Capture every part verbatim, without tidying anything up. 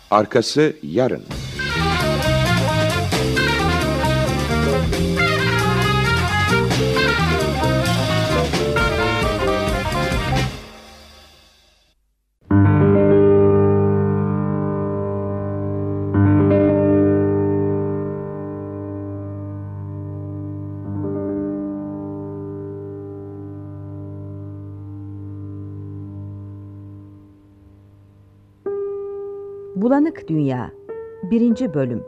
Arkası yarın. Bulanık Dünya birinci Bölüm.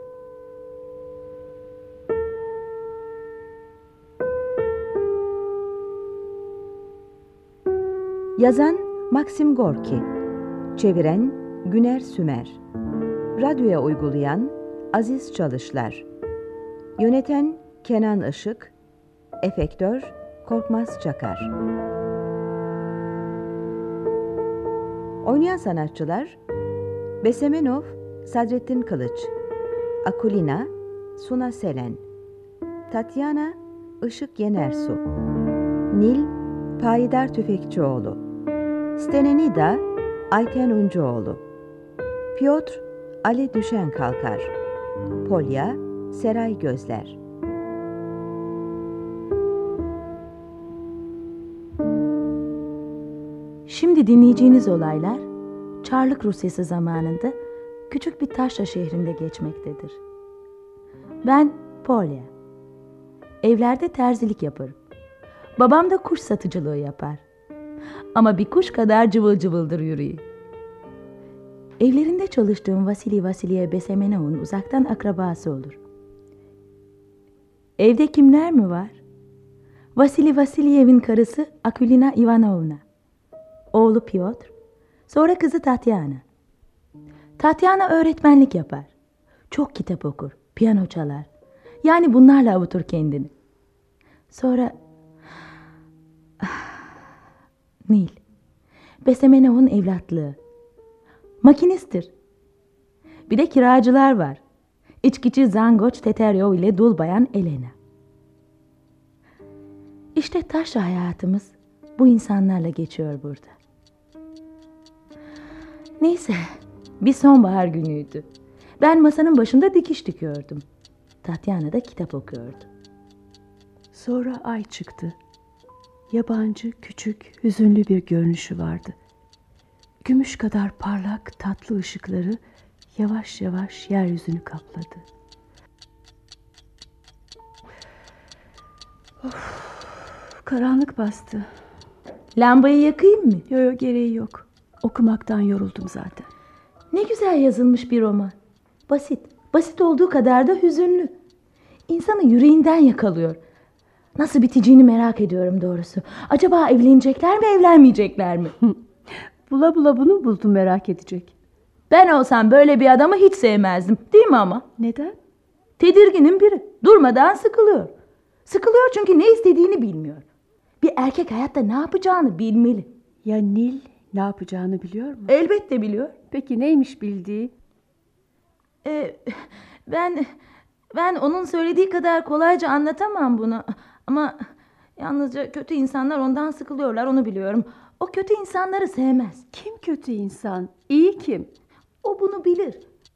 Yazan Maxim Gorki, çeviren Güner Sümer, radyoya uygulayan Aziz Çalışlar, yöneten Kenan Işık, efektör Korkmaz Çakar. Oynayan sanatçılar: Besemenov, Sadrettin Kılıç, Akulina, Suna Selen, Tatyana, Işık Yenersu, Nil, Payidar Tüfekçioğlu, Stenenida, Ayten Uncuoğlu, Piotr, Ali Düşen Kalkar, Polya, Seray Gözler. Şimdi dinleyeceğiniz olaylar Çarlık Rusyası zamanında küçük bir taşra şehrinde geçmektedir. Ben Polya. Evlerde terzilik yaparım. Babam da kuş satıcılığı yapar. Ama bir kuş kadar cıvıl cıvıldır yüreği. Evlerinde çalıştığım Vasili Vasiliye Besemenov'un uzaktan akrabası olur. Evde kimler mi var? Vasili Vasiliev'in karısı Akulina Ivanovna, oğlu Piotr, sonra kızı Tatyana. Tatyana öğretmenlik yapar. Çok kitap okur, piyano çalar. Yani bunlarla avutur kendini. Sonra Nil, Besemenov'un evlatlığı. Makinisttir. Bir de kiracılar var. İçkici Zangoç Teteryov ile dul bayan Elena. İşte taşra hayatımız bu insanlarla geçiyor burada. Neyse, bir sonbahar günüydü. Ben masanın başında dikiş dikiyordum. Tatyana da kitap okuyordu. Sonra ay çıktı. Yabancı, küçük, hüzünlü bir görünüşü vardı. Gümüş kadar parlak, tatlı ışıkları yavaş yavaş yeryüzünü kapladı. Of, karanlık bastı. Lambayı yakayım mı? Yok yok, gereği yok. Okumaktan yoruldum zaten. Ne güzel yazılmış bir roman. Basit, basit olduğu kadar da hüzünlü. İnsanı yüreğinden yakalıyor. Nasıl biteceğini merak ediyorum doğrusu. Acaba evlenecekler mi, evlenmeyecekler mi? Bula bula bunu buldum, merak edecek. Ben olsam böyle bir adamı hiç sevmezdim, değil mi ama? Neden? Tedirginin biri. Durmadan sıkılıyor. Sıkılıyor çünkü ne istediğini bilmiyor. Bir erkek hayatta ne yapacağını bilmeli. Ya Nil ne yapacağını biliyor mu? Elbette biliyor. Peki neymiş bildiği? Ee, ben ben onun söylediği kadar kolayca anlatamam bunu. Ama yalnızca kötü insanlar ondan sıkılıyorlar, onu biliyorum. O kötü insanları sevmez. Kim kötü insan? İyi kim? O bunu bilir.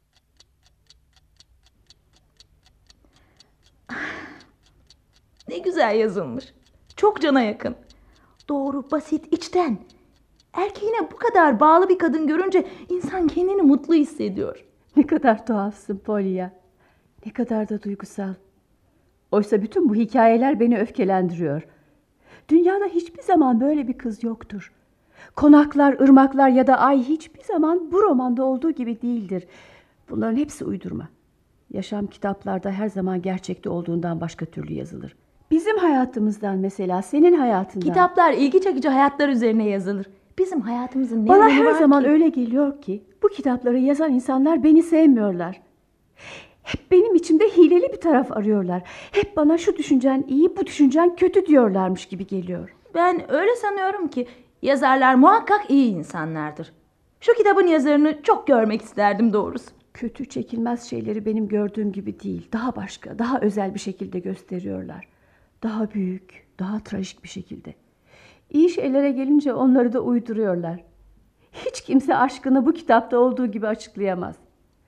Ne güzel yazılmış. Çok cana yakın. Doğru, basit, içten. Erkeğine bu kadar bağlı bir kadın görünce insan kendini mutlu hissediyor. Ne kadar tuhafsın Polya. Ne kadar da duygusal. Oysa bütün bu hikayeler beni öfkelendiriyor. Dünyada hiçbir zaman böyle bir kız yoktur. Konaklar, ırmaklar ya da ay hiçbir zaman bu romanda olduğu gibi değildir. Bunların hepsi uydurma. Yaşam kitaplarda her zaman gerçekte olduğundan başka türlü yazılır. Bizim hayatımızdan mesela, senin hayatından. Kitaplar ilgi çekici hayatlar üzerine yazılır. Bizim hayatımızın ne Bana önemi her var zaman ki? öyle geliyor ki bu kitapları yazan insanlar beni sevmiyorlar. Hep benim içimde hileli bir taraf arıyorlar. Hep bana şu düşüncen iyi, bu düşüncen kötü diyorlarmış gibi geliyor. Ben öyle sanıyorum ki yazarlar muhakkak iyi insanlardır. Şu kitabın yazarını çok görmek isterdim doğrusu. Kötü, çekilmez şeyleri benim gördüğüm gibi değil, daha başka, daha özel bir şekilde gösteriyorlar. Daha büyük, daha trajik bir şekilde. İyi şeylere gelince onları da uyduruyorlar. Hiç kimse aşkını bu kitapta olduğu gibi açıklayamaz.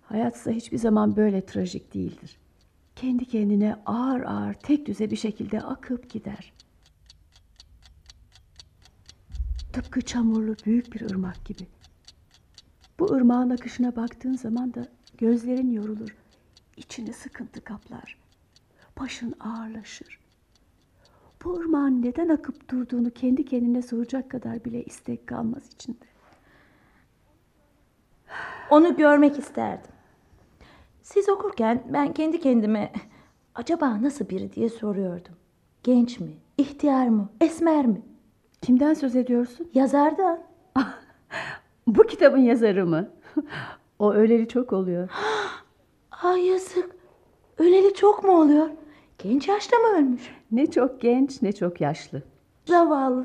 Hayatsa hiçbir zaman böyle trajik değildir. Kendi kendine ağır ağır tek düze bir şekilde akıp gider. Tıpkı çamurlu büyük bir ırmak gibi. Bu ırmağın akışına baktığın zaman da gözlerin yorulur. İçini sıkıntı kaplar. Başın ağırlaşır. Bu ırmağın neden akıp durduğunu kendi kendine soracak kadar bile istek kalmaz içinde. Onu görmek isterdim. Siz okurken ben kendi kendime acaba nasıl biri diye soruyordum. Genç mi, ihtiyar mı, esmer mi? Kimden söz ediyorsun? Yazardan. Bu kitabın yazarı mı? O öleli çok oluyor. Ay yazık. Öleli çok mu oluyor? Genç yaşta mı ölmüş? Ne çok genç ne çok yaşlı. Zavallı.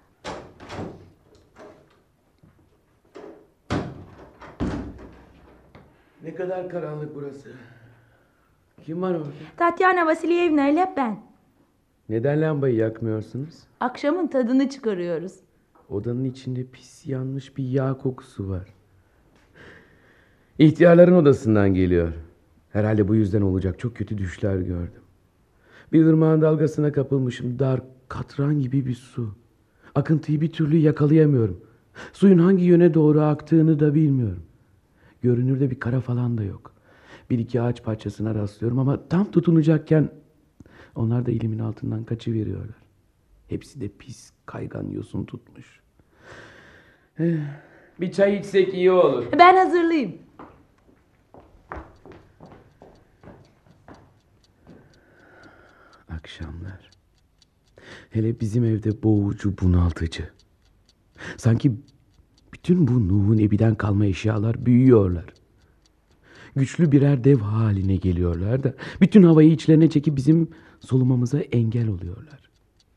Ne kadar karanlık burası. Kim var orada? Tatyana Vasilyevna ile ben. Neden lambayı yakmıyorsunuz? Akşamın tadını çıkarıyoruz. Odanın içinde pis yanmış bir yağ kokusu var. İhtiyarların odasından geliyor. Herhalde bu yüzden olacak, çok kötü düşler gördüm. Bir ırmağın dalgasına kapılmışım. Dar, katran gibi bir su. Akıntıyı bir türlü yakalayamıyorum. Suyun hangi yöne doğru aktığını da bilmiyorum. Görünürde bir kara falan da yok. Bir iki ağaç parçasına rastlıyorum ama tam tutunacakken onlar da elimin altından kaçıveriyorlar. Hepsi de pis, kaygan yosun tutmuş. Eh, bir çay içsek iyi olur. Ben hazırlayayım. Akşamlar. Hele bizim evde boğucu, bunaltıcı. Sanki bütün bu Nuh'un Ebi'den kalma eşyalar büyüyorlar. Güçlü birer dev haline geliyorlar da bütün havayı içlerine çekip bizim solumamıza engel oluyorlar.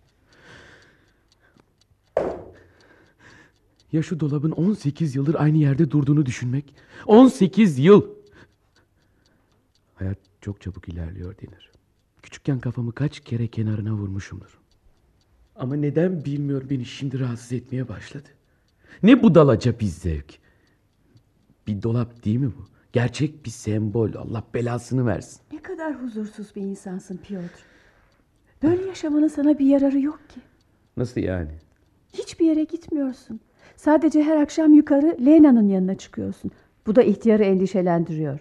Ya şu dolabın on sekiz yıldır aynı yerde durduğunu düşünmek. on sekiz yıl! Hayat çok çabuk ilerliyor denir. Küçükken kafamı kaç kere kenarına vurmuşumdur. Ama neden bilmiyorum, beni şimdi rahatsız etmeye başladı. Ne budalaca bir zevk. Bir dolap değil mi bu? Gerçek bir sembol. Allah belasını versin. Ne kadar huzursuz bir insansın Piotr. Böyle yaşamanın sana bir yararı yok ki. Nasıl yani? Hiçbir yere gitmiyorsun. Sadece her akşam yukarı Lena'nın yanına çıkıyorsun. Bu da ihtiyarı endişelendiriyor.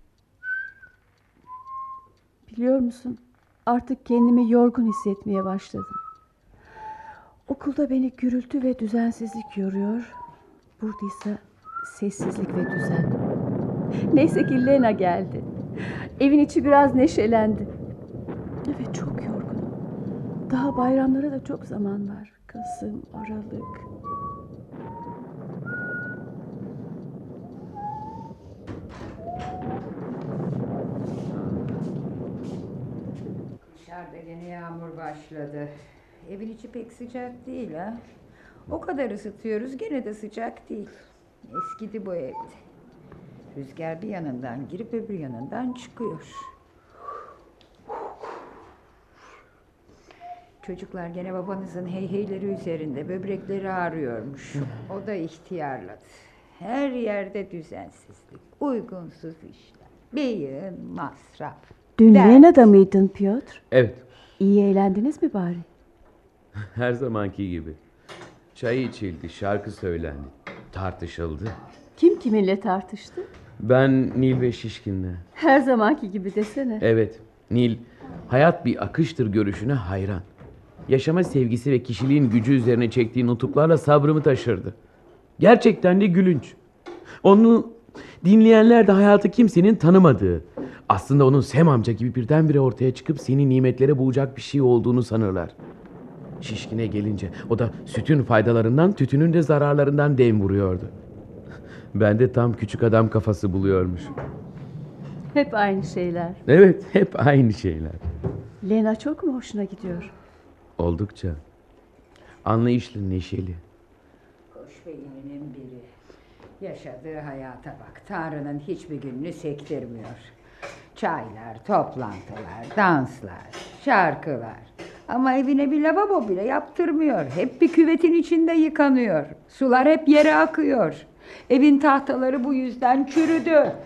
Biliyor musun? Artık kendimi yorgun hissetmeye başladım. Okulda beni gürültü ve düzensizlik yoruyor. Buradaysa sessizlik ve düzen. Neyse ki Lena geldi. Evin içi biraz neşelendi. Evet, çok yorgunum. Daha bayramlara da çok zaman var. Kasım, Aralık. Dışarıda gene yağmur başladı. Evin içi pek sıcak değil ha. O kadar ısıtıyoruz gene de sıcak değil. Eskidi bu evde. Rüzgar bir yanından girip öbür yanından çıkıyor. Çocuklar gene babanızın heyheyleri üzerinde, böbrekleri ağrıyormuş. O da ihtiyarladı. Her yerde düzensizlik, uygunsuz işler, beyin, masraf. Dün dert. Lena'da mıydın Piotr? Evet. İyi eğlendiniz mi bari? Her zamanki gibi. Çay içildi, şarkı söylendi, tartışıldı. Kim kiminle tartıştı? Ben Nil ve Şişkin'le. Her zamanki gibi desene. Evet, Nil hayat bir akıştır görüşüne hayran. Yaşama sevgisi ve kişiliğin gücü üzerine çektiği nutuklarla sabrımı taşırdı. Gerçekten de gülünç. Onu dinleyenler de hayatı kimsenin tanımadığı, aslında onun Sem amca gibi birdenbire ortaya çıkıp seni nimetlere boğacak bir şey olduğunu sanırlar. Şişkine gelince o da sütün faydalarından, tütünün de zararlarından dem vuruyordu. Ben de tam küçük adam kafası buluyormuşum. Hep aynı şeyler. Evet, hep aynı şeyler. Lena çok mu hoşuna gidiyor? Oldukça. Anlayışlı, neşeli. Hoş beyninin biri. Yaşadığı hayata bak. Tanrı'nın hiçbir gününü sektirmiyor. Çaylar, toplantılar, danslar, şarkılar. Ama evine bir lavabo bile yaptırmıyor. Hep bir küvetin içinde yıkanıyor. Sular hep yere akıyor. Evin tahtaları bu yüzden çürüdü.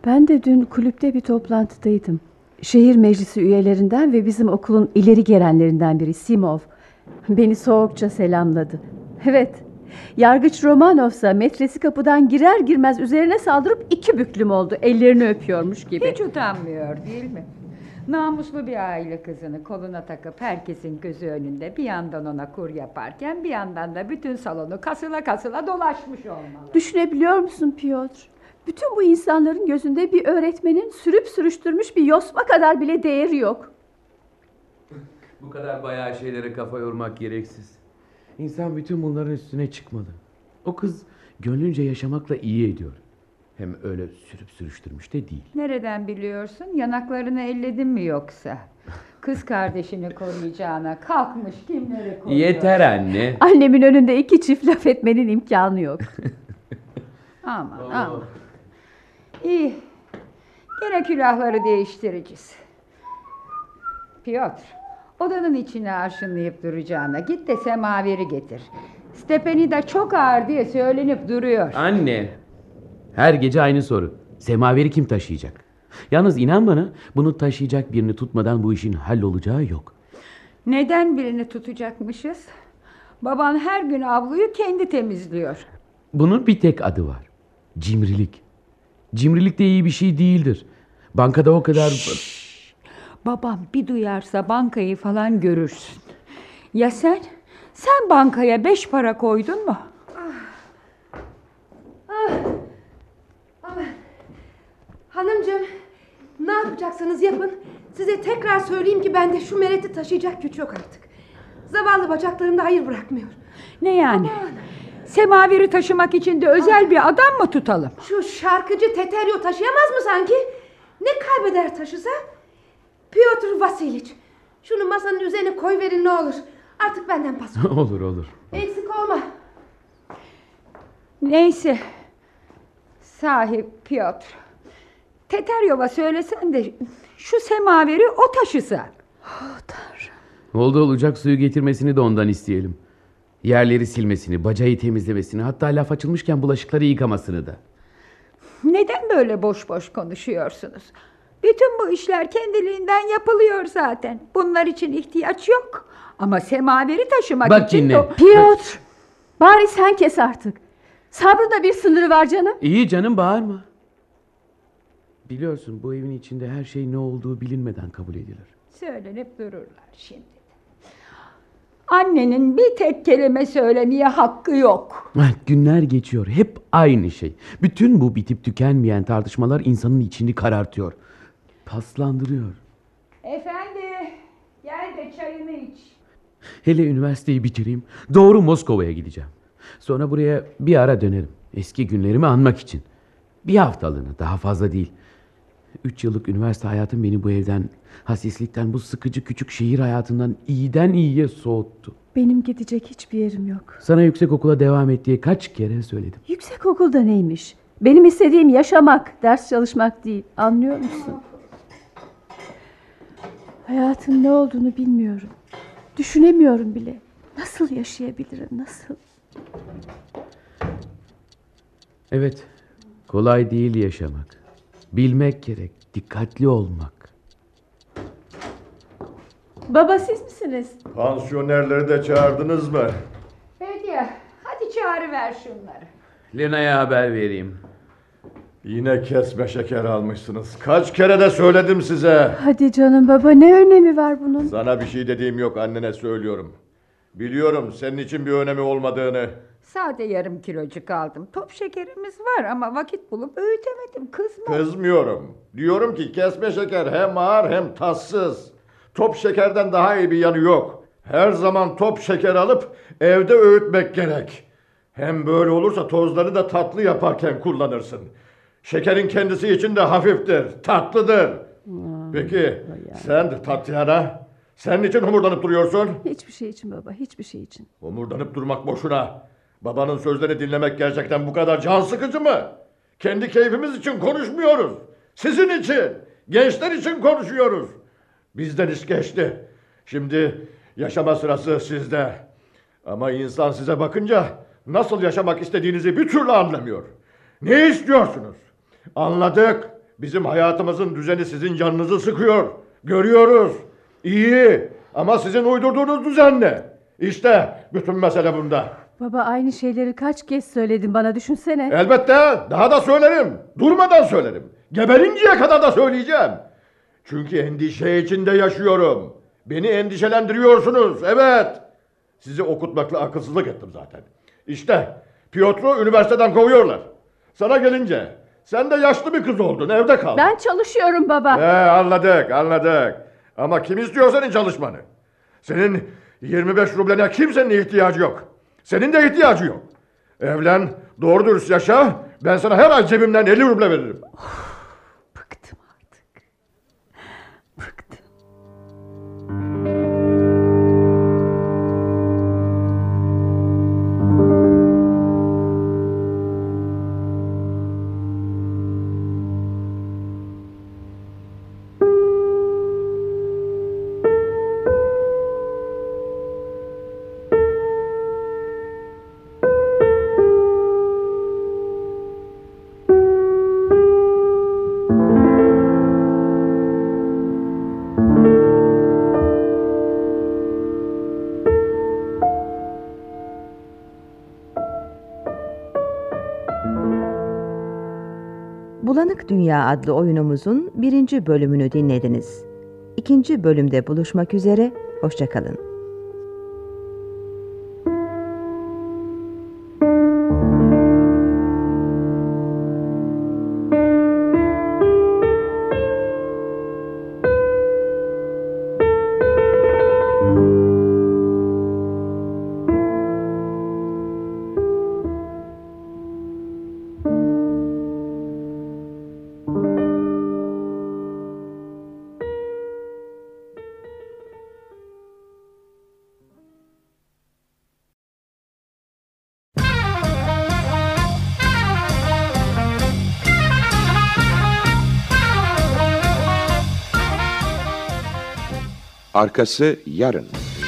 Ben de dün kulüpte bir toplantıdaydım. Şehir meclisi üyelerinden ve bizim okulun ileri gelenlerinden biri Simov beni soğukça selamladı. Evet, Yargıç Romanovsa metresi kapıdan girer girmez üzerine saldırıp iki büklüm oldu. Ellerini öpüyormuş gibi. Hiç utanmıyor değil mi? Namuslu bir aile kızını koluna takıp herkesin gözü önünde bir yandan ona kur yaparken bir yandan da bütün salonu kasıla kasıla dolaşmış olmalı. Düşünebiliyor musun Piotr? Bütün bu insanların gözünde bir öğretmenin sürüp sürüştürmüş bir yosma kadar bile değeri yok. Bu kadar bayağı şeylere kafa yormak gereksiz. İnsan bütün bunların üstüne çıkmalı. O kız gönlünce yaşamakla iyi ediyor. Hem öyle sürüp sürüştürmüş de değil. Nereden biliyorsun? Yanaklarını elledin mi yoksa? Kız kardeşini koruyacağına kalkmış kimleri koruyor? Yeter anne. Annemin önünde iki çift laf etmenin imkanı yok. Aman aman. İyi. Gene külahları değiştireceğiz. Piotr, odanın içine arşınlayıp duracağına git de semaveri getir. Stepanida çok ağır diye söylenip duruyor. Anne. Her gece aynı soru. Semaveri kim taşıyacak? Yalnız inan bana, bunu taşıyacak birini tutmadan bu işin hallolacağı yok. Neden birini tutacakmışız? Baban her gün avluyu kendi temizliyor. Bunun bir tek adı var. Cimrilik. Cimrilik de iyi bir şey değildir. Bankada o kadar... Şşş. Babam bir duyarsa bankayı falan görürsün. Ya sen? Sen bankaya beş para koydun mu? Hanımcığım, ne yapacaksanız yapın. Size tekrar söyleyeyim ki bende şu mereti taşıyacak güç yok artık. Zavallı bacaklarımda hayır bırakmıyor. Ne yani? Aman. Semaveri taşımak için de özel bir adam mı tutalım? Şu şarkıcı Teteryo taşıyamaz mı sanki? Ne kaybeder taşısa? Piotr Vasiliç, şunu masanın üzerine koyverin ne olur. Artık benden pas. olur olur. Eksik olma. Neyse. Sahi Piotr. Teteryova söylesen de şu semaveri o taşısa. Oh Tanrım. Oldu olacak suyu getirmesini de ondan isteyelim. Yerleri silmesini, bacayı temizlemesini, hatta laf açılmışken bulaşıkları yıkamasını da. Neden böyle boş boş konuşuyorsunuz? Bütün bu işler kendiliğinden yapılıyor zaten. Bunlar için ihtiyaç yok. Ama semaveri taşımak Bak için... dinle. o- Piotr, bari sen kes artık. Sabrın da bir sınırı var canım. İyi canım, bağırma. Biliyorsun bu evin içinde her şey ne olduğu bilinmeden kabul edilir. Söylenip dururlar şimdi. Annenin bir tek kelime söylemeye hakkı yok. Günler geçiyor, hep aynı şey. Bütün bu bitip tükenmeyen tartışmalar insanın içini karartıyor. Paslandırıyor. Efendi, gel de çayını iç. Hele üniversiteyi bitireyim, doğru Moskova'ya gideceğim. Sonra buraya bir ara dönerim. Eski günlerimi anmak için. Bir haftalığına, daha fazla değil. Üç yıllık üniversite hayatım beni bu evden, hasislikten, bu sıkıcı küçük şehir hayatından iyiden iyiye soğuttu. Benim gidecek hiçbir yerim yok. Sana yüksek okula devam et diye kaç kere söyledim. Yüksek okulda neymiş? Benim istediğim yaşamak, ders çalışmak değil. Anlıyor musun? Hayatın ne olduğunu bilmiyorum. Düşünemiyorum bile. Nasıl yaşayabilirim, nasıl? Evet, kolay değil yaşamak. Bilmek gerek, dikkatli olmak. Baba siz misiniz? Pansiyonerleri de çağırdınız mı? Hediye, hadi çağırıver şunları. Lena'ya haber vereyim. Yine kesme şeker almışsınız. Kaç kere de söyledim size. Hadi canım baba, ne önemi var bunun? Sana bir şey dediğim yok, annene söylüyorum. Biliyorum senin için bir önemi olmadığını. Sade yarım kilocuk aldım. Top şekerimiz var ama vakit bulup öğütemedim. Kızma. Kızmıyorum. Diyorum ki kesme şeker hem ağır hem tatsız. Top şekerden daha iyi bir yanı yok. Her zaman top şeker alıp evde öğütmek gerek. Hem böyle olursa tozları da tatlı yaparken kullanırsın. Şekerin kendisi için de hafiftir, tatlıdır. Peki sen Tatyana, sen niçin homurdanıp duruyorsun? Hiçbir şey için baba, hiçbir şey için. Homurdanıp durmak boşuna. Babanın sözlerini dinlemek gerçekten bu kadar can sıkıcı mı? Kendi keyfimiz için konuşmuyoruz. Sizin için, gençler için konuşuyoruz. Bizden iş geçti. Şimdi yaşama sırası sizde. Ama insan size bakınca nasıl yaşamak istediğinizi bir türlü anlamıyor. Ne istiyorsunuz? Anladık. Bizim hayatımızın düzeni sizin canınızı sıkıyor. Görüyoruz. İyi ama sizin uydurduğunuz düzen ne? İşte bütün mesele bunda. Baba, aynı şeyleri kaç kez söyledin bana, düşünsene. Elbette daha da söylerim. Durmadan söylerim. Geberinceye kadar da söyleyeceğim. Çünkü endişe içinde yaşıyorum. Beni endişelendiriyorsunuz. Evet. Sizi okutmakla akılsızlık ettim zaten. İşte Piotr'u üniversiteden kovuyorlar. Sana gelince sen de yaşlı bir kız oldun, evde kal. Ben çalışıyorum baba. He, anladık anladık. Ama kim istiyor senin çalışmanı? Senin yirmi beş rublene kimsenin ihtiyacı yok. Senin de ihtiyacı yok. Evlen, doğru dürüst yaşa. Ben sana her ay cebimden elli ruble veririm. Bıktım artık. Bıktım. Bulanık Dünya adlı oyunumuzun birinci bölümünü dinlediniz. İkinci bölümde buluşmak üzere, hoşça kalın. Arkası yarın.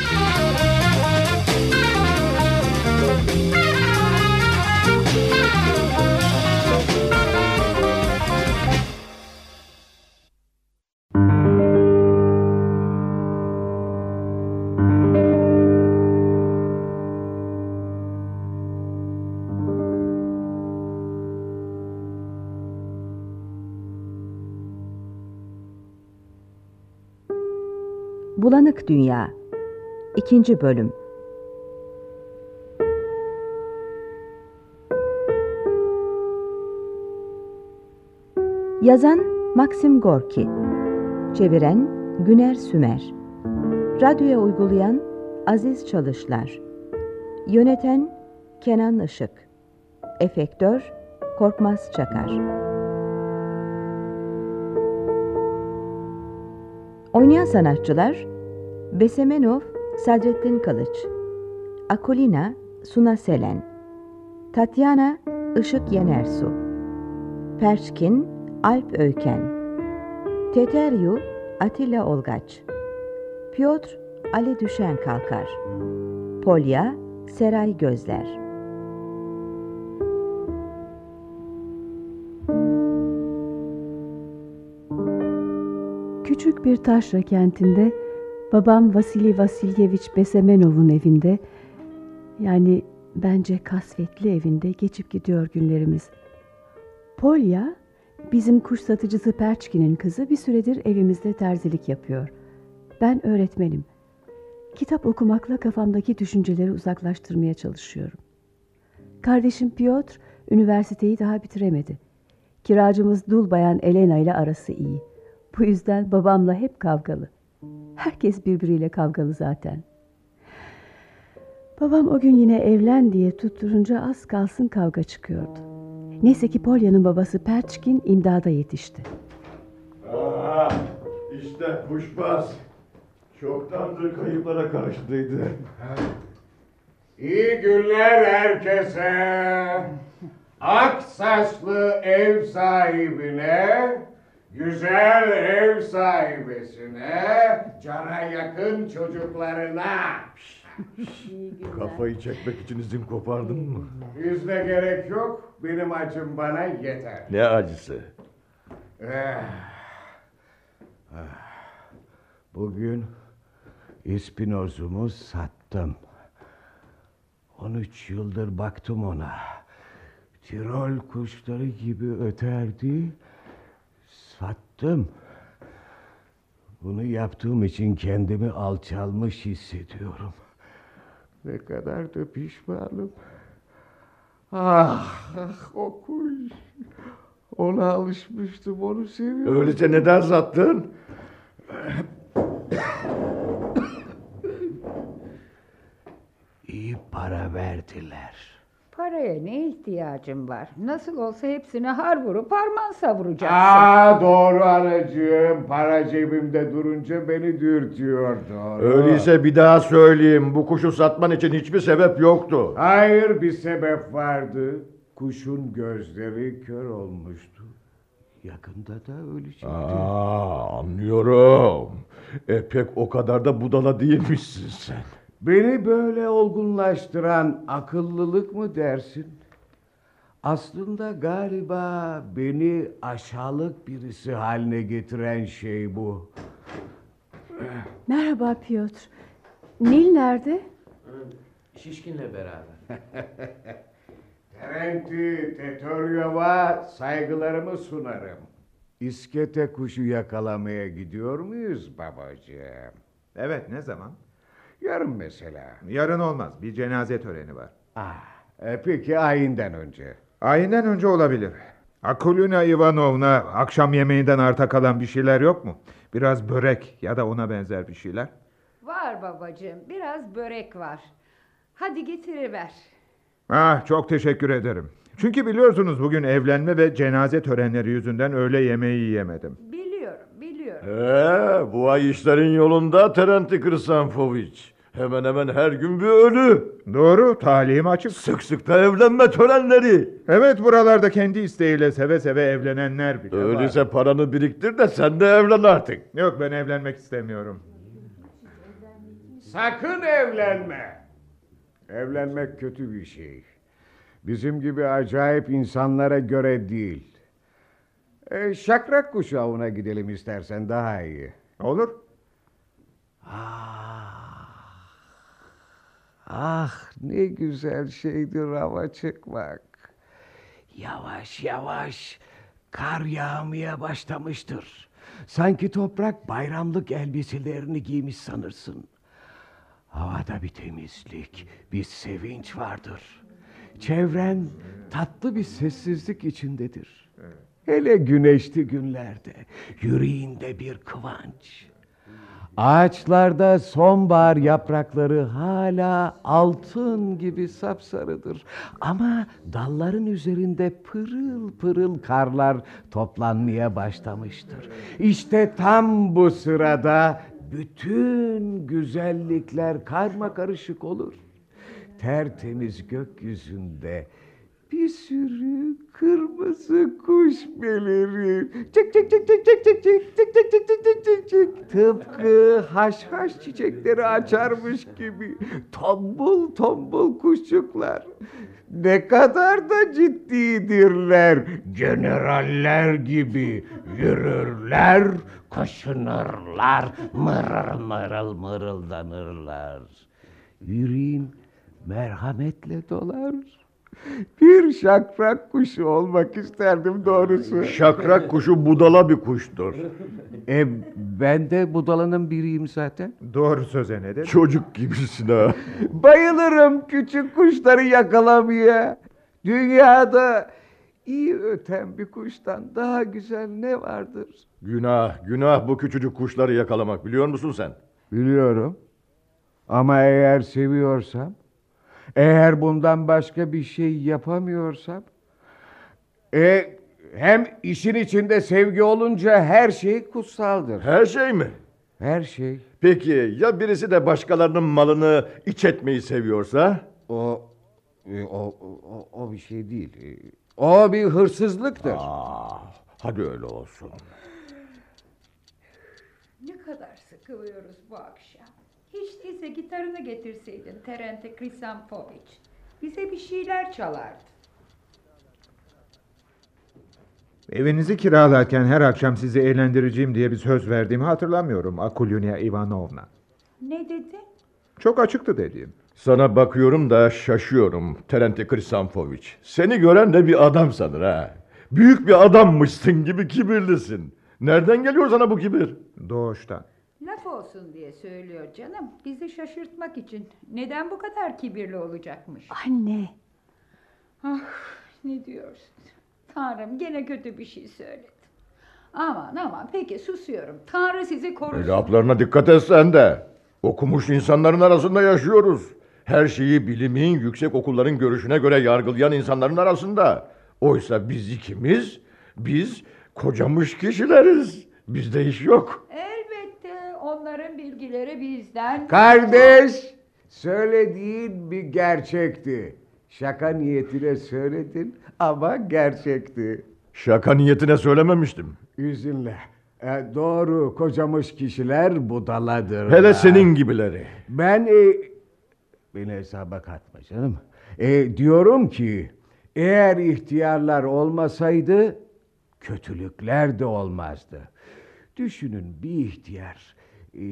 Bulanık Dünya İkinci Bölüm. Yazan Maxim Gorki, çeviren Güner Sümer, radyoya uygulayan Aziz Çalışlar, yöneten Kenan Işık, efektör Korkmaz Çakar. Oynayan sanatçılar: Besemenov Sadrettin Kılıç, Akulina Suna Selen, Tatyana Işık Yenersu, Perçkin Alp Öyken, Teteryu Atilla Olgaç, Piotr Ali Düşen Kalkar, Polya Seray Gözler. Küçük bir taşra kentinde babam Vasili Vasilyeviç Besemenov'un evinde, yani bence kasvetli evinde geçip gidiyor günlerimiz. Polya, bizim kuş satıcısı Perçkin'in kızı, bir süredir evimizde terzilik yapıyor. Ben öğretmenim. Kitap okumakla kafamdaki düşünceleri uzaklaştırmaya çalışıyorum. Kardeşim Piotr üniversiteyi daha bitiremedi. Kiracımız dul bayan Elena ile arası iyi. Bu yüzden babamla hep kavgalı. Herkes birbiriyle kavgalı zaten. Babam o gün yine evlen diye tutturunca az kalsın kavga çıkıyordu. Neyse ki Polya'nın babası Perçkin imdada yetişti. Aa, işte kuşbaz. Çoktandır kayıplara karıştıydı. İyi günler herkese. Ak saçlı ev sahibine, güzel ev sahibesine, cana yakın çocuklarına. Kafayı çekmek için izin kopardın mı? Yüzme gerek yok, benim acım bana yeter. Ne acısı? Bugün ispinozumu sattım. on üç yıldır baktım ona. Tirol kuşları gibi öterdi. Sattım. Bunu yaptığım için kendimi alçalmış hissediyorum. Ne kadar da pişmanım. Ah, ah o kuş. Ona alışmıştım, onu seviyorum. Öyleyse neden sattın? İyi para verdiler. Paraya ne ihtiyacın var? Nasıl olsa hepsini har vurup harman savuracaksın. Aa, doğru anacığım. Para cebimde durunca beni dürtüyor, doğru. Öyleyse bir daha söyleyeyim. Bu kuşu satman için hiçbir sebep yoktu. Hayır, bir sebep vardı. Kuşun gözleri kör olmuştu. Yakında da ölecekti. Aa, anlıyorum. E pek o kadar da budala değilmişsin sen. Beni böyle olgunlaştıran akıllılık mı dersin? Aslında galiba beni aşağılık birisi haline getiren şey bu. Merhaba Piotr. Nil nerede? Şişkinle beraber. Terenti Tetoryov'a saygılarımı sunarım. İskete kuşu yakalamaya gidiyor muyuz babacığım? Evet, ne zaman? Yarın mesela. Yarın olmaz. Bir cenaze töreni var. Ah, e, peki ayinden önce. Ayinden önce olabilir. Akulina Ivanovna, akşam yemeğinden arta kalan bir şeyler yok mu? Biraz börek ya da ona benzer bir şeyler. Var babacığım, biraz börek var. Hadi getiriver. Ah, çok teşekkür ederim. Çünkü biliyorsunuz bugün evlenme ve cenaze törenleri yüzünden öğle yemeği yiyemedim. Biliyorum, biliyorum. Ee, bu ay işlerin yolunda Terenti Kristanfoviç. Hemen hemen her gün bir ölü. Doğru, talihim açık. Sık sık da evlenme törenleri. Evet, buralarda kendi isteğiyle seve seve evlenenler bile var. Öyleyse paranı biriktir de sen de evlen artık. Yok, ben evlenmek istemiyorum. Sakın evlenme. Evlenmek kötü bir şey. Bizim gibi acayip insanlara göre değil. E, şakrak kuşu avına gidelim istersen, daha iyi. Olur. Ah, ah ne güzel şeydir hava çıkmak. Yavaş yavaş kar yağmaya başlamıştır. Sanki toprak bayramlık elbiselerini giymiş sanırsın. Havada bir temizlik, bir sevinç vardır. Çevren tatlı bir sessizlik içindedir. Hele güneşli günlerde yüreğinde bir kıvanç. Ağaçlarda sonbahar yaprakları hala altın gibi sapsarıdır. Ama dalların üzerinde pırıl pırıl karlar toplanmaya başlamıştır. İşte tam bu sırada bütün güzellikler karmakarışık olur. Tertemiz gökyüzünde bir sürü kırmızı kuş belirir. Çık çık çık çık çık çık çık çık çık çık çık çık çık. Tıpkı haşhaş çiçekleri açarmış gibi tombul tombul kuşçuklar. Ne kadar da ciddidirler. Generaller gibi yürürler, koşunurlar, mırıl mırıl mırıldanırlar. Yüreğim merhametle dolar. Bir şakrak kuşu olmak isterdim doğrusu. Şakrak kuşu budala bir kuştur. E, ben de budalanın biriyim zaten. Doğru söze ne dedi? Çocuk gibisin ha. Bayılırım küçük kuşları yakalamaya. Dünyada iyi öten bir kuştan daha güzel ne vardır? Günah, günah bu küçücük kuşları yakalamak, biliyor musun sen? Biliyorum. Ama eğer seviyorsam, eğer bundan başka bir şey yapamıyorsam, e, hem işin içinde sevgi olunca her şey kutsaldır. Her şey mi? Her şey. Peki ya birisi de başkalarının malını iç etmeyi seviyorsa? O, e, o, o, o bir şey değil. E, O bir hırsızlıktır. Aa, hadi öyle olsun. Ne kadar sıkılıyoruz bu akşam. Hiç değilse gitarını getirseydin Terenti Kristanfoviç. Bize bir şeyler çalardı. Evinizi kiralarken her akşam sizi eğlendireceğim diye bir söz verdiğimi hatırlamıyorum Akulyunia Ivanovna. Ne dedi? Çok açıktı dediğim. Sana bakıyorum da şaşıyorum Terenti Krisanfoviç. Seni gören de bir adam sanır ha. Büyük bir adammışsın gibi kibirlisin. Nereden geliyor sana bu kibir? Doğuştan. Laf olsun diye söylüyor canım. Bizi şaşırtmak için. Neden bu kadar kibirli olacakmış? Anne. Ah, ne diyorsun? Tanrım gene kötü bir şey söyledim. Aman aman peki susuyorum. Tanrı sizi korusun. Laflarına dikkat et sen de. Okumuş insanların arasında yaşıyoruz. Her şeyi bilimin, yüksek okulların görüşüne göre yargılayan insanların arasında. Oysa biz ikimiz, biz kocamış kişileriz. Bizde iş yok. Elbette onların bilgileri bizden. Kardeş, söylediğin bir gerçekti. Şaka niyetine söyledin ama gerçekti. Şaka niyetine söylememiştim. Üzünle. E, doğru, kocamış kişiler budaladır. Hele senin gibileri. Ben e, beni hesaba katma canım. E, diyorum ki eğer ihtiyarlar olmasaydı kötülükler de olmazdı. Düşünün bir ihtiyar e,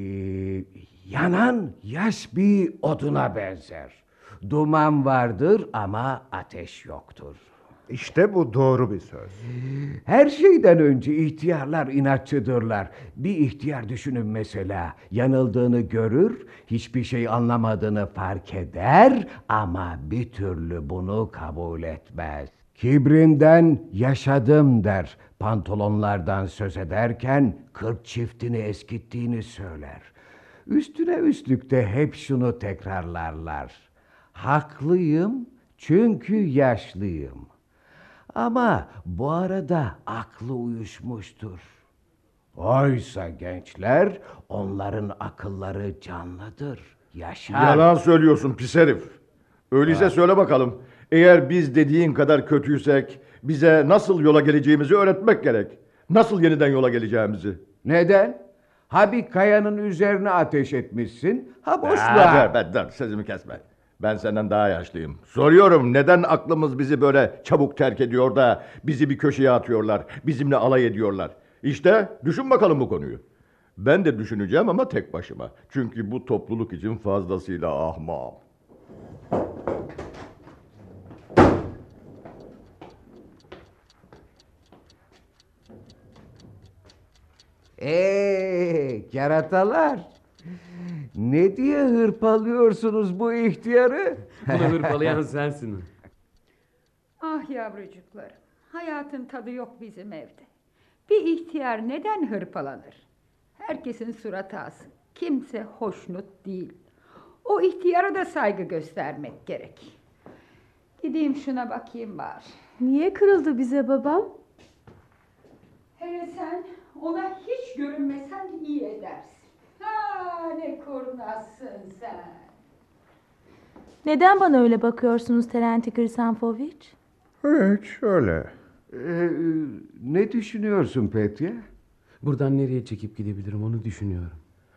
yanan yaş bir oduna benzer. Duman vardır ama ateş yoktur. İşte bu doğru bir söz. Her şeyden önce ihtiyarlar inatçıdırlar. Bir ihtiyar düşünün mesela. Yanıldığını görür, hiçbir şey anlamadığını fark eder ama bir türlü bunu kabul etmez. Kibrinden yaşadım der. Pantolonlardan söz ederken kırk çiftini eskittiğini söyler. Üstüne üstlük de hep şunu tekrarlarlar. Haklıyım çünkü yaşlıyım. Ama bu arada aklı uyuşmuştur. Oysa gençler, onların akılları canlıdır, yaşar. Yalan söylüyorsun pis herif. Öyleyse söyle bakalım. Eğer biz dediğin kadar kötüysek bize nasıl yola geleceğimizi öğretmek gerek. Nasıl yeniden yola geleceğimizi. Neden? Ha bir kayanın üzerine ateş etmişsin, ha Aa, boşluğa. dur, dur, sözümü kesme. Ben senden daha yaşlıyım. Soruyorum neden aklımız bizi böyle çabuk terk ediyor da bizi bir köşeye atıyorlar, bizimle alay ediyorlar. İşte düşün bakalım bu konuyu. Ben de düşüneceğim ama tek başıma. Çünkü bu topluluk için fazlasıyla ahmak. Eee keratalar. Ne diye hırpalıyorsunuz bu ihtiyarı? Bunu hırpalayan sensin. Ah yavrucuklarım. Hayatın tadı yok bizim evde. Bir ihtiyar neden hırpalanır? Herkesin suratı asık. Kimse hoşnut değil. O ihtiyara da saygı göstermek gerek. Gideyim şuna bakayım bari. Niye kırıldı bize babam? Hele sen ona hiç görünmesen iyi edersin. Ha ne kurnazsın sen. Neden bana öyle bakıyorsunuz Terenti Krisanfoviç? Hiç öyle. Ee, ne düşünüyorsun Petya? Buradan nereye çekip gidebilirim onu düşünüyorum.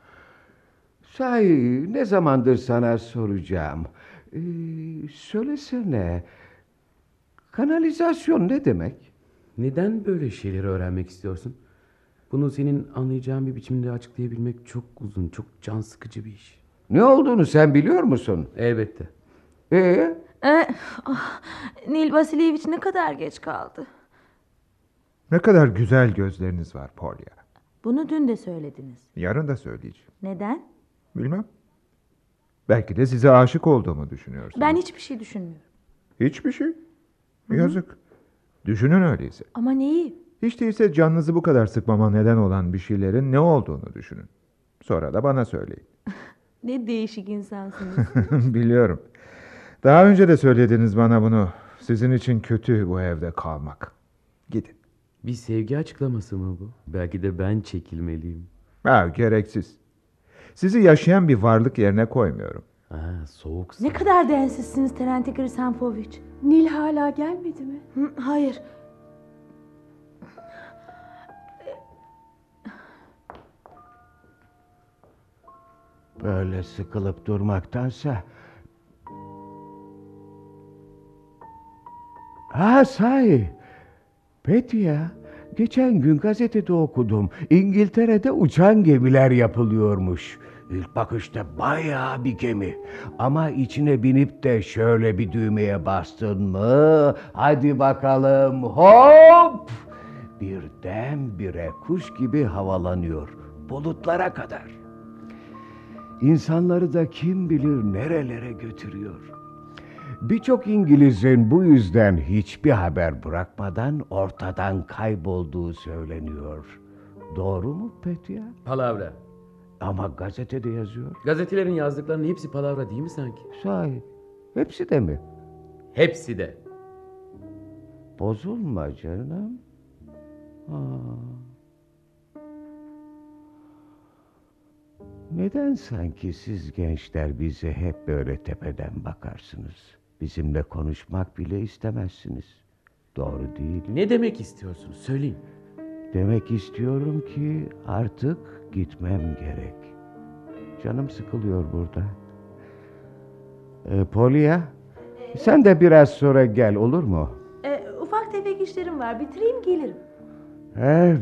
Sahi ne zamandır sana soracağım. Ee, söylesene. Kanalizasyon ne demek? Neden böyle şeyleri öğrenmek istiyorsun? Bunu senin anlayacağın bir biçimde açıklayabilmek çok uzun, çok can sıkıcı bir iş. Ne olduğunu sen biliyor musun? Elbette. Ee, Ee, ah, Nil Vasilievich ne kadar geç kaldı. Ne kadar güzel gözleriniz var Polya. Bunu dün de söylediniz. Yarın da söyleyeceğim. Neden? Bilmem. Belki de size aşık olduğumu düşünüyorsunuz. Ben hiçbir şey düşünmüyorum. Hiçbir şey. Yazık. Düşünün öyleyse. Ama neyi? Hiç değilse canınızı bu kadar sıkmama neden olan bir şeylerin ne olduğunu düşünün. Sonra da bana söyleyin. Ne değişik insansınız. Biliyorum. Daha önce de söylediniz bana bunu. Sizin için kötü bu evde kalmak. Gidin. Bir sevgi açıklaması mı bu? Belki de ben çekilmeliyim. Ha, gereksiz. Sizi yaşayan bir varlık yerine koymuyorum. Ha, soğuk. Ne kadar densizsiniz Terenti Krisanfoviç. Nil hala gelmedi mi? Hı, hayır. böyle sıkılıp durmaktansa... Ha sahi. Petya, Geçen gün gazetede okudum. İngiltere'de uçan gemiler yapılıyormuş. İlk bakışta bayağı bir gemi. Ama içine binip de şöyle bir düğmeye bastın mı? Hadi bakalım hop! Birdenbire kuş gibi havalanıyor. Bulutlara kadar. İnsanları da kim bilir nerelere götürüyor. Birçok İngiliz'in bu yüzden hiçbir haber bırakmadan ortadan kaybolduğu söyleniyor. Doğru mu Petya? Palavra. Ama gazetede yazıyor. Gazetelerin yazdıklarının hepsi palavra değil mi sanki? Sahi, hepsi de mi? Hepsi de. Bozulma canım. Aa. Neden sanki siz gençler bize hep böyle tepeden bakarsınız? Bizimle konuşmak bile istemezsiniz. Doğru değil. Ne demek istiyorsunuz? Söyleyin. Demek istiyorum ki artık gitmem gerek. Canım sıkılıyor burada. Ee, Polya, sen de biraz sonra gel, olur mu? E, ufak tefek işlerim var. Bitireyim gelirim. Evet,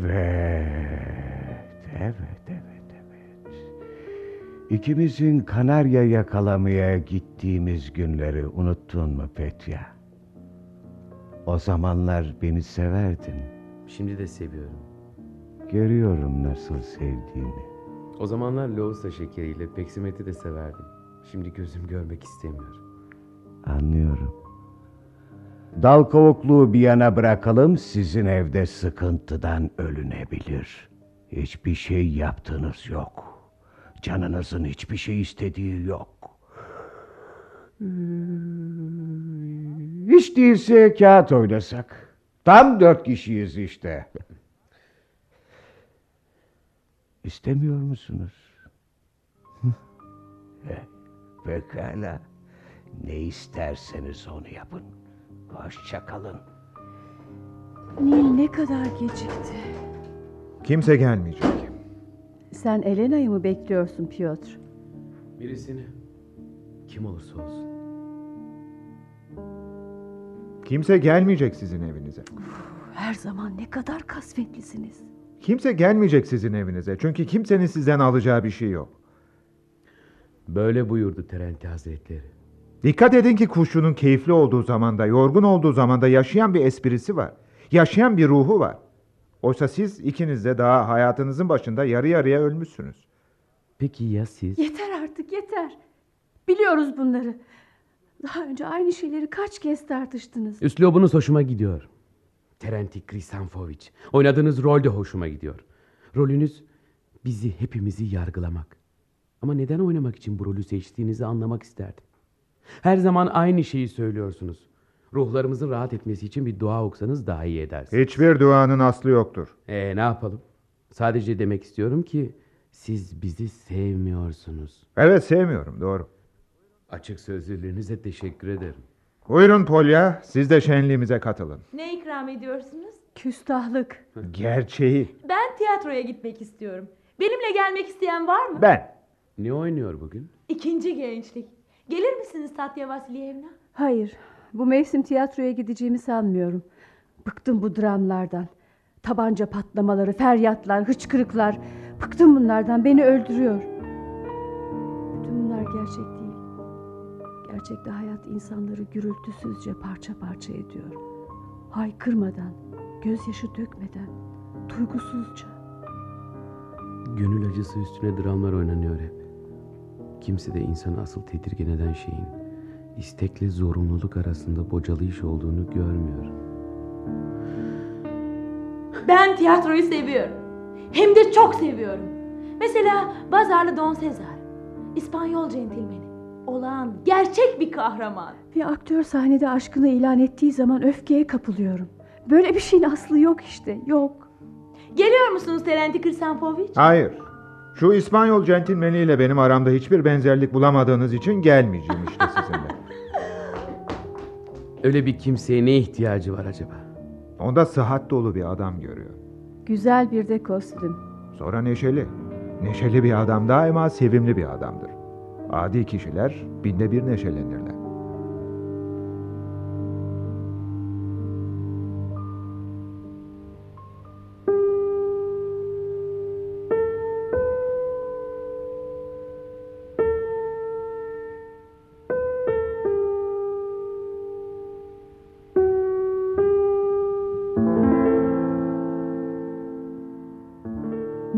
evet, evet, evet. İkimizin kanarya yakalamaya gittiğimiz günleri unuttun mu Petya? O zamanlar beni severdin. Şimdi de seviyorum. Görüyorum nasıl sevdiğini. O zamanlar lohusa şekeriyle peksimeti de severdim. Şimdi gözüm görmek istemiyor. Anlıyorum. Dal kovukluğu bir yana bırakalım, sizin evde sıkıntıdan ölünebilir. Hiçbir şey yaptığınız yok. Canınızın hiçbir şey istediği yok. Hiç değilse kağıt oynasak. Tam dört kişiyiz işte. İstemiyor musunuz? Pekala. Ne isterseniz onu yapın. Hoşça kalın. Nil ne kadar gecikti. Kimse gelmeyecek. Sen Elena'yı mı bekliyorsun Piotr? Birisini. Kim olursa olsun. Kimse gelmeyecek sizin evinize. Her zaman ne kadar kasvetlisiniz. Kimse gelmeyecek sizin evinize. Çünkü kimsenin sizden alacağı bir şey yok. Böyle buyurdu Terenti Hazretleri. Dikkat edin ki kuşçunun keyifli olduğu zamanda, yorgun olduğu zamanda yaşayan bir esprisi var. Yaşayan bir ruhu var. Oysa siz ikiniz de daha hayatınızın başında yarı yarıya ölmüşsünüz. Peki ya siz? Yeter artık yeter. Biliyoruz bunları. Daha önce aynı şeyleri kaç kez tartıştınız. Üslubunuz hoşuma gidiyor. Terenti Kristanfoviç. Oynadığınız rol de hoşuma gidiyor. Rolünüz bizi hepimizi yargılamak. Ama neden oynamak için bu rolü seçtiğinizi anlamak isterdim. Her zaman aynı şeyi söylüyorsunuz. Ruhlarımızın rahat etmesi için bir dua okusanız daha iyi edersiniz. Hiçbir duanın aslı yoktur. Ee, ne yapalım? Sadece demek istiyorum ki siz bizi sevmiyorsunuz. Evet, sevmiyorum, doğru. Açık sözlülüğünüze teşekkür ederim. Buyurun Polya, siz de şenliğimize katılın. Ne ikram ediyorsunuz? Küstahlık. Gerçeği. Ben tiyatroya gitmek istiyorum. Benimle gelmek isteyen var mı? Ben. Ne oynuyor bugün? İkinci gençlik. Gelir misiniz Tatya Vasilyevna? Hayır, bu mevsim tiyatroya gideceğimi sanmıyorum. Bıktım bu dramlardan. Tabanca patlamaları, feryatlar, hıçkırıklar. Bıktım bunlardan, beni öldürüyor. Bütün bunlar gerçek değil. Gerçekte hayat insanları gürültüsüzce parça parça ediyor. Haykırmadan, gözyaşı dökmeden, duygusuzca. Gönül acısı üstüne dramlar oynanıyor hep. Kimse de insanı asıl tedirgin eden şeyin istekle zorunluluk arasında bocalayış olduğunu görmüyor. Ben tiyatroyu seviyorum. Hem de çok seviyorum. Mesela Bazarlı Don Cesar. İspanyol centilmeni. Olağan, gerçek bir kahraman. Bir aktör sahnede aşkını ilan ettiği zaman öfkeye kapılıyorum. Böyle bir şeyin aslı yok işte, yok. Geliyor musunuz Terenti Kristanfoviç? Hayır. Şu İspanyol centilmeniyle benim aramda hiçbir benzerlik bulamadığınız için gelmeyeceğim işte sizinle. Öyle bir kimseye ne ihtiyacı var acaba? Onda sıhhat dolu bir adam görüyor. Güzel bir de kostüm. Sonra neşeli. Neşeli bir adam daima sevimli bir adamdır. Adi kişiler binde bir neşelenirler.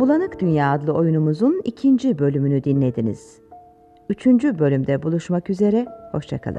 Bulanık Dünya adlı oyunumuzun ikinci bölümünü dinlediniz. Üçüncü bölümde buluşmak üzere, hoşça kalın.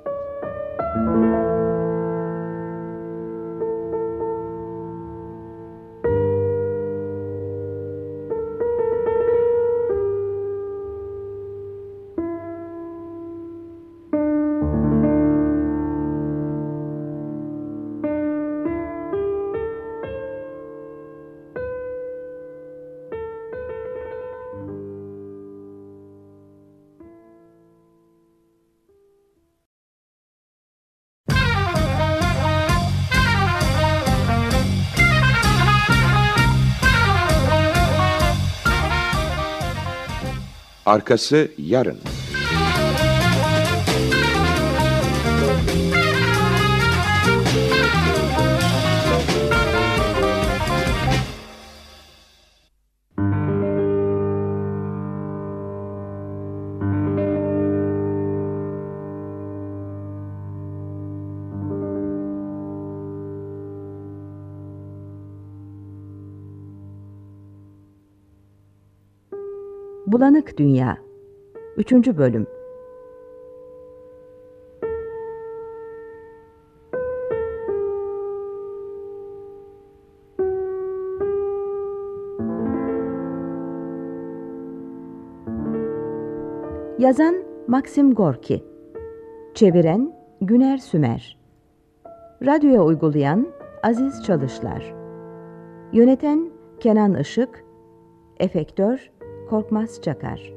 Arkası yarın. Bulanık Dünya üçüncü bölüm. Yazan Maxim Gorki, çeviren Güner Sümer, radyoya uygulayan Aziz Çalışlar, yöneten Kenan Işık, efektör Korkmaz Çakar.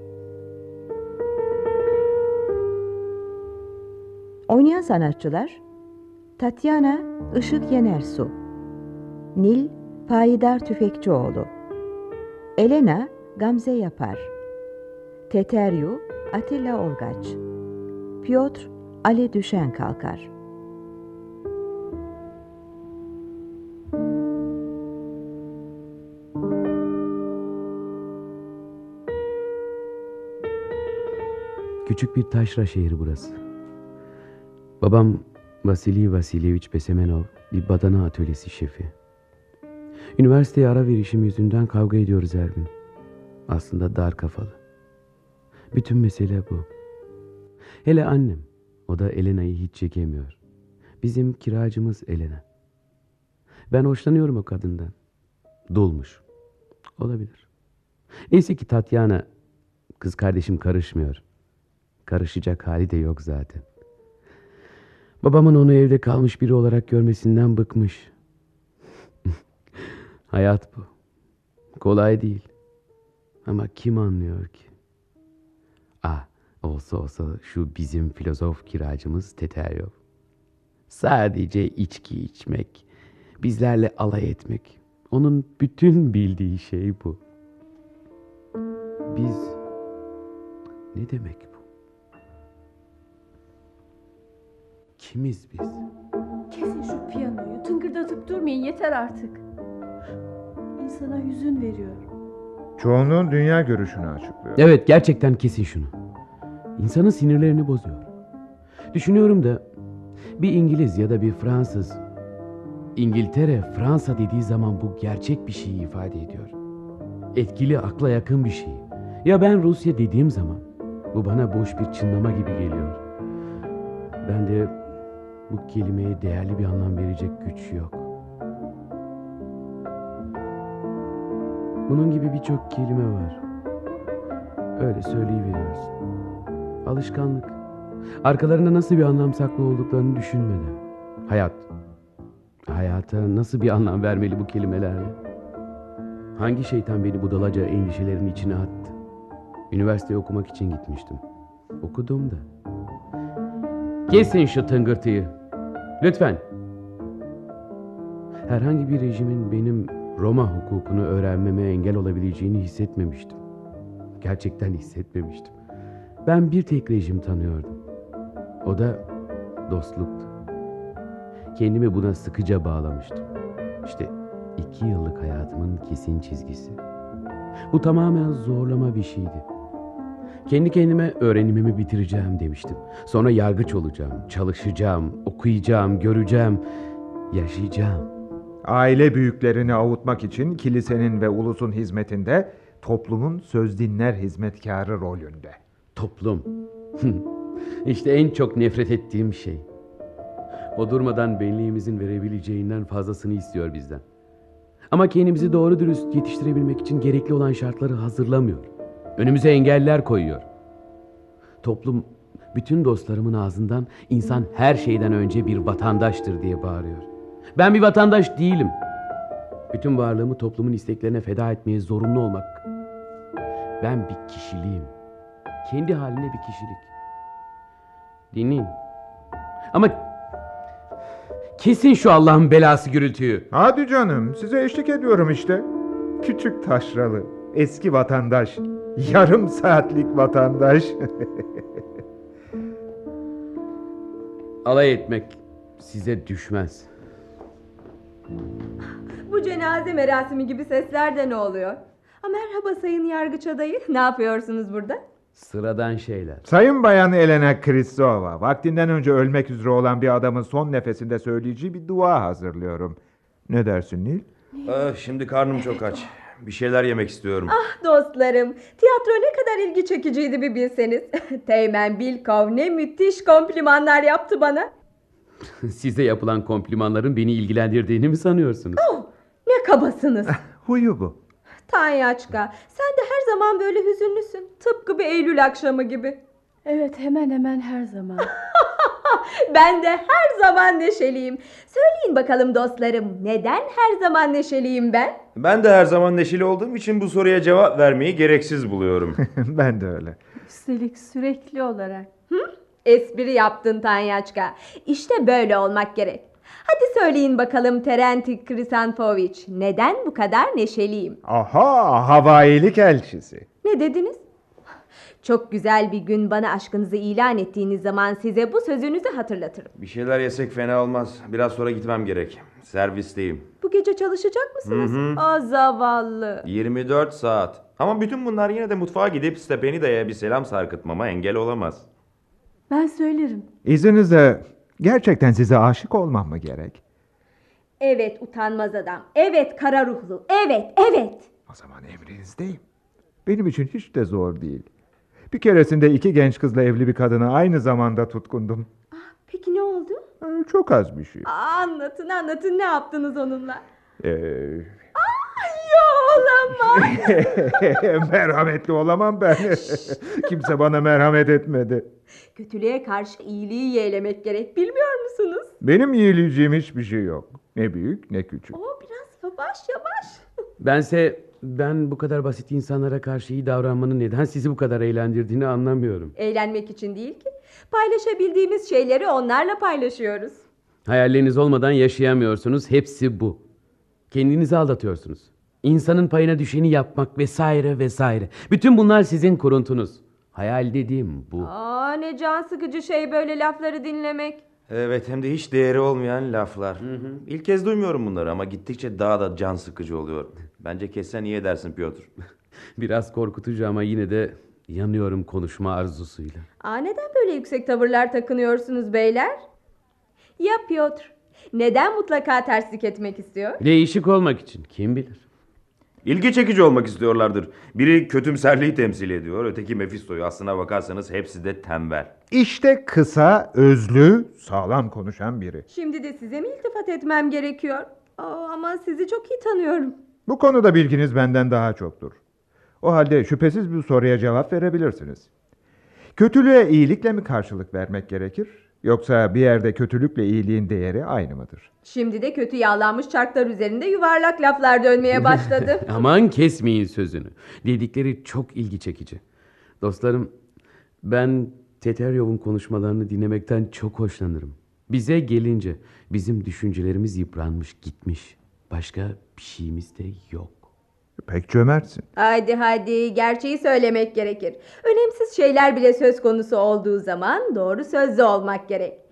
Oynayan sanatçılar: Tatyana Işık Yenersu, Nil Payidar Tüfekçioğlu, Elena Gamze Yapar, Teteryu Atilla Olgaç, Piotr Ali Düşen Kalkar. Küçük bir taşra şehri burası. Babam Vasili Vasilyevich Besemenov bir badana atölyesi şefi. Üniversiteye ara verişim yüzünden kavga ediyoruz her gün. Aslında dar kafalı. Bütün mesele bu. Hele annem, o da Elena'yı hiç çekemiyor. Bizim kiracımız Elena. Ben hoşlanıyorum o kadından. Dulmuş. Olabilir. Neyse ki Tatyana, kız kardeşim, karışmıyor. Karışacak hali de yok zaten. Babamın onu evde kalmış biri olarak görmesinden bıkmış. Hayat bu. Kolay değil. Ama kim anlıyor ki? Ah, olsa olsa şu bizim filozof kiracımız Teteryov. Sadece içki içmek, bizlerle alay etmek. Onun bütün bildiği şey bu. Biz... Ne demek bu? Kimiz biz? Kesin şu piyanoyu, tıngırdatıp durmayın, yeter artık. İnsana hüzün veriyor. Çoğunluğun dünya görüşünü açıklıyor. Evet, gerçekten kesin şunu. İnsanın sinirlerini bozuyor. Düşünüyorum da bir İngiliz ya da bir Fransız, İngiltere, Fransa dediği zaman bu gerçek bir şeyi ifade ediyor. Etkili, akla yakın bir şey. Ya ben Rusya dediğim zaman bu bana boş bir çınlama gibi geliyor. Ben de bu kelimeye değerli bir anlam verecek güç yok. Bunun gibi birçok kelime var. Öyle söyleyiveriyorsun. Alışkanlık. Arkalarında nasıl bir anlam saklı olduklarını düşünmeden. Hayat. Hayata nasıl bir anlam vermeli bu kelimelerle? Hangi şeytan beni budalaca endişelerin içine attı? Üniversiteye okumak için gitmiştim. Okudum da. Kesin şu tıngırtıyı. Lütfen. Herhangi bir rejimin benim Roma hukukunu öğrenmeme engel olabileceğini hissetmemiştim. Gerçekten hissetmemiştim. Ben bir tek rejim tanıyordum. O da dostluktu. Kendimi buna sıkıca bağlamıştım. İşte iki yıllık hayatımın kesin çizgisi. Bu tamamen zorlama bir şeydi. Kendi kendime öğrenimimi bitireceğim demiştim. Sonra yargıç olacağım, çalışacağım, okuyacağım, göreceğim, yaşayacağım. Aile büyüklerini avutmak için kilisenin ve ulusun hizmetinde, toplumun söz dinler hizmetkarı rolünde. Toplum. İşte en çok nefret ettiğim şey. O durmadan benliğimizin verebileceğinden fazlasını istiyor bizden. Ama kendimizi doğru dürüst yetiştirebilmek için gerekli olan şartları hazırlamıyor. Önümüze engeller koyuyor. Toplum bütün dostlarımın ağzından insan her şeyden önce bir vatandaştır diye bağırıyor. Ben bir vatandaş değilim. Bütün varlığımı toplumun isteklerine feda etmeye zorunlu olmak. Ben bir kişiliğim. Kendi haline bir kişilik. Dinleyin. Ama kesin şu Allah'ın belası gürültüyü. Hadi canım, size eşlik ediyorum işte. Küçük taşralı, eski vatandaş, yarım saatlik vatandaş. Alay etmek size düşmez. Bu cenaze merasimi gibi sesler de ne oluyor? Ha, merhaba Sayın Yargıç Adayı. Ne yapıyorsunuz burada? Sıradan şeyler. Sayın Bayan Elena Kristova, vaktinden önce ölmek üzere olan bir adamın son nefesinde söyleyeceği bir dua hazırlıyorum. Ne dersin Nil? Ah, şimdi karnım çok aç. Bir şeyler yemek istiyorum. Ah dostlarım, tiyatro ne kadar ilgi çekiciydi bir bilseniz. Teğmen Bilkov ne müthiş komplimanlar yaptı bana. Size yapılan komplimanların beni ilgilendirdiğini mi sanıyorsunuz? Oh, ne kabasınız. Huyu bu. Tanyaçka, sen de her zaman böyle hüzünlüsün. Tıpkı bir Eylül akşamı gibi. Evet, hemen hemen her zaman. Ben de her zaman neşeliyim. Söyleyin bakalım dostlarım, neden her zaman neşeliyim ben? Ben de her zaman neşeli olduğum için bu soruya cevap vermeyi gereksiz buluyorum. Ben de öyle. Üstelik sürekli olarak. Hı? Espri yaptın Tanyaçka. İşte böyle olmak gerek. Hadi söyleyin bakalım Terenti Krisanfoviç, neden bu kadar neşeliyim? Aha, havailik elçisi. Ne dediniz? Çok güzel bir gün bana aşkınızı ilan ettiğiniz zaman size bu sözünüzü hatırlatırım. Bir şeyler yesek fena olmaz. Biraz sonra gitmem gerek. Servisteyim. Bu gece çalışacak mısınız? Hı hı. O zavallı. yirmi dört saat. Ama bütün bunlar yine de mutfağa gidip Stepanida'ya bir selam sarkıtmama engel olamaz. Ben söylerim. İzninizle gerçekten size aşık olmam mı gerek? Evet utanmaz adam. Evet kara ruhlu. Evet, evet. O zaman emrinizdeyim. Benim için hiç de zor değil. Bir keresinde iki genç kızla evli bir kadına aynı zamanda tutkundum. Peki ne oldu? Ee, Çok az bir şey. Aa, anlatın anlatın, ne yaptınız onunla? Ee, Ya olamaz. merhametli olamam ben. Kimse bana merhamet etmedi. Kötülüğe karşı iyiliği yeğlemek gerek, bilmiyor musunuz? Benim iyileyeceğim hiçbir şey yok. Ne büyük ne küçük. O biraz yavaş yavaş. Bense ben bu kadar basit insanlara karşı iyi davranmanın neden sizi bu kadar eğlendirdiğini anlamıyorum. Eğlenmek için değil ki. Paylaşabildiğimiz şeyleri onlarla paylaşıyoruz. Hayalleriniz olmadan yaşayamıyorsunuz. Hepsi bu. Kendinizi aldatıyorsunuz. İnsanın payına düşeni yapmak vesaire vesaire. Bütün bunlar sizin kuruntunuz. Hayal dediğim bu. Aa, ne can sıkıcı şey böyle lafları dinlemek. Evet, hem de hiç değeri olmayan laflar. Hı hı. İlk kez duymuyorum bunları ama gittikçe daha da can sıkıcı oluyor. Bence kessen iyi edersin Piotr. Biraz korkutucu ama yine de yanıyorum konuşma arzusuyla. Aa, neden böyle yüksek tavırlar takınıyorsunuz beyler? Ya Piotr? Neden mutlaka terslik etmek istiyor? Değişik olmak için, kim bilir. İlgi çekici olmak istiyorlardır. Biri kötümserliği temsil ediyor, öteki Mefisto'yu. Aslına bakarsanız hepsi de tembel. İşte kısa, özlü, sağlam konuşan biri. Şimdi de size mi iltifat etmem gerekiyor? Aa, ama sizi çok iyi tanıyorum. Bu konuda bilginiz benden daha çoktur. O halde şüphesiz bir soruya cevap verebilirsiniz. Kötülüğe iyilikle mi karşılık vermek gerekir? Yoksa bir yerde kötülükle iyiliğin değeri aynı mıdır? Şimdi de kötü yağlanmış çarklar üzerinde yuvarlak laflar dönmeye başladı. Aman kesmeyin sözünü. Dedikleri çok ilgi çekici. Dostlarım, ben Teteryov'un konuşmalarını dinlemekten çok hoşlanırım. Bize gelince bizim düşüncelerimiz yıpranmış gitmiş. Başka bir şeyimiz de yok. Pek cömertsin. Haydi haydi, gerçeği söylemek gerekir. Önemsiz şeyler bile söz konusu olduğu zaman doğru sözlü olmak gerek.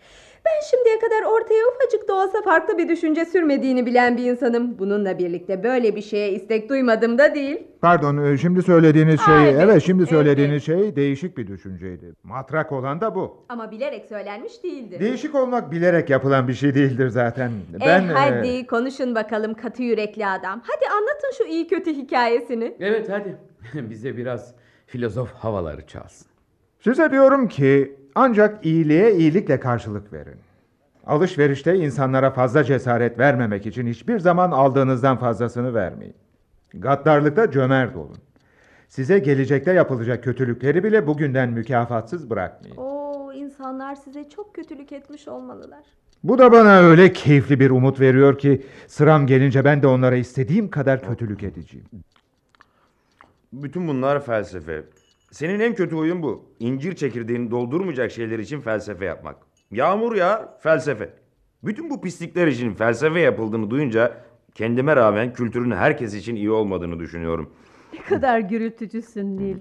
Ben şimdiye kadar ortaya ufacık da olsa farklı bir düşünce sürmediğini bilen bir insanım. Bununla birlikte böyle bir şeye istek duymadım da değil. Pardon, e, şimdi söylediğiniz şey, Aa, evet, evet şimdi evet. söylediğiniz şey değişik bir düşünceydi. Matrak olan da bu. Ama bilerek söylenmiş değildi. Değişik olmak bilerek yapılan bir şey değildir zaten. Ben eh e, hadi konuşun bakalım katı yürekli adam. Hadi anlatın şu iyi kötü hikayesini. Evet hadi. Bize biraz filozof havaları çalsın. size diyorum ki ancak iyiliğe iyilikle karşılık verin. Alışverişte insanlara fazla cesaret vermemek için hiçbir zaman aldığınızdan fazlasını vermeyin. Gaddarlıkta cömert olun. Size gelecekte yapılacak kötülükleri bile bugünden mükafatsız bırakmayın. Oo, insanlar size çok kötülük etmiş olmalılar. Bu da bana öyle keyifli bir umut veriyor ki sıram gelince ben de onlara istediğim kadar kötülük edeceğim. Bütün bunlar felsefe. Senin en kötü huyun bu. İncir çekirdeğini doldurmayacak şeyler için felsefe yapmak. Yağmur ya felsefe. Bütün bu pislikler için felsefe yapıldığını duyunca kendime rağmen kültürün herkes için iyi olmadığını düşünüyorum. Ne kadar gürültücüsün Nil.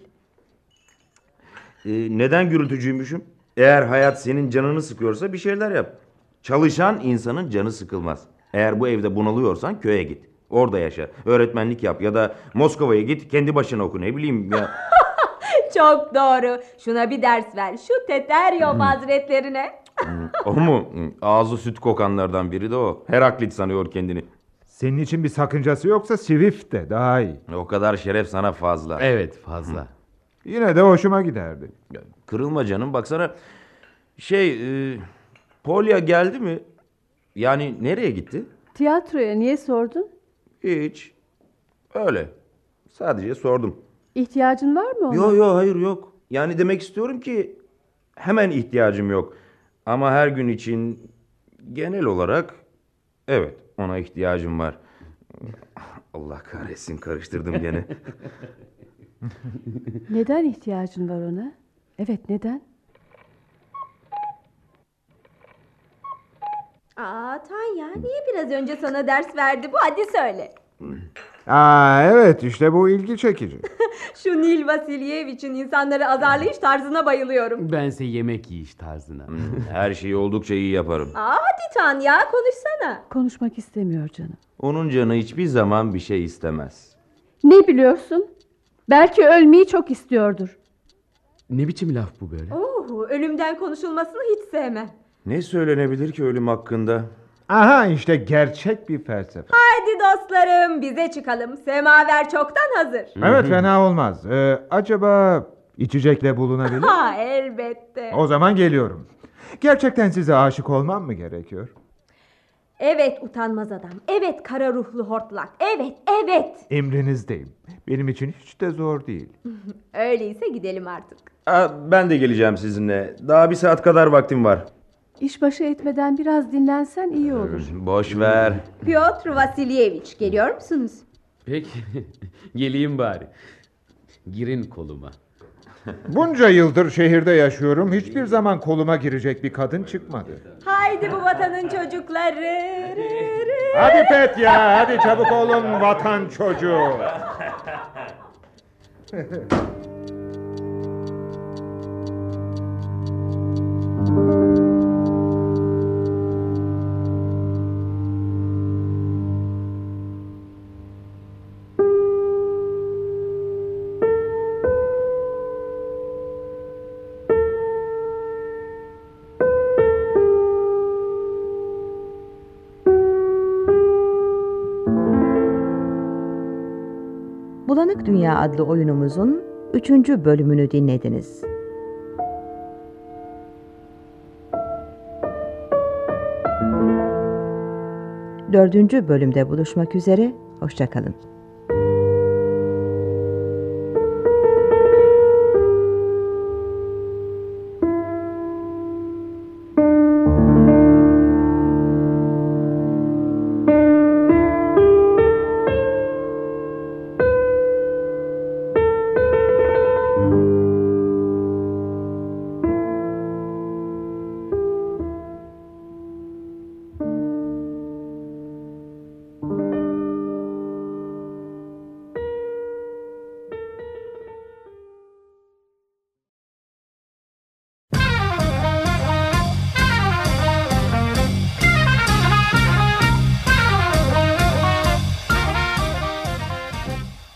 Ee, neden gürültücüymüşüm? Eğer hayat senin canını sıkıyorsa bir şeyler yap. Çalışan insanın canı sıkılmaz. Eğer bu evde bunalıyorsan köye git. Orada yaşa. Öğretmenlik yap ya da Moskova'ya git kendi başına oku ne bileyim ya. Çok doğru. Şuna bir ders ver. Şu Teteryov hazretlerine. O mu? Ağzı süt kokanlardan biri de o. Heraklit sanıyor kendini. Senin için bir sakıncası yoksa Swift de daha iyi. O kadar şeref sana fazla. Evet fazla. Yine de hoşuma giderdi. Kırılma canım baksana. Şey e, Polya geldi mi? Yani nereye gitti? Tiyatroya niye sordun? Hiç. Öyle. Sadece sordum. İhtiyacın var mı ona? Yok yok hayır yok. Yani demek istiyorum ki hemen ihtiyacım yok. Ama her gün için genel olarak evet ona ihtiyacım var. Allah kahretsin karıştırdım gene. Neden ihtiyacın var ona? Evet neden? Aa Tanya niye biraz önce sana ders verdi bu? Hadi söyle. Aa evet işte bu ilgi çekici. Şu Nil Vasilyevich'in insanları azarlayış tarzına bayılıyorum. Bense yemek yiyiş tarzına. Her şeyi oldukça iyi yaparım. Aa hadi Tanya konuşsana. Konuşmak istemiyor canım. Onun canı hiçbir zaman bir şey istemez. Ne biliyorsun? Belki ölmeyi çok istiyordur. Ne biçim laf bu böyle? Oo, ölümden konuşulmasını hiç sevmem. Ne söylenebilir ki ölüm hakkında? Aha işte gerçek bir felsefe. Haydi dostlarım bize çıkalım. Semaver çoktan hazır. Evet fena olmaz. Ee, acaba içecekle bulunabilir? Ha elbette. O zaman geliyorum. Gerçekten size aşık olmam mı gerekiyor? Evet utanmaz adam. Evet kara ruhlu hortlak. Evet evet. Emrinizdeyim. Benim için hiç de zor değil. Öyleyse gidelim artık. Aa, ben de geleceğim sizinle. Daha bir saat kadar vaktim var. İşbaşı etmeden biraz dinlensen iyi olur. Boş ver. Piotr Vasilyevich geliyor musunuz? Peki geleyim bari. Girin koluma. Bunca yıldır şehirde yaşıyorum. Hiçbir zaman koluma girecek bir kadın çıkmadı. Haydi bu vatanın çocukları. Hadi Petya, hadi çabuk olun vatan çocuğu. Bulanık Dünya adlı oyunumuzun üçüncü bölümünü dinlediniz. Dördüncü bölümde buluşmak üzere, hoşça kalın.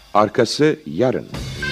Arkası yarın.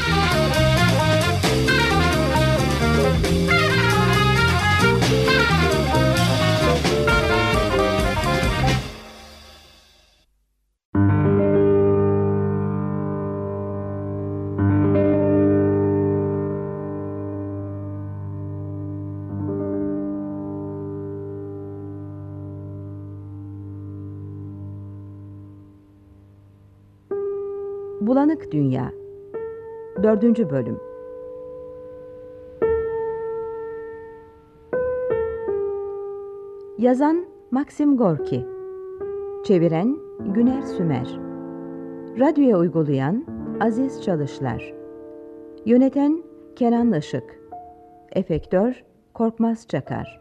Bulanık Dünya dördüncü Bölüm. Yazan Maxim Gorki, çeviren Güner Sümer, radyoya uygulayan Aziz Çalışlar, yöneten Kenan Işık, efektör Korkmaz Çakar.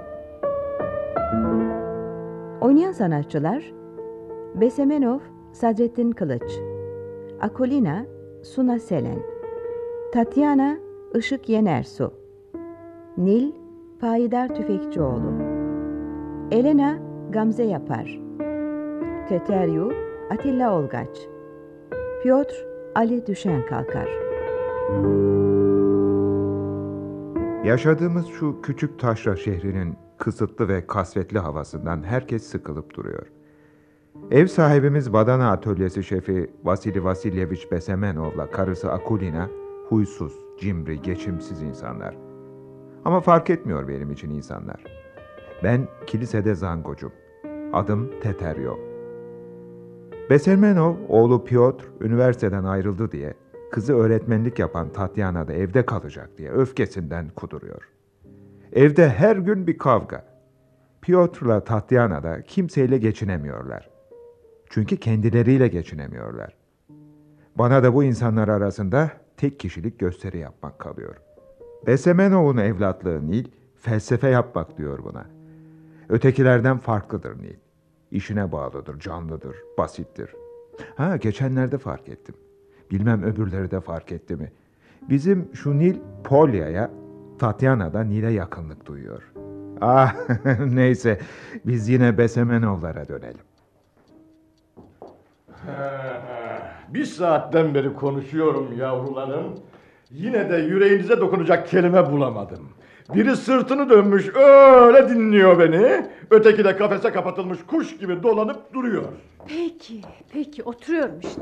Oynayan sanatçılar: Besemenov Sadrettin Kılıç, Akulina Suna Selen, Tatyana Işık Yenersu, Nil Payidar Tüfekçioğlu, Elena Gamze Yapar, Teteryu Atilla Olgaç, Piotr Ali Düşenkalkar. Yaşadığımız şu küçük taşra şehrinin kısıtlı ve kasvetli havasından herkes sıkılıp duruyor. Ev sahibimiz Badana Atölyesi şefi Vasili Vasilyeviç Besemenov'la karısı Akulina huysuz, cimri, geçimsiz insanlar. Ama fark etmiyor benim için insanlar. Ben kilisede zangocum. Adım Teteryo. Besemenov oğlu Piotr üniversiteden ayrıldı diye, kızı öğretmenlik yapan Tatyana da evde kalacak diye öfkesinden kuduruyor. Evde her gün bir kavga. Piotr'la Tatyana da kimseyle geçinemiyorlar. Çünkü kendileriyle geçinemiyorlar. Bana da bu insanlar arasında tek kişilik gösteri yapmak kalıyor. Besemenov'un evlatlığı Nil, felsefe yapmak diyor buna. Ötekilerden farklıdır Nil. İşine bağlıdır, canlıdır, basittir. Ha, geçenlerde fark ettim. Bilmem öbürleri de fark etti mi? Bizim şu Nil, Polya'ya, Tatyana da Nil'e yakınlık duyuyor. Ah, neyse, biz yine Besemenov'lara dönelim. Bir saatten beri konuşuyorum yavrularım. Yine de yüreğinize dokunacak kelime bulamadım. Biri sırtını dönmüş öyle dinliyor beni. Öteki de kafese kapatılmış kuş gibi dolanıp duruyor. Peki, peki oturuyorum işte.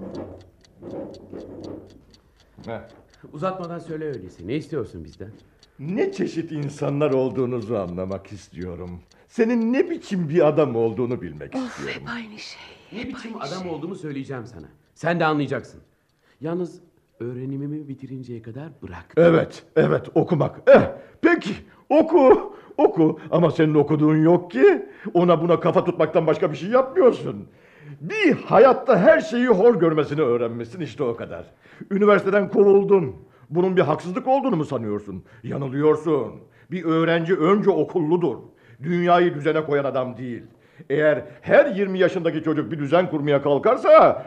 Heh. Uzatmadan söyle öyleyse. Ne istiyorsun bizden? Ne çeşit insanlar olduğunuzu anlamak istiyorum. Senin ne biçim bir adam olduğunu bilmek Of, istiyorum. hep aynı şey. Ne Hep biçim aynı adam şey. olduğumu söyleyeceğim sana. Sen de anlayacaksın. Yalnız öğrenimimi bitirinceye kadar bırak. Evet, evet okumak. Eh, peki oku, oku. Ama senin okuduğun yok ki. Ona buna kafa tutmaktan başka bir şey yapmıyorsun. Bir hayatta her şeyi hor görmesini öğrenmişsin, işte o kadar. Üniversiteden kovuldun. Bunun bir haksızlık olduğunu mu sanıyorsun? Yanılıyorsun. Bir öğrenci önce okulludur. Dünyayı düzene koyan adam değil. Eğer her yirmi yaşındaki çocuk bir düzen kurmaya kalkarsa,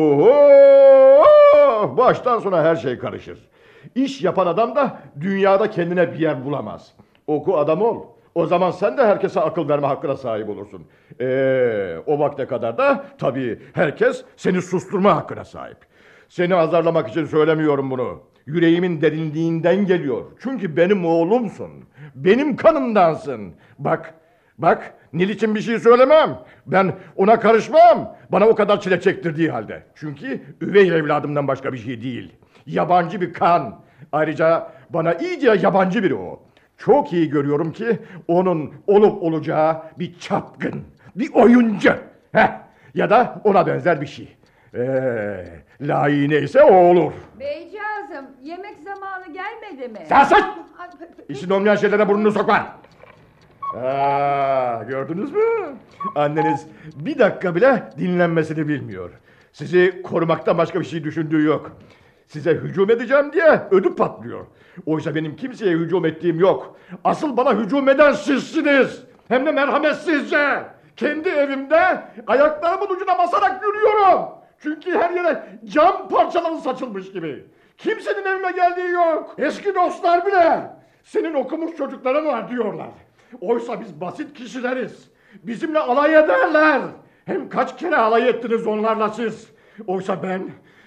oho, baştan sona her şey karışır. İş yapan adam da dünyada kendine bir yer bulamaz. Oku adam ol. O zaman sen de herkese akıl verme hakkına sahip olursun. Ee, o vakte kadar da tabii herkes seni susturma hakkına sahip. Seni azarlamak için söylemiyorum bunu. Yüreğimin derinliğinden geliyor. Çünkü benim oğlumsun. Benim kanımdansın. Bak, bak, Nil için bir şey söylemem. Ben ona karışmam. Bana o kadar çile çektirdiği halde. Çünkü üvey evladımdan başka bir şey değil. Yabancı bir kan. Ayrıca bana iyice yabancı biri o. Çok iyi görüyorum ki onun olup olacağı bir çapkın, bir oyuncu. Heh, ya da ona benzer bir şey. Ee, layığı neyse o olur. Beycazım, yemek zamanı gelmedi mi? Sen sus! İşin olmayan şeylere burnunu sokma. Aa, gördünüz mü? Anneniz bir dakika bile dinlenmesini bilmiyor. Sizi korumaktan başka bir şey düşündüğü yok. Size hücum edeceğim diye ödü patlıyor. Oysa benim kimseye hücum ettiğim yok. Asıl bana hücum eden sizsiniz. Hem de merhametsizce. Kendi evimde ayaklarımın ucuna basarak yürüyorum. Çünkü her yere cam parçaları saçılmış gibi. Kimsenin evime geldiği yok. Eski dostlar bile senin okumuş çocukların var diyorlar. Oysa biz basit kişileriz. Bizimle alay ederler. Hem kaç kere alay ettiniz onlarla siz. Oysa ben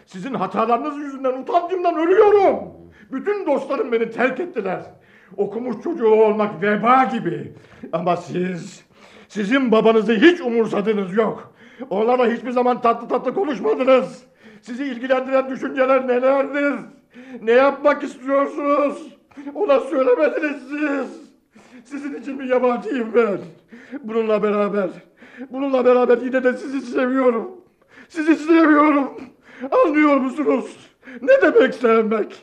Sizin hatalarınız yüzünden utancımdan ölüyorum. Bütün dostlarım beni terk ettiler. Okumuş çocuğu olmak veba gibi. Ama siz, sizin babanızı hiç umursadığınız yok. Onlarla hiçbir zaman tatlı tatlı konuşmadınız. Sizi ilgilendiren düşünceler nelerdir? Ne yapmak istiyorsunuz? Ona söylemediniz siz. Sizin için bir yabancıyım ben. Bununla beraber, bununla beraber yine de sizi seviyorum. Sizi seviyorum. Anlıyor musunuz? Ne demek sevmek?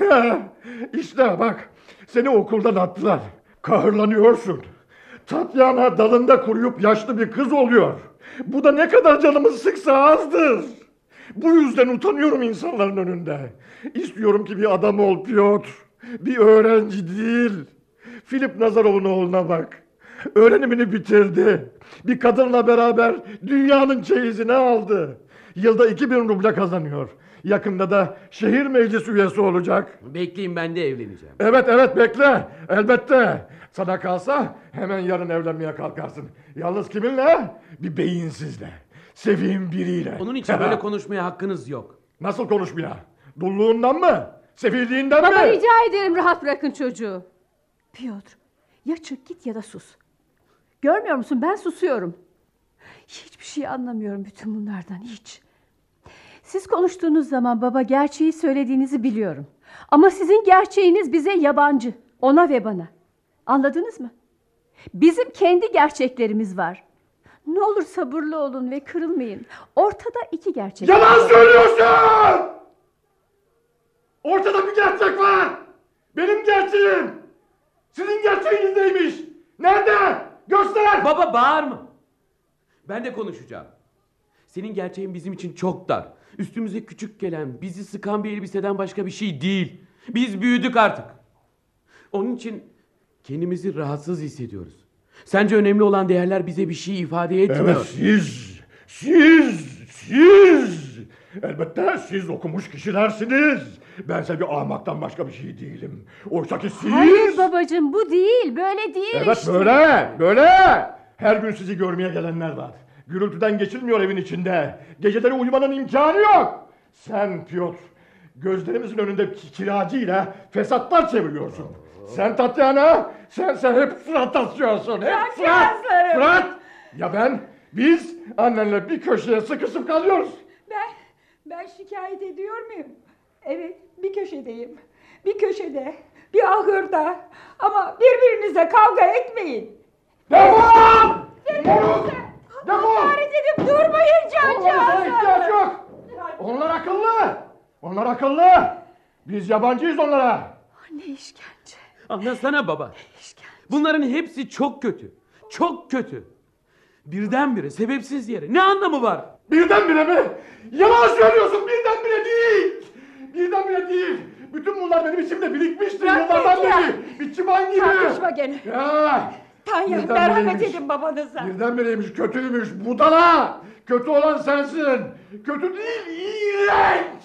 İşte bak, seni okuldan attılar. Kahırlanıyorsun. Tatyana dalında kuruyup yaşlı bir kız oluyor. Bu da ne kadar canımı sıksa azdır. Bu yüzden utanıyorum insanların önünde. İstiyorum ki bir adam ol Piotr. Bir öğrenci değil. Filip Nazarov'un oğluna bak. Öğrenimini bitirdi. Bir kadınla beraber dünyanın çeyizini aldı. Yılda iki bin ruble kazanıyor. Yakında da şehir meclis üyesi olacak. Bekleyin, ben de evleneceğim. Evet evet bekle. Elbette. Sana kalsa hemen yarın evlenmeye kalkarsın. Yalnız kiminle? Bir beyinsizle. Seveyim biriyle. Onun için böyle konuşmaya hakkınız yok. Nasıl konuşmaya? Dulluğundan mı? Sefilliğinden mi? Baba rica ederim, rahat bırakın çocuğu. Piotr, ya çık git ya da sus. Görmüyor musun, ben susuyorum. Hiçbir şey anlamıyorum bütün bunlardan, hiç. Siz konuştuğunuz zaman baba gerçeği söylediğinizi biliyorum. Ama sizin gerçeğiniz bize yabancı. Ona ve bana. Anladınız mı? Bizim kendi gerçeklerimiz var. Ne olur sabırlı olun ve kırılmayın. Ortada iki gerçek. Yalan söylüyorsun! Ortada bir gerçek var. Benim gerçeğim. Sizin gerçeğiniz neymiş? Nerede? Göster! Baba bağırma. Ben de konuşacağım. Senin gerçeğin bizim için çok dar. Üstümüze küçük gelen, bizi sıkan bir elbiseden başka bir şey değil. Biz büyüdük artık. Onun için kendimizi rahatsız hissediyoruz. Sence önemli olan değerler bize bir şey ifade etmiyor. Evet siz, siz, siz. Elbette siz okumuş kişilersiniz. Bense bir ahmaktan başka bir şey değilim. Oysa ki siz... Hayır babacığım, bu değil, böyle değil Evet işte. böyle, böyle. Her gün sizi görmeye gelenler var. Gürültüden geçilmiyor evin içinde. Geceleri uyumanın imkanı yok. Sen Piotr, gözlerimizin önünde kiracıyla fesatlar çeviriyorsun. Sen Tatyana, sen sen hep surat taşıyorsun. Hep surat, surat. Ya ben, biz annenle bir köşeye sıkışıp kalıyoruz. Ben, ben şikayet ediyor muyum? Evet, bir köşedeyim. Bir köşede, bir ahırda. Ama birbirinize kavga etmeyin. Defol! Birbirinize hakaret edip durmayın Onlara ihtiyaç cancağızım. yok. Onlar akıllı. Onlar akıllı. Biz yabancıyız onlara. Ne işkence. Anlasana baba. Bunların hepsi çok kötü. Çok kötü. Birdenbire, sebepsiz yere. Ne anlamı var? Birdenbire mi? Yalan söylüyorsun. Birdenbire değil. Birdenbire değil. Bütün bunlar benim içimde birikmiştir. Yıllardan beri. Bir çıban gibi. Tartışma gene. Ya. Tanya, Birdenbireymiş. merhamet edin babanıza. Birdenbireymiş, kötüymüş. Budala. Kötü olan sensin. Kötü değil, iğrenç.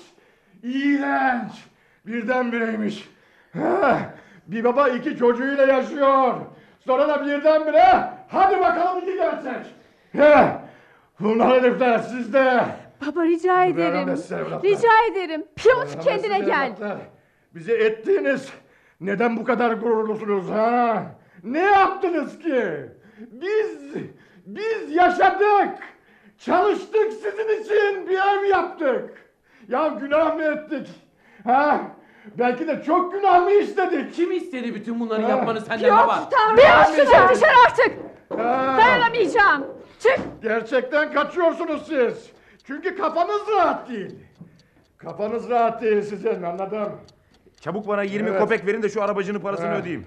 İğrenç. Birdenbireymiş. Ha, bir baba iki çocuğuyla yaşıyor. Sonra da birdenbire hadi bakalım iki gerçek. Ha, bunlar herifler sizde. Baba rica ederim. Merhametsiz evlatlar. Rica ederim. Piotr Merhametsiz kendine gel. evlatlar. Bize ettiğiniz neden bu kadar gururlusunuz ha? Ne yaptınız ki? Biz, biz yaşadık. Çalıştık sizin için, bir ev yaptık. Ya günah mı ettik? Ha? Belki de çok günah mı işledik? Kim istedi bütün bunları Ha. yapmanı senden baba? Piotr Tanrım. Çık dışarı artık. Ha. Dayanamayacağım. Çık. Gerçekten kaçıyorsunuz siz. Çünkü kafanız rahat değil. Kafanız rahat değil sizin, anladım. Çabuk bana yirmi Evet. kopek verin de şu arabacının parasını Ha. ödeyeyim.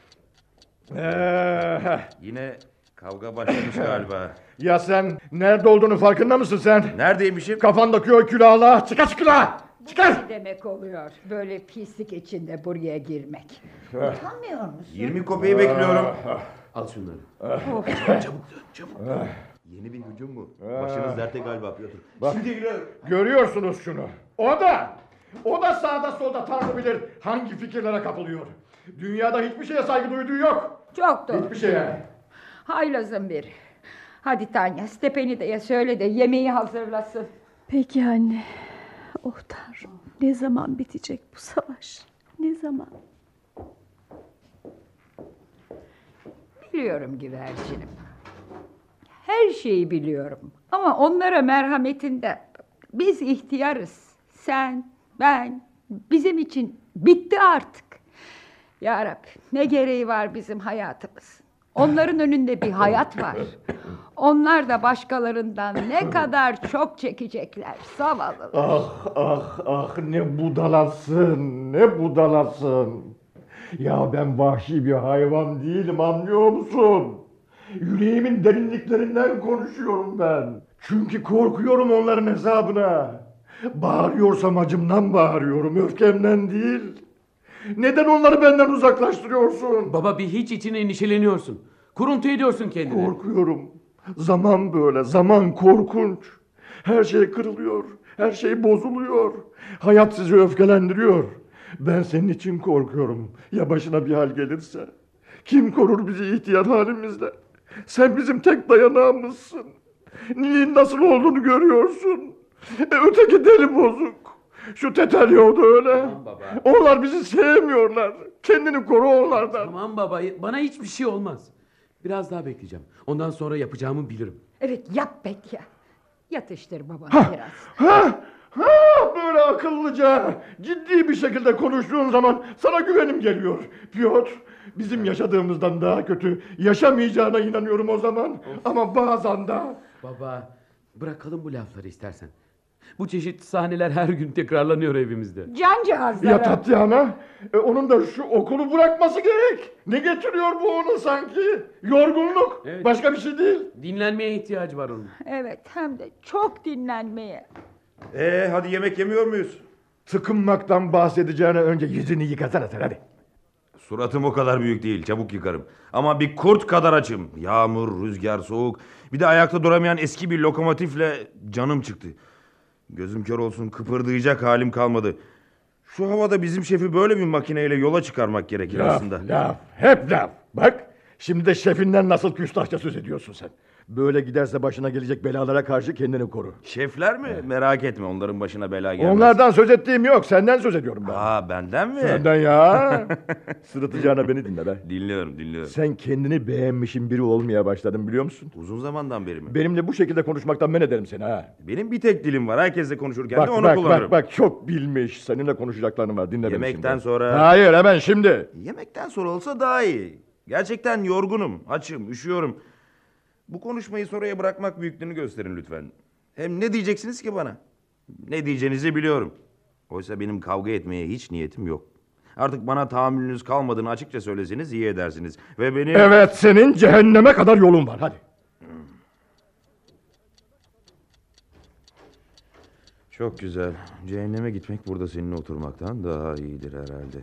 Ee, Yine kavga başlamış galiba. ya sen nerede olduğunu farkında mısın sen? Neredeymişim? Kafandaki o külahla. Çıkar şu külahı. Çıkar. Ne demek oluyor böyle pislik içinde buraya girmek? Utanmıyor musun? yirmi kopeyi bekliyorum. Al şunları. Çabuk dön, çabuk. Yeni bir hücum bu. Başınız dertte galiba Piotr. Bak, Şimdi giriyorum. görüyorsunuz şunu. O da, o da sağda solda Tanrı bilir hangi fikirlere kapılıyor. Dünyada hiçbir şeye saygı duyduğu yok. Çok doğru. Hiçbir şeye. Haylazın biri. Hadi Tanya, Stepani'ye söyle de yemeği hazırlasın. Peki anne. Oh Tanrım, ne zaman bitecek bu savaş? Ne zaman? Biliyorum güvercinim. Her şeyi biliyorum. Ama onlara merhametinde. Biz ihtiyarız. Sen, ben, bizim için bitti artık. Ya Rabbi, ne gereği var bizim hayatımız? Onların önünde bir hayat var. Onlar da başkalarından ne kadar çok çekecekler. Zavallılar. Ah ah ah ne budalasın, ne budalasın. Ya ben vahşi bir hayvan değilim, anlıyor musun? Yüreğimin derinliklerinden konuşuyorum ben. Çünkü korkuyorum onların hesabına. Bağırıyorsam acımdan bağırıyorum, öfkemden değil. Neden onları benden uzaklaştırıyorsun? Baba, bir hiç içine endişeleniyorsun. Kuruntu ediyorsun kendini. Korkuyorum. Zaman böyle, zaman korkunç. Her şey kırılıyor, her şey bozuluyor. Hayat sizi öfkelendiriyor. Ben senin için korkuyorum. Ya başına bir hal gelirse? Kim korur bizi ihtiyar halimizde? Sen bizim tek dayanağımızsın. Nil'in nasıl olduğunu görüyorsun. E, öteki deli bozuk. Şu Tetelyo da öyle. Tamam baba. Onlar bizi sevmiyorlar. Kendini koru onlardan. Tamam baba, bana hiçbir şey olmaz. Biraz daha bekleyeceğim. Ondan sonra yapacağımı bilirim. Evet, yap Betya. Yatıştır babana Ha, biraz. ha, ha, böyle akıllıca, ciddi bir şekilde konuştuğun zaman sana güvenim geliyor. Piotr, bizim yaşadığımızdan daha kötü yaşamayacağına inanıyorum o zaman. Ama bazen de... Baba, bırakalım bu lafları istersen. Bu çeşit sahneler her gün tekrarlanıyor evimizde. Cancağızlara. Ya Tatyana, e, onun da şu okulu bırakması gerek. Ne getiriyor bu onu sanki? Yorgunluk, Evet. başka bir şey değil. Dinlenmeye ihtiyacı var onun. Evet, hem de çok dinlenmeye. Ee, hadi yemek yemiyor muyuz? Tıkınmaktan bahsedeceğine önce yüzünü yıkasana sen hadi. Suratım o kadar büyük değil, çabuk yıkarım. Ama bir kurt kadar açım. Yağmur, rüzgar, soğuk. Bir de ayakta duramayan eski bir lokomotifle canım çıktı. Gözüm kör olsun, kıpırdayacak halim kalmadı. Şu havada bizim şefi böyle bir makineyle yola çıkarmak gerekir Laf, aslında. laf, hep laf. Bak, şimdi de şefinden nasıl küstahça söz ediyorsun sen. Böyle giderse başına gelecek belalara karşı kendini koru. Şefler mi? Merak etme, onların başına bela gelmez. Onlardan söz ettiğim yok, senden söz ediyorum ben. Aa, benden mi? Senden ya. Sırıtacağına beni dinle be. Dinliyorum, dinliyorum. Sen kendini beğenmişin biri olmaya başladın, biliyor musun? Uzun zamandan beri mi? Benimle bu şekilde konuşmaktan men ederim seni ha. Benim bir tek dilim var. Herkesle konuşurken Bak de onu bak kullanırım. bak bak, çok bilmiş. Seninle konuşacaklarım var, dinle beni şimdi. Yemekten sonra... Hayır, hemen şimdi. Yemekten sonra olsa daha iyi. Gerçekten yorgunum, açım, üşüyorum. Bu konuşmayı sonraya bırakmak büyüklüğünü gösterin lütfen. Hem ne diyeceksiniz ki bana? Ne diyeceğinizi biliyorum. Oysa benim kavga etmeye hiç niyetim yok. Artık bana tahammülünüz kalmadığını açıkça söyleseniz iyi edersiniz. Ve beni... Evet, senin cehenneme kadar yolun var, hadi. Çok güzel. Cehenneme gitmek burada seninle oturmaktan daha iyidir herhalde.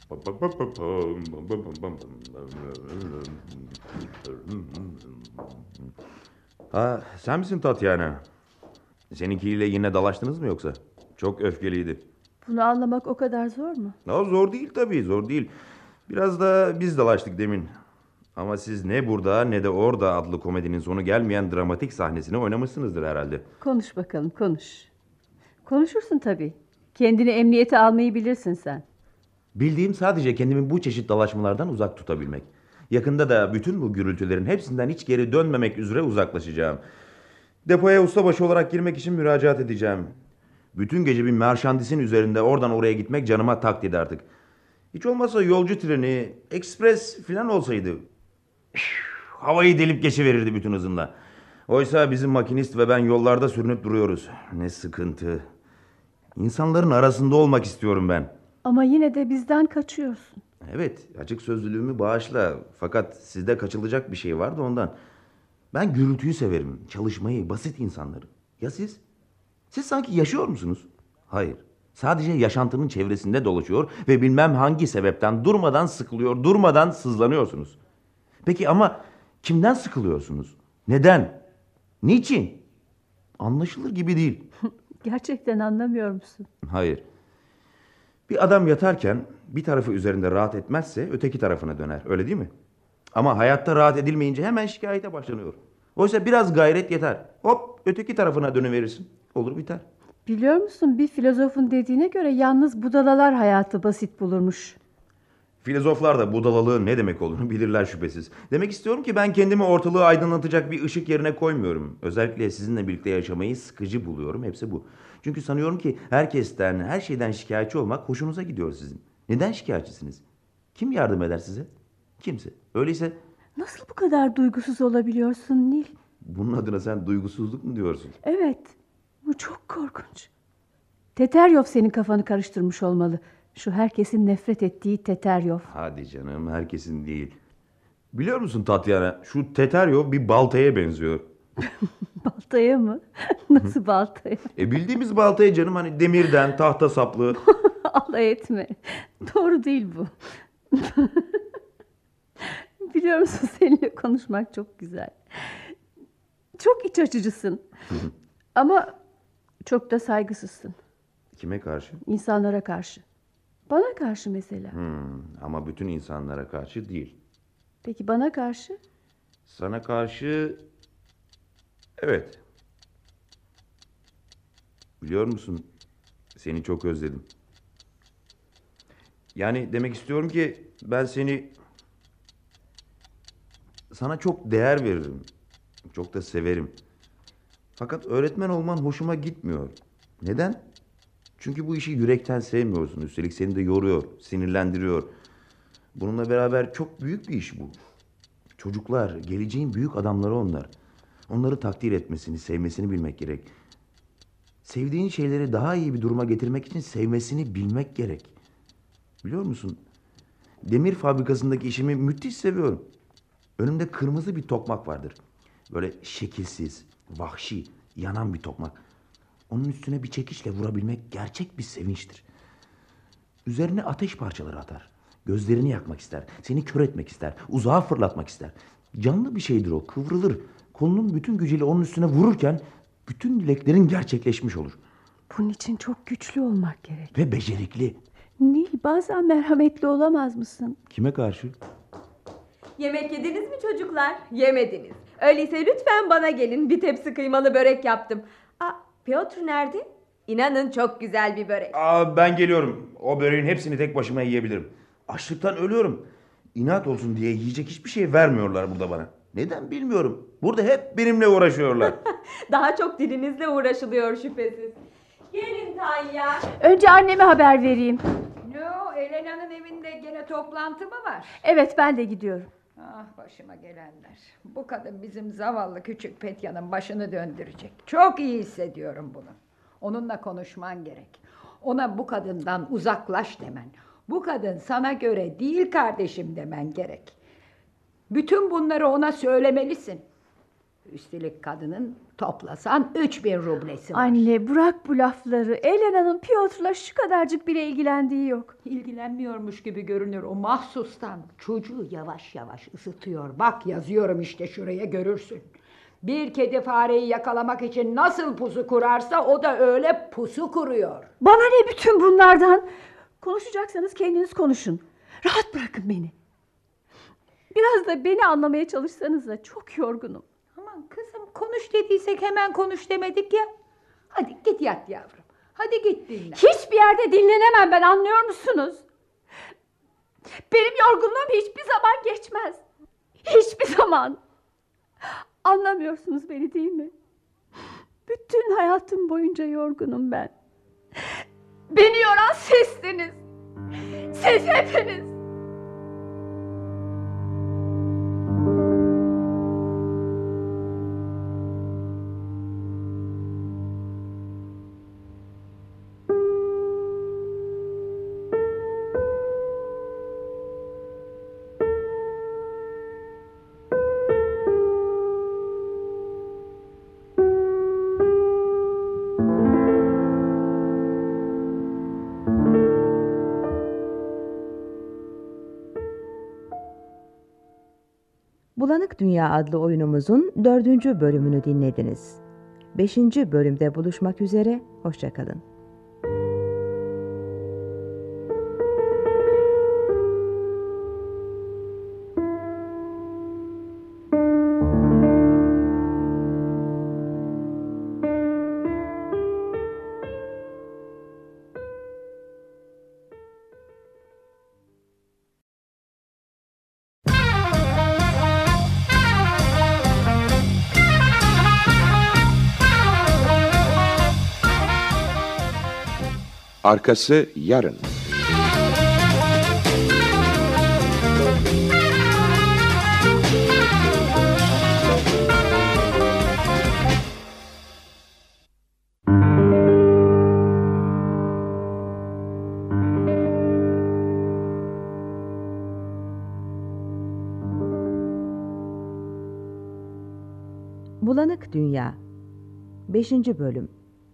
Ha, sen misin Tatyana? Seninkiyle yine dalaştınız mı yoksa? Çok öfkeliydi. Bunu anlamak o kadar zor mu? Ya zor değil tabii, zor değil. Biraz da biz dalaştık demin. Ama siz ne burada ne de orada adlı komedinin sonu gelmeyen dramatik sahnesini oynamışsınızdır herhalde. Konuş bakalım, konuş. Konuşursun tabii. Kendini emniyete almayı bilirsin sen. Bildiğim sadece kendimi bu çeşit dalaşmalardan uzak tutabilmek. Yakında da bütün bu gürültülerin hepsinden hiç geri dönmemek üzere uzaklaşacağım. Depoya ustabaşı olarak girmek için müracaat edeceğim. Bütün gece bir merşandisin üzerinde oradan oraya gitmek canıma tak dedi artık. Hiç olmazsa yolcu treni, ekspres falan olsaydı. Havayı delip geçiverirdi bütün hızınla. Oysa bizim makinist ve ben yollarda sürünüp duruyoruz. Ne sıkıntı. İnsanların arasında olmak istiyorum ben. Ama yine de bizden kaçıyorsun. Evet, açık sözlülüğümü bağışla. Fakat sizde kaçılacak bir şey var da ondan. Ben gürültüyü severim, çalışmayı, basit insanları. Ya siz? Siz sanki yaşıyor musunuz? Hayır. Sadece yaşantının çevresinde dolaşıyor ve bilmem hangi sebepten durmadan sıkılıyor, durmadan sızlanıyorsunuz. Peki ama kimden sıkılıyorsunuz? Neden? Niçin? Anlaşılır gibi değil. Gerçekten anlamıyor musun? Hayır. Bir adam yatarken bir tarafı üzerinde rahat etmezse öteki tarafına döner. Öyle değil mi? Ama hayatta rahat edilmeyince hemen şikayete başlanıyor. Oysa biraz gayret yeter. Hop öteki tarafına dönüverirsin. Olur biter. Biliyor musun, bir filozofun dediğine göre yalnız budalalar hayatı basit bulurmuş. Filozoflar da budalalığı ne demek olduğunu bilirler şüphesiz. Demek istiyorum ki ben kendimi ortalığı aydınlatacak bir ışık yerine koymuyorum. Özellikle sizinle birlikte yaşamayı sıkıcı buluyorum. Hepsi bu. Çünkü sanıyorum ki herkesten, her şeyden şikayetçi olmak hoşunuza gidiyor sizin. Neden şikayetçisiniz? Kim yardım eder size? Kimse. Öyleyse... Nasıl bu kadar duygusuz olabiliyorsun Nil? Bunun adına sen duygusuzluk mu diyorsun? Evet. Bu çok korkunç. Teteryov senin kafanı karıştırmış olmalı. Şu herkesin nefret ettiği Teteryov. Hadi canım, herkesin değil. Biliyor musun Tatyana, şu Teteryov bir baltaya benziyor. Baltaya mı? Nasıl baltaya? E bildiğimiz baltaya canım, hani demirden, tahta saplı. Alay etme. Doğru değil bu. Biliyor musun, seninle konuşmak çok güzel. Çok iç açıcısın. Ama çok da saygısızsın. Kime karşı? İnsanlara karşı. Bana karşı mesela. Hmm, ama bütün insanlara karşı değil. Peki bana karşı? Sana karşı... Evet. Biliyor musun? Seni çok özledim. Yani demek istiyorum ki ben seni... Sana çok değer veririm. Çok da severim. Fakat öğretmen olman hoşuma gitmiyor. Neden? Çünkü bu işi yürekten sevmiyorsun. Üstelik seni de yoruyor, sinirlendiriyor. Bununla beraber çok büyük bir iş bu. Çocuklar, geleceğin büyük adamları onlar. Onları takdir etmesini, sevmesini bilmek gerek. Sevdiğin şeyleri daha iyi bir duruma getirmek için sevmesini bilmek gerek. Biliyor musun? Demir fabrikasındaki işimi müthiş seviyorum. Önümde kırmızı bir tokmak vardır. Böyle şekilsiz, vahşi, yanan bir tokmak. Onun üstüne bir çekiçle vurabilmek gerçek bir sevinçtir. Üzerine ateş parçaları atar. Gözlerini yakmak ister. Seni kör etmek ister. Uzağa fırlatmak ister. Canlı bir şeydir o. Kıvrılır. Kolunun bütün gücüyle onun üstüne vururken bütün dileklerin gerçekleşmiş olur. Bunun için çok güçlü olmak gerek. Ve becerikli. Nil, bazen merhametli olamaz mısın? Kime karşı? Yemek yediniz mi çocuklar? Yemediniz. Öyleyse lütfen bana gelin. Bir tepsi kıymalı börek yaptım. Aa, Piotr nerede? İnanın çok güzel bir börek. Aa, ben geliyorum. O böreğin hepsini tek başıma yiyebilirim. Açlıktan ölüyorum. İnat olsun diye yiyecek hiçbir şey vermiyorlar burada bana. Neden bilmiyorum. Burada hep benimle uğraşıyorlar. Daha çok dilinizle uğraşılıyor şüphesiz. Gelin Tanya. Önce anneme haber vereyim. Ne o, Elena'nın evinde gene toplantı mı var? Evet, ben de gidiyorum. Ah, başıma gelenler. Bu kadın bizim zavallı küçük Petya'nın başını döndürecek. Çok iyi hissediyorum bunu. Onunla konuşman gerek. Ona bu kadından uzaklaş demen. Bu kadın sana göre değil kardeşim demen gerek. Bütün bunları ona söylemelisin. Üstelik kadının toplasan üç bin rublesi var. Anne, bırak bu lafları. Elena'nın Piotr'la şu kadarcık bile ilgilendiği yok. İlgilenmiyormuş gibi görünür o mahsustan. Çocuğu yavaş yavaş ısıtıyor. Bak, yazıyorum işte şuraya, görürsün. Bir kedi fareyi yakalamak için nasıl pusu kurarsa o da öyle pusu kuruyor. Bana ne bütün bunlardan? Konuşacaksanız kendiniz konuşun. Rahat bırakın beni. Biraz da beni anlamaya çalışsanız da, çok yorgunum. Aman kızım, konuş dediysek hemen konuş demedik ya. Hadi git yat yavrum. Hadi git dinle. Hiçbir yerde dinlenemem ben, anlıyor musunuz? Benim yorgunluğum hiçbir zaman geçmez. Hiçbir zaman. Anlamıyorsunuz beni, değil mi? Bütün hayatım boyunca yorgunum ben. Beni yoran sizsiniz. Siz hepiniz. Bulanık Dünya adlı oyunumuzun dördüncü bölümünü dinlediniz. Beşinci bölümde buluşmak üzere, hoşça kalın. Arkası yarın. Bulanık Dünya beşinci Bölüm.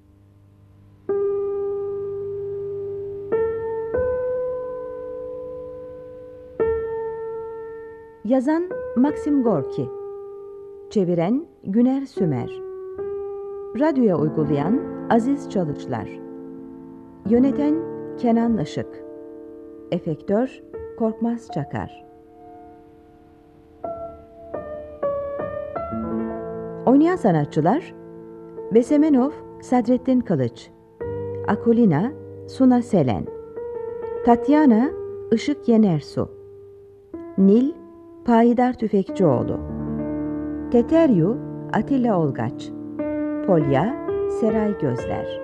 Yazan Maxim Gorki, çeviren Güner Sümer, radyoya uygulayan Aziz Çalıçlar, yöneten Kenan Işık, efektör Korkmaz Çakar. Oynayan sanatçılar: Besemenov Sadrettin Kılıç, Akulina Suna Selen, Tatyana Işık Yenersu, Nil Payidar Tüfekçioğlu, Teteryu Atilla Olgaç, Polya Seray Gözler.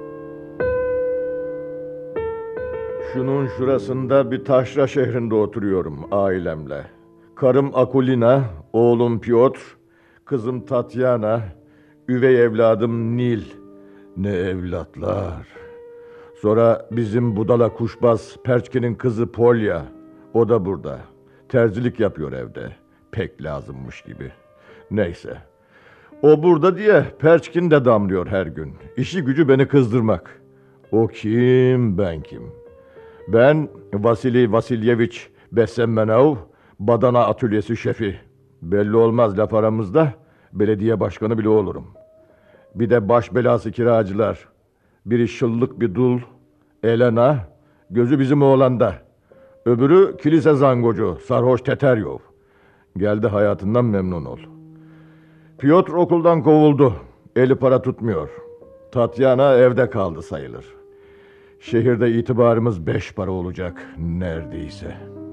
Şunun şurasında bir taşra şehrinde oturuyorum ailemle. Karım Akulina, oğlum Piotr, kızım Tatyana, üvey evladım Nil. Ne evlatlar. Sonra bizim budala kuşbaz Perçkin'in kızı Polya. O da burada. Terzilik yapıyor evde. Pek lazımmış gibi. Neyse. O burada diye Perçkin de damlıyor her gün. İşi gücü beni kızdırmak. O kim, ben kim? Ben Vasili Vasilyeviç Besemenov, badana atölyesi şefi. Belli olmaz laf aramızda, belediye başkanı bile olurum. Bir de baş belası kiracılar. Biri şıllık bir dul, Elena, gözü bizim oğlanda. Öbürü kilise zangocu, sarhoş Teteryov. Geldi hayatından memnun ol. Piotr okuldan kovuldu, eli para tutmuyor. Tatyana evde kaldı sayılır. Şehirde itibarımız beş para olacak neredeyse.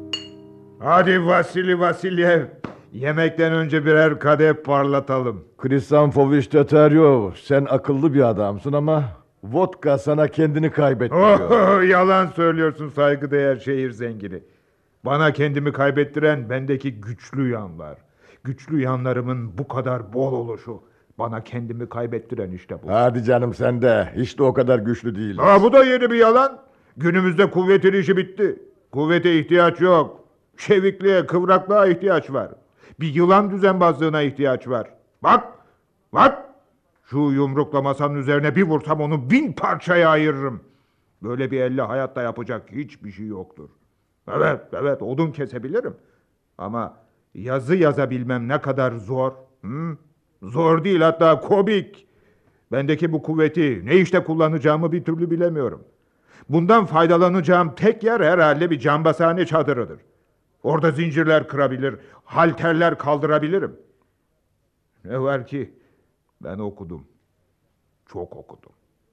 Hadi Vasili Vasilyev, yemekten önce birer kadeh parlatalım. Kristanfoviç Teteryov, sen akıllı bir adamsın ama vodka sana kendini kaybettiriyor. Oh, yalan söylüyorsun saygıdeğer şehir zengini. Bana kendimi kaybettiren bendeki güçlü yanlar. Güçlü yanlarımın bu kadar bol oluşu. Bana kendimi kaybettiren işte bu. Hadi canım sen de. Hiç de o kadar güçlü değiliz. Aa, bu da yeni bir yalan. Günümüzde kuvvetin işi bitti. Kuvvete ihtiyaç yok. Çevikliğe, kıvraklığa ihtiyaç var. Bir yılan düzenbazlığına ihtiyaç var. Bak, bak. Şu yumrukla masanın üzerine bir vursam onu bin parçaya ayırırım. Böyle bir elle hayatta yapacak hiçbir şey yoktur. Evet, evet odun kesebilirim. Ama yazı yazabilmem ne kadar zor. Hı? Zor değil, hatta komik. Bendeki bu kuvveti ne işte kullanacağımı bir türlü bilemiyorum. Bundan faydalanacağım tek yer herhalde bir cambazhane çadırıdır. Orada zincirler kırabilir, halterler kaldırabilirim. Ne var ki ben okudum. Çok okudum.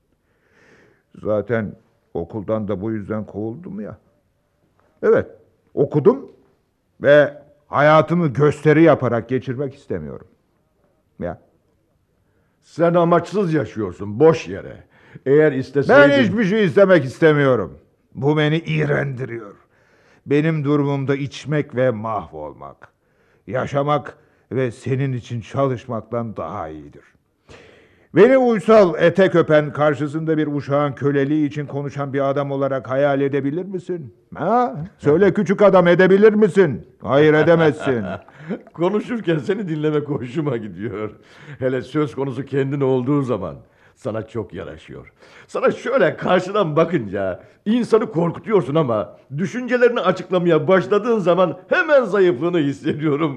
Zaten okuldan da bu yüzden kovuldum ya. Evet, okudum ve hayatımı gösteri yaparak geçirmek istemiyorum. Ya. Sen amaçsız yaşıyorsun, boş yere. Eğer isteseydin... Ben hiçbir şey istemek istemiyorum. Bu beni iğrendiriyor. Benim durumumda içmek ve mahvolmak. Yaşamak ve senin için çalışmaktan daha iyidir. Beni uysal, etek öpen, karşısında bir uşağın köleliği için konuşan bir adam olarak hayal edebilir misin? Ha? Söyle küçük adam, edebilir misin? Hayır, edemezsin. Konuşurken seni dinlemek hoşuma gidiyor. Hele söz konusu kendin olduğu zaman. Sana çok yaraşıyor. Sana şöyle karşıdan bakınca insanı korkutuyorsun ama düşüncelerini açıklamaya başladığın zaman hemen zayıflığını hissediyorum.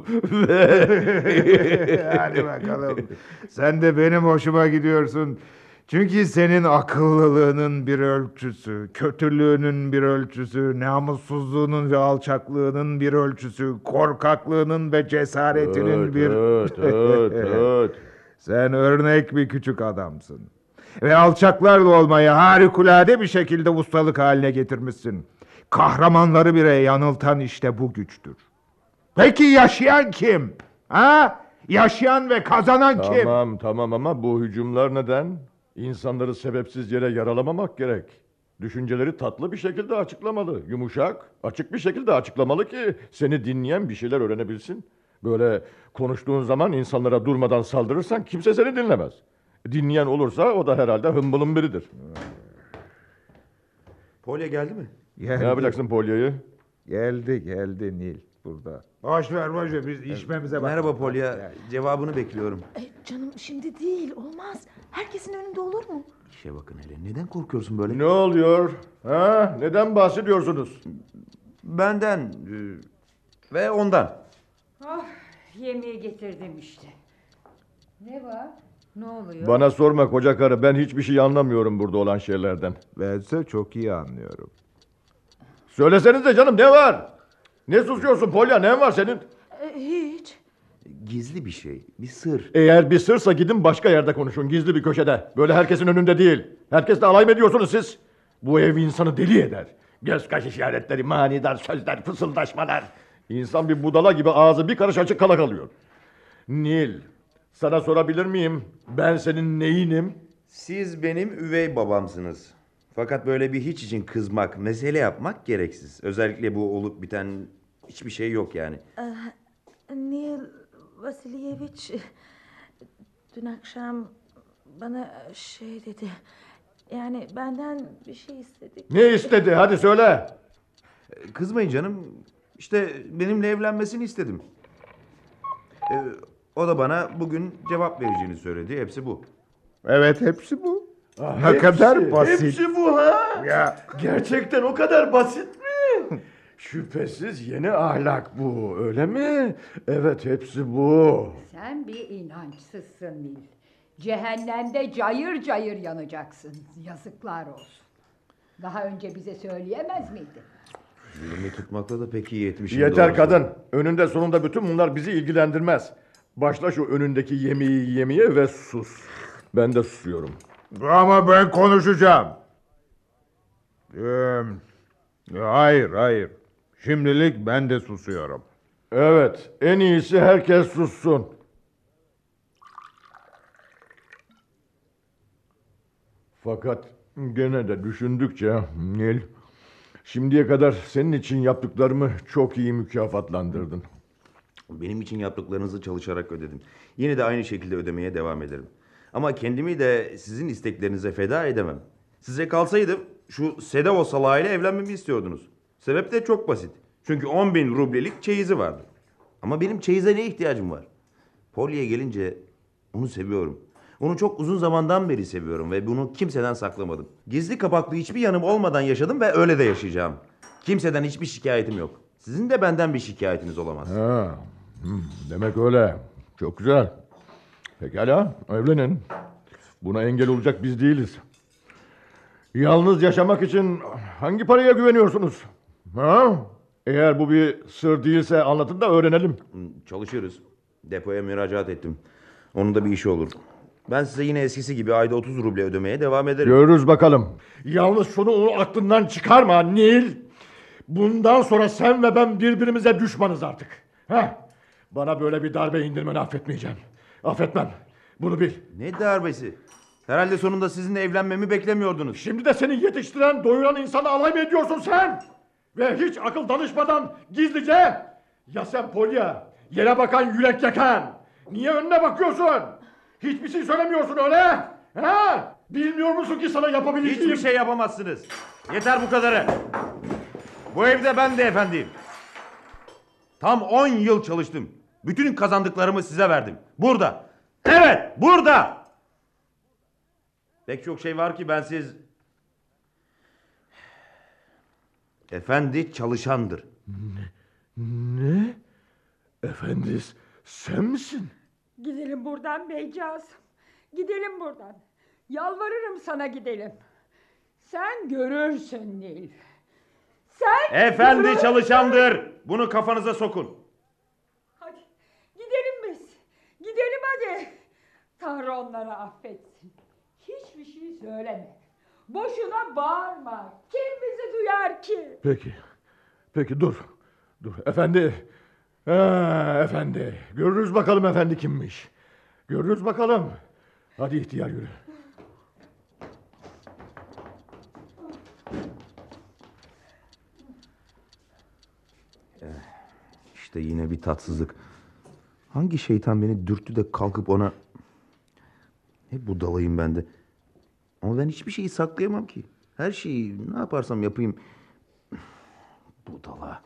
Hadi bakalım. Sen de benim hoşuma gidiyorsun. Çünkü senin akıllılığının bir ölçüsü, kötülüğünün bir ölçüsü, namussuzluğunun ve alçaklığının bir ölçüsü, korkaklığının ve cesaretinin evet, bir... Evet, evet, evet. Sen örnek bir küçük adamsın. Ve alçaklarla olmayı harikulade bir şekilde ustalık haline getirmişsin. Kahramanları bile yanıltan işte bu güçtür. Peki yaşayan kim? Ha? Yaşayan ve kazanan tamam, kim? Tamam tamam ama bu hücumlar neden? İnsanları sebepsiz yere yaralamamak gerek. Düşünceleri tatlı bir şekilde açıklamalı. Yumuşak, açık bir şekilde açıklamalı ki seni dinleyen bir şeyler öğrenebilsin. Böyle konuştuğun zaman insanlara durmadan saldırırsan kimse seni dinlemez. Dinleyen olursa o da herhalde hımbılın biridir. Polya geldi mi? Geldi. Ne yapacaksın Polya'yı? Geldi geldi Nil burada. Boş ver boş ver biz işmemize bak. Merhaba Polya. Cevabını bekliyorum. E, canım şimdi değil, olmaz. Herkesin önünde olur mu? İşe bakın hele. Neden korkuyorsun böyle? Ne oluyor? Ha? Neden bahsediyorsunuz? Benden e, ve ondan. Oh, yemeği getirdim işte. Ne var? Ne oluyor? Bana sorma koca karı, ben hiçbir şey anlamıyorum burada olan şeylerden. Bense çok iyi anlıyorum. Söylesenize canım, ne var? Ne susuyorsun Polya, ne var senin? E, hiç. Gizli bir şey, bir sır. Eğer bir sırsa gidin başka yerde konuşun, gizli bir köşede. Böyle herkesin önünde değil. Herkesle alay mı ediyorsunuz siz? Bu ev insanı deli eder. Göz kaş işaretleri, manidar sözler, fısıldaşmalar. İnsan bir budala gibi ağzı bir karış açık kala kalıyor. Nil, sana sorabilir miyim? Ben senin neyinim? Siz benim üvey babamsınız. Fakat böyle bir hiç için kızmak, mesele yapmak gereksiz. Özellikle bu olup biten hiçbir şey yok yani. Nil Vasilyeviç dün akşam bana şey dedi. Yani benden bir şey istedi. Ne istedi? Hadi söyle. Kızmayın canım. İşte benimle evlenmesini istedim. Ee, o da bana bugün cevap vereceğini söyledi. Hepsi bu. Evet, hepsi bu. Ah, ne hepsi, kadar basit. Hepsi bu ha? Ya. Gerçekten o kadar basit mi? Şüphesiz yeni ahlak bu, öyle mi? Evet, hepsi bu. Sen bir inançsızsın Nil. Cehennemde cayır cayır yanacaksın. Yazıklar olsun. Daha önce bize söyleyemez miydin? Dilimi tutmakla da pek iyi etmişim. Yeter doğrusu. kadın. Önünde sonunda bütün bunlar bizi ilgilendirmez. Başla şu önündeki yemeği yemeye ve sus. Ben de susuyorum. Ama ben konuşacağım. Ee, hayır hayır. Şimdilik ben de susuyorum. Evet, en iyisi herkes sussun. Fakat gene de düşündükçe Nil, şimdiye kadar senin için yaptıklarımı çok iyi mükafatlandırdın. Benim için yaptıklarınızı çalışarak ödedim. Yine de aynı şekilde ödemeye devam ederim. Ama kendimi de sizin isteklerinize feda edemem. Size kalsaydım şu Sedavo salağıyla evlenmemi istiyordunuz. Sebep de çok basit. Çünkü on bin rublelik çeyizi vardı. Ama benim çeyize ne ihtiyacım var? Polly'e gelince onu seviyorum. Onu çok uzun zamandan beri seviyorum ve bunu kimseden saklamadım. Gizli kapaklı hiçbir yanım olmadan yaşadım ve öyle de yaşayacağım. Kimseden hiçbir şikayetim yok. Sizin de benden bir şikayetiniz olamaz. Ha, hmm, demek öyle. Çok güzel. Pekala, evlenin. Buna engel olacak biz değiliz. Yalnız yaşamak için hangi paraya güveniyorsunuz? Ha? Eğer bu bir sır değilse anlatın da öğrenelim. Çalışıyoruz. Depoya müracaat ettim. Onun da bir işi olur. Ben size yine eskisi gibi ayda otuz ruble ödemeye devam ederim. Görürüz bakalım. Yalnız şunu onu aklından çıkarma Nil. Bundan sonra sen ve ben birbirimize düşmanız artık. Heh. Bana böyle bir darbe indirmeni affetmeyeceğim. Affetmem. Bunu bil. Ne darbesi? Herhalde sonunda sizinle evlenmemi beklemiyordunuz. Şimdi de seni yetiştiren, doyuran insanı alay mı ediyorsun sen? Ve hiç akıl danışmadan gizlice... Ya sen Polya, yere bakan yürek yakan. Niye önüne bakıyorsun? Hiçbir şey söylemiyorsun öyle. Ha? Bilmiyor musun ki sana yapabileceğim... Hiçbir şey yapamazsınız. Yeter bu kadarı. Bu evde ben de efendiyim. Tam on yıl çalıştım. Bütün kazandıklarımı size verdim. Burada. Evet, burada. Pek çok şey var ki bensiz... Efendi çalışandır. Ne? Ne? Efendis, sen misin? Gidelim buradan beycağızım. Gidelim buradan. Yalvarırım sana gidelim. Sen görürsün Nil. Sen Efendi görürsün. çalışandır. Bunu kafanıza sokun. Hadi gidelim biz. Gidelim hadi. Tanrı onları affetsin. Hiçbir şey söyleme. Boşuna bağırma. Kim bizi duyar ki? Peki. Peki dur. Dur. Efendi. Ha, efendi. Görürüz bakalım efendi kimmiş. Görürüz bakalım. Hadi ihtiyar yürü. İşte yine bir tatsızlık. Hangi şeytan beni dürttü de kalkıp ona... Hep budalayım ben de. Ama ben hiçbir şeyi saklayamam ki. Her şeyi ne yaparsam yapayım. Budala.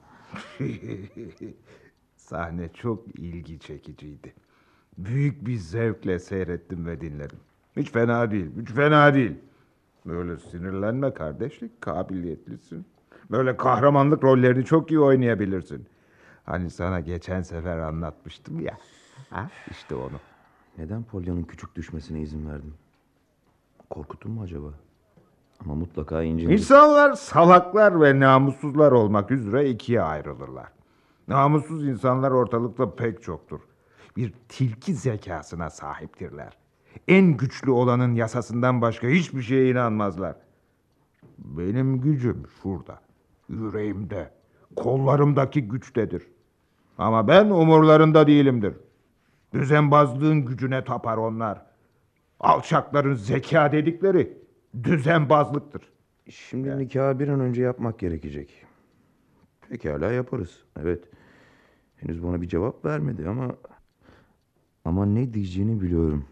Sahne çok ilgi çekiciydi. Büyük bir zevkle seyrettim ve dinledim. Hiç fena değil, hiç fena değil. Böyle sinirlenme kardeşlik, kabiliyetlisin. Böyle kahramanlık rollerini çok iyi oynayabilirsin. Hani sana geçen sefer anlatmıştım ya. Ha, işte onu. Neden Polya'nın küçük düşmesine izin verdim? Korkuttun mu acaba? Ama mutlaka incindim. İnsanlar salaklar ve namussuzlar olmak üzere ikiye ayrılırlar. Namussuz insanlar ortalıkta pek çoktur. Bir tilki zekasına sahiptirler. En güçlü olanın yasasından başka hiçbir şeye inanmazlar. Benim gücüm şurada, yüreğimde, kollarımdaki güçtedir. Ama ben umurlarında değilimdir. Düzenbazlığın gücüne tapar onlar. Alçakların zeka dedikleri düzenbazlıktır. Şimdi yani. Nikahı bir an önce yapmak gerekecek. Pekala yaparız. Evet. Henüz bana bir cevap vermedi ama... Ama ne diyeceğini biliyorum.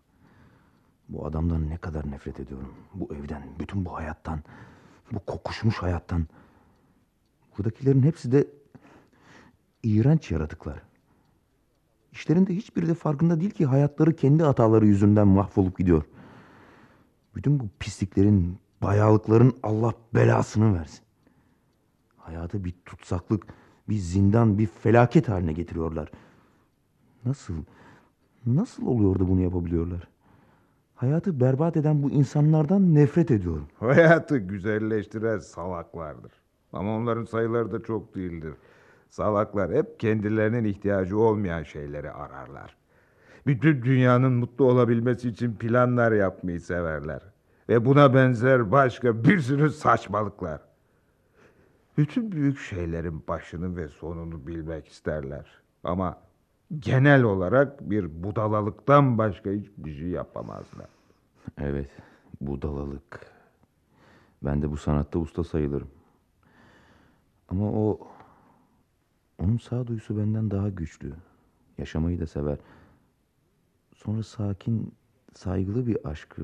Bu adamdan ne kadar nefret ediyorum. Bu evden, bütün bu hayattan, bu kokuşmuş hayattan. Buradakilerin hepsi de iğrenç yaratıklar. İşlerinde hiçbiri de farkında değil ki hayatları kendi hataları yüzünden mahvolup gidiyor. Bütün bu pisliklerin, bayağılıkların Allah belasını versin. Hayatı bir tutsaklık, bir zindan, bir felaket haline getiriyorlar. Nasıl, nasıl oluyor da bunu yapabiliyorlar? Hayatı berbat eden bu insanlardan nefret ediyorum. Hayatı güzelleştiren salaklardır. Ama onların sayıları da çok değildir. Salaklar hep kendilerinin ihtiyacı olmayan şeyleri ararlar. Bütün dünyanın mutlu olabilmesi için planlar yapmayı severler. Ve buna benzer başka bir sürü saçmalıklar. Bütün büyük şeylerin başını ve sonunu bilmek isterler. Ama genel olarak bir budalalıktan başka hiçbir şey yapamazlar. Evet, budalalık. Ben de bu sanatta usta sayılırım. Ama o... Onun sağduyusu benden daha güçlü. Yaşamayı da sever. Sonra sakin, saygılı bir aşkı...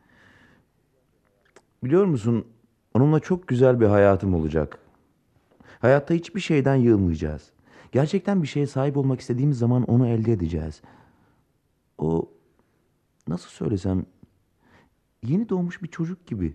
Biliyor musun, onunla çok güzel bir hayatım olacak. Hayatta hiçbir şeyden yılmayacağız. Gerçekten bir şeye sahip olmak istediğimiz zaman onu elde edeceğiz. O, nasıl söylesem, yeni doğmuş bir çocuk gibi.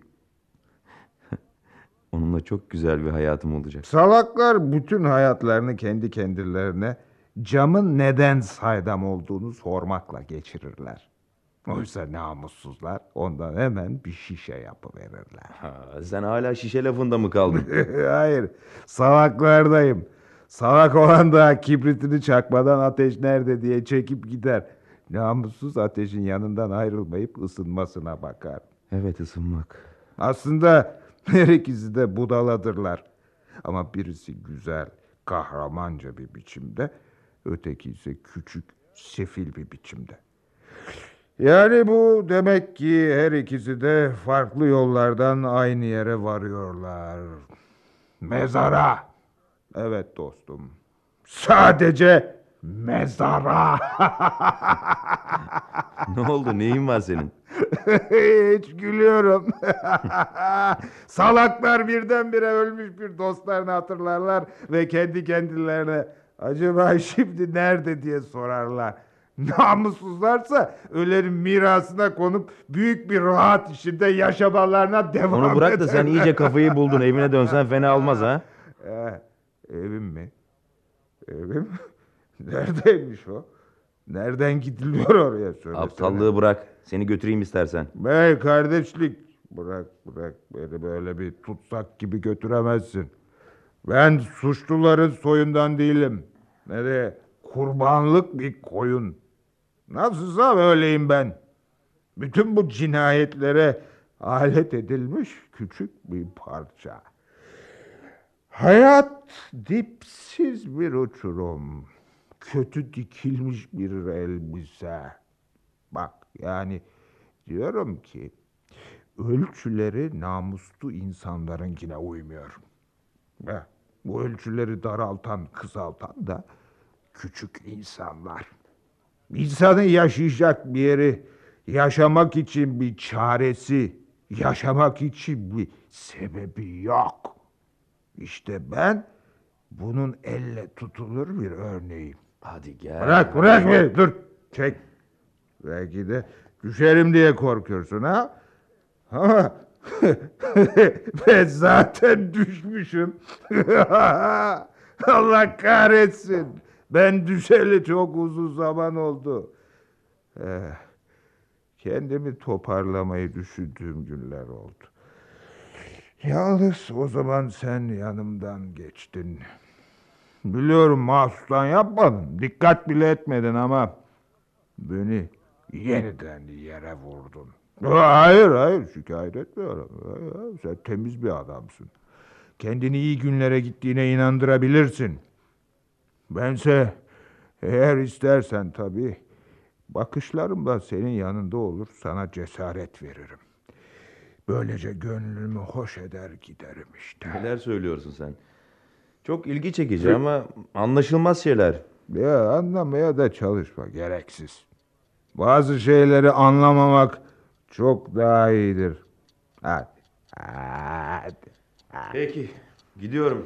Onunla çok güzel bir hayatım olacak. Salaklar bütün hayatlarını kendi kendilerine camın neden saydam olduğunu sormakla geçirirler. Oysa namussuzlar ondan hemen bir şişe yapıverirler. Ha, sen hala şişe lafında mı kaldın? Hayır, salaklardayım. Salak olan da kibritini çakmadan ateş nerede diye çekip gider. Namussuz ateşin yanından ayrılmayıp ısınmasına bakar. Evet, ısınmak. Aslında her ikisi de budaladırlar. Ama birisi güzel, kahramanca bir biçimde, öteki ise küçük, sefil bir biçimde. Yani bu demek ki her ikisi de farklı yollardan aynı yere varıyorlar. Mezara. Evet dostum. Sadece mezara. Ne oldu? Neyin var senin? Hiç gülüyorum. Salaklar birdenbire ölmüş bir dostlarını hatırlarlar ve kendi kendilerine acaba şimdi nerede diye sorarlar. Namussuzlarsa ölerin mirasına konup büyük bir rahat içinde yaşamalarına devam ederler. Onu bırak da sen iyice kafayı buldun. Evine dönsen fena olmaz ha? Ee, evim mi? Evim? Neredeymiş o? Nereden gidiliyor oraya söylesene. Aptallığı bırak. Seni götüreyim istersen. Bey kardeşlik. Bırak bırak. Beni böyle bir tutsak gibi götüremezsin. Ben suçluların soyundan değilim. Ne de kurbanlık bir koyun. Nasılsa öyleyim ben. Bütün bu cinayetlere alet edilmiş küçük bir parça. Hayat dipsiz bir uçurum. Kötü dikilmiş bir elbise. Bak yani diyorum ki ölçüleri namuslu insanlarınkine uymuyor. Heh, bu ölçüleri daraltan, kısaltan da küçük insanlar. İnsanın yaşayacak bir yeri, yaşamak için bir çaresi, yaşamak için bir sebebi yok. İşte ben bunun elle tutulur bir örneğiyim. Hadi gel. Bırak bırak beni, dur çek. Belki de düşerim diye korkuyorsun ha? Ama ben zaten düşmüşüm. Allah kahretsin. Ben düşeli çok uzun zaman oldu. Eh, kendimi toparlamayı düşündüğüm günler oldu. Yalnız o zaman sen yanımdan geçtin. Biliyorum mahsustan yapmadın. Dikkat bile etmedin ama beni yeniden yere vurdun. Hayır hayır şikayet etmiyorum. Sen temiz bir adamsın. Kendini iyi günlere gittiğine inandırabilirsin. Bense eğer istersen tabii bakışlarımla senin yanında olur, sana cesaret veririm. Böylece gönlümü hoş eder giderim işte. Neler söylüyorsun sen? Çok ilgi çekici ama anlaşılmaz şeyler. Ya anlamaya da çalışma, gereksiz. Bazı şeyleri anlamamak çok daha iyidir. Hadi. Hadi. hadi. Peki, gidiyorum.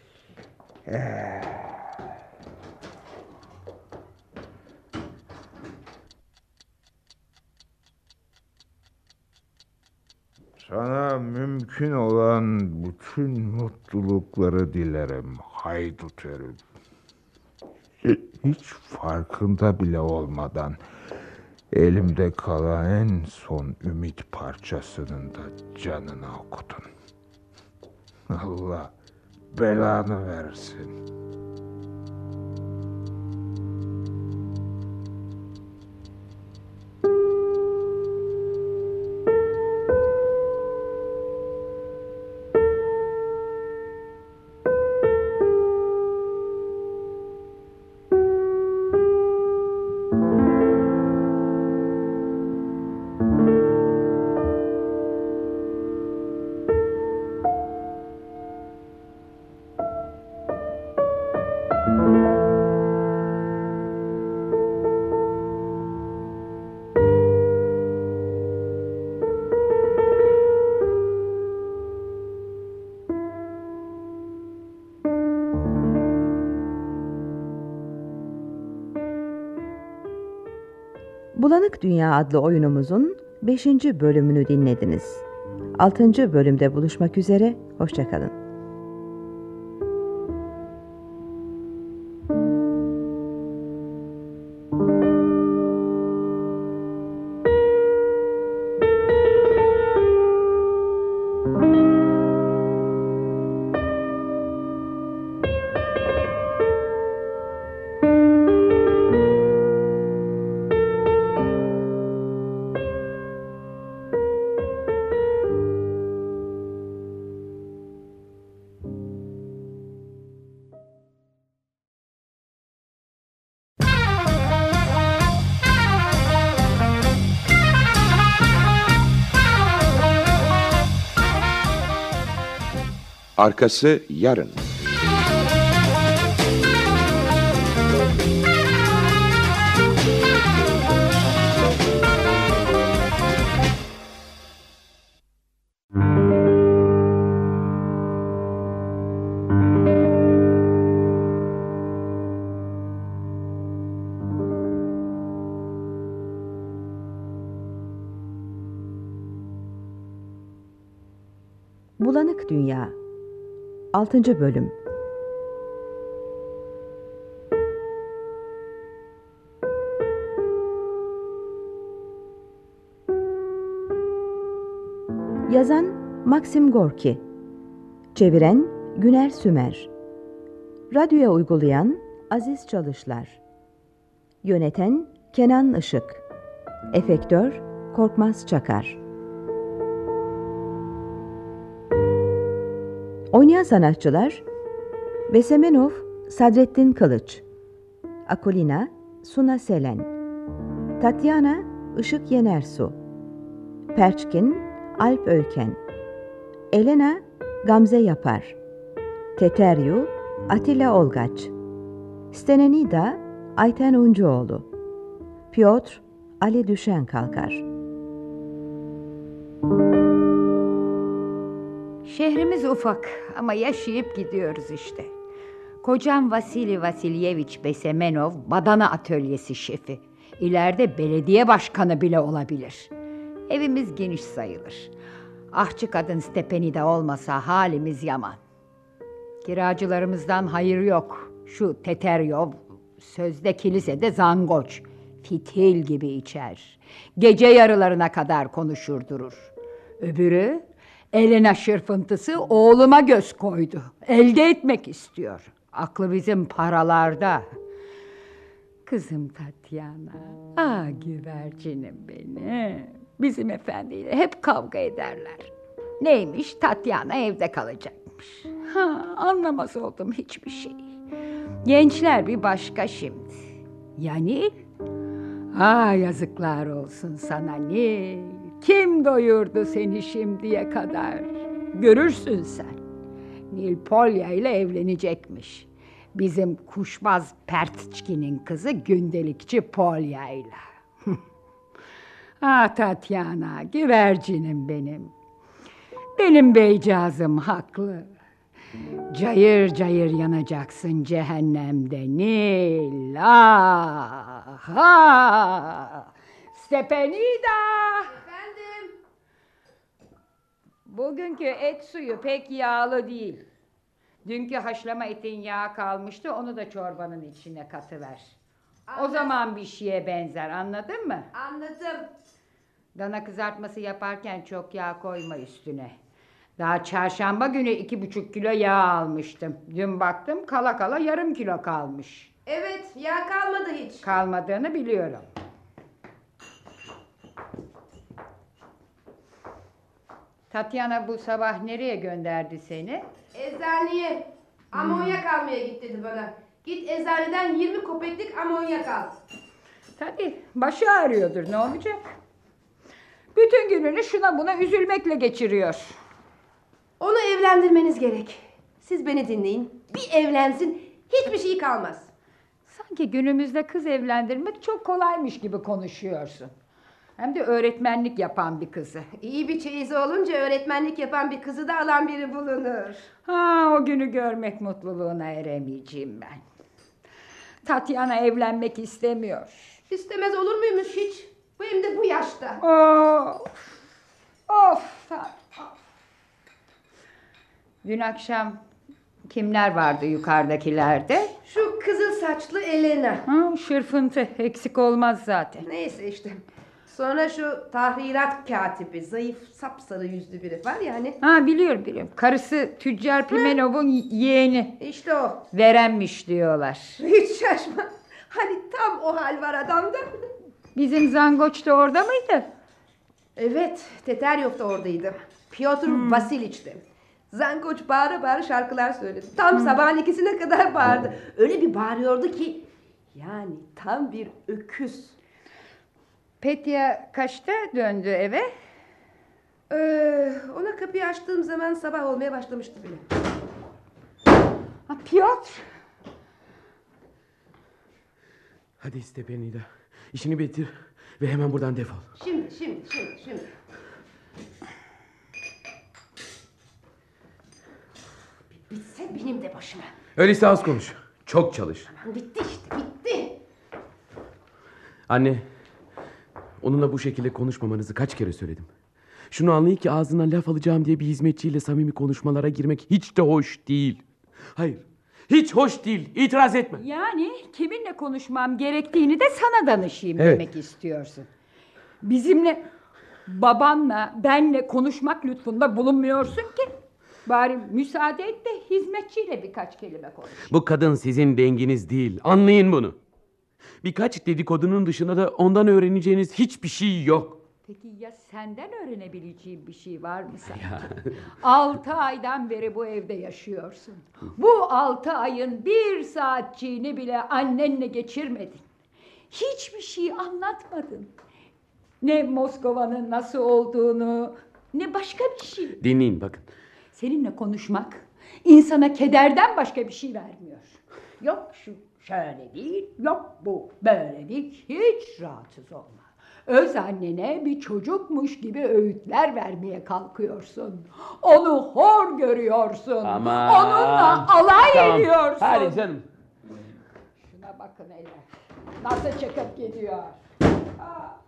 Sana mümkün olan bütün mutlulukları dilerim haydut herif. Hiç farkında bile olmadan elimde kalan en son ümit parçasının da canına okudun. Allah belanı versin. Bulanık Dünya adlı oyunumuzun beşinci bölümünü dinlediniz. altıncı bölümde buluşmak üzere, hoşça kalın. Arkası yarın. Bulanık Dünya altıncı bölüm. Yazan Maxim Gorki, çeviren Güner Sümer, radyoya uygulayan Aziz Çalışlar, yöneten Kenan Işık, efektör Korkmaz Çakar. Oynayan sanatçılar: Besemenov Sadrettin Kılıç, Akolina Suna Selen, Tatyana Işık Yenersu, Perçkin Alp Öyken, Elena Gamze Yapar, Teteryu Atilla Olgaç, Stenanida Ayten Uncuoğlu, Piotr Ali Düşen Kalkar. Şehrimiz ufak ama yaşayıp gidiyoruz işte. Kocam Vasili Vasilyeviç Besemenov badana atölyesi şefi. İleride belediye başkanı bile olabilir. Evimiz geniş sayılır. Ahçı kadın Stepanida olmasa halimiz yaman. Kiracılarımızdan hayır yok. Şu Teteryov sözde kilisede zangoç. Fitil gibi içer. Gece yarılarına kadar konuşur durur. Öbürü Elena şırfıntısı oğluma göz koydu. Elde etmek istiyor. Aklı bizim paralarda. Kızım Tatyana, ah güvercinim benim. Bizim efendiyle hep kavga ederler. Neymiş? Tatyana evde kalacakmış. Ha, anlamaz oldum hiçbir şey. Gençler bir başka şimdi. Ya Nil? Ah yazıklar olsun sana Nil. Kim doyurdu seni şimdiye kadar? Görürsün sen. Nil Polya ile evlenecekmiş. Bizim kuşbaz Pertçki'nin kızı gündelikçi Polya ile. Ah Tatyana, güvercinim benim. Benim beycazım haklı. Cayır cayır yanacaksın cehennemde Nil. Ah, ah. Stepanida! Efendim? Bugünkü et suyu pek yağlı değil. Dünkü haşlama etin yağı kalmıştı, onu da çorbanın içine katıver. Anladım. O zaman bir şeye benzer, anladın mı? Anladım. Dana kızartması yaparken çok yağ koyma üstüne. Daha çarşamba günü iki buçuk kilo yağ almıştım. Dün baktım kala kala yarım kilo kalmış. Evet, yağ kalmadı hiç. Kalmadığını biliyorum. Tatyana bu sabah nereye gönderdi seni? Eczaneye. Amonyak almaya git dedi bana. Git eczaneden yirmi kopeklik amonyak al. Tabii başı ağrıyordur, ne olacak? Bütün gününü şuna buna üzülmekle geçiriyor. Onu evlendirmeniz gerek. Siz beni dinleyin. Bir evlensin, hiçbir şey kalmaz. Sanki günümüzde kız evlendirmek çok kolaymış gibi konuşuyorsun. Hem de öğretmenlik yapan bir kızı. İyi bir çeyizi olunca öğretmenlik yapan bir kızı da alan biri bulunur. Ha, o günü görmek mutluluğuna eremeyeceğim ben. Tatyana evlenmek istemiyor. İstemez olur muymuş hiç? Bu hem de bu yaşta. Of! Of! of. Dün akşam kimler vardı yukarıdakilerde? Şu kızıl saçlı Elena. Ha, şırfıntı eksik olmaz zaten. Neyse işte. Sonra şu tahrirat katibi, zayıf sapsarı yüzlü biri var ya hani. Ha biliyorum biliyorum. Karısı Tüccar Pimenov'un yeğeni. İşte o. Verenmiş diyorlar. Hiç şaşma. Hani tam o hal var adamda. Bizim Zangoç da orada mıydı? Evet, Teteryov da oradaydı. Piotr hmm. Vasiliç'ti. Zangoç bağıra bağıra şarkılar söyledi. Tam hmm. sabahın ikisine kadar bağırdı. Öyle bir bağırıyordu ki yani tam bir öküz. Petya kaçta döndü eve? Ee, ona kapıyı açtığım zaman sabah olmaya başlamıştı bile. Ha, Piotr. Hadi Stepanida, işini bitir ve hemen buradan defol. Şimdi, şimdi, şimdi, şimdi. Bitse benim de başıma. Öyleyse az konuş, çok çalış. Aman bitti işte, bitti. Anne, onunla bu şekilde konuşmamanızı kaç kere söyledim. Şunu anlayın ki ağzından laf alacağım diye bir hizmetçiyle samimi konuşmalara girmek hiç de hoş değil. Hayır, hiç hoş değil. İtiraz etme. Yani kiminle konuşmam gerektiğini de sana danışayım evet. demek istiyorsun. Bizimle, babanla, benle konuşmak lütfunda bulunmuyorsun ki. Bari müsaade et de hizmetçiyle birkaç kelime konuş. Bu kadın sizin denginiz değil. Anlayın bunu. Birkaç dedikodunun dışında da ondan öğreneceğiniz hiçbir şey yok. Peki ya senden öğrenebileceğim bir şey var mı sanki? Altı aydan beri bu evde yaşıyorsun. Bu altı ayın bir saatçiğini bile annenle geçirmedin. Hiçbir şey anlatmadın. Ne Moskova'nın nasıl olduğunu, ne başka bir şey. Dinleyin bakın. Seninle konuşmak insana kederden başka bir şey vermiyor. Yok şu Şöyle değil, yok bu, böyle değil, hiç rahatsız olma. Öz annene bir çocukmuş gibi öğütler vermeye kalkıyorsun. Onu hor görüyorsun. Aman. Onunla alay Tamam. ediyorsun. Hadi canım. Şuna bakın hele. Nasıl çıkıp gidiyor. Aa.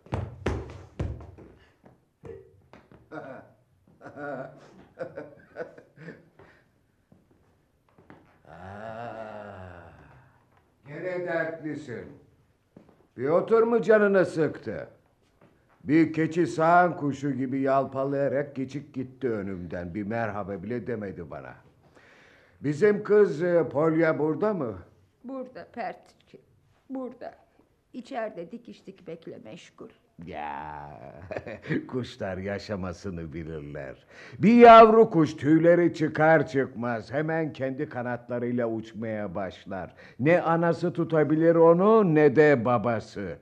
Aa, gene dertlisin. Piotr mu canını sıktı? Bir keçi sağan kuşu gibi yalpalayarak geçip gitti önümden. Bir merhaba bile demedi bana. Bizim kız e, Polya burada mı? Burada Pertçi. Burada. İçeride dikiş dikmekle meşgul. Ya kuşlar yaşamasını bilirler. Bir yavru kuş tüyleri çıkar çıkmaz hemen kendi kanatlarıyla uçmaya başlar. Ne anası tutabilir onu ne de babası.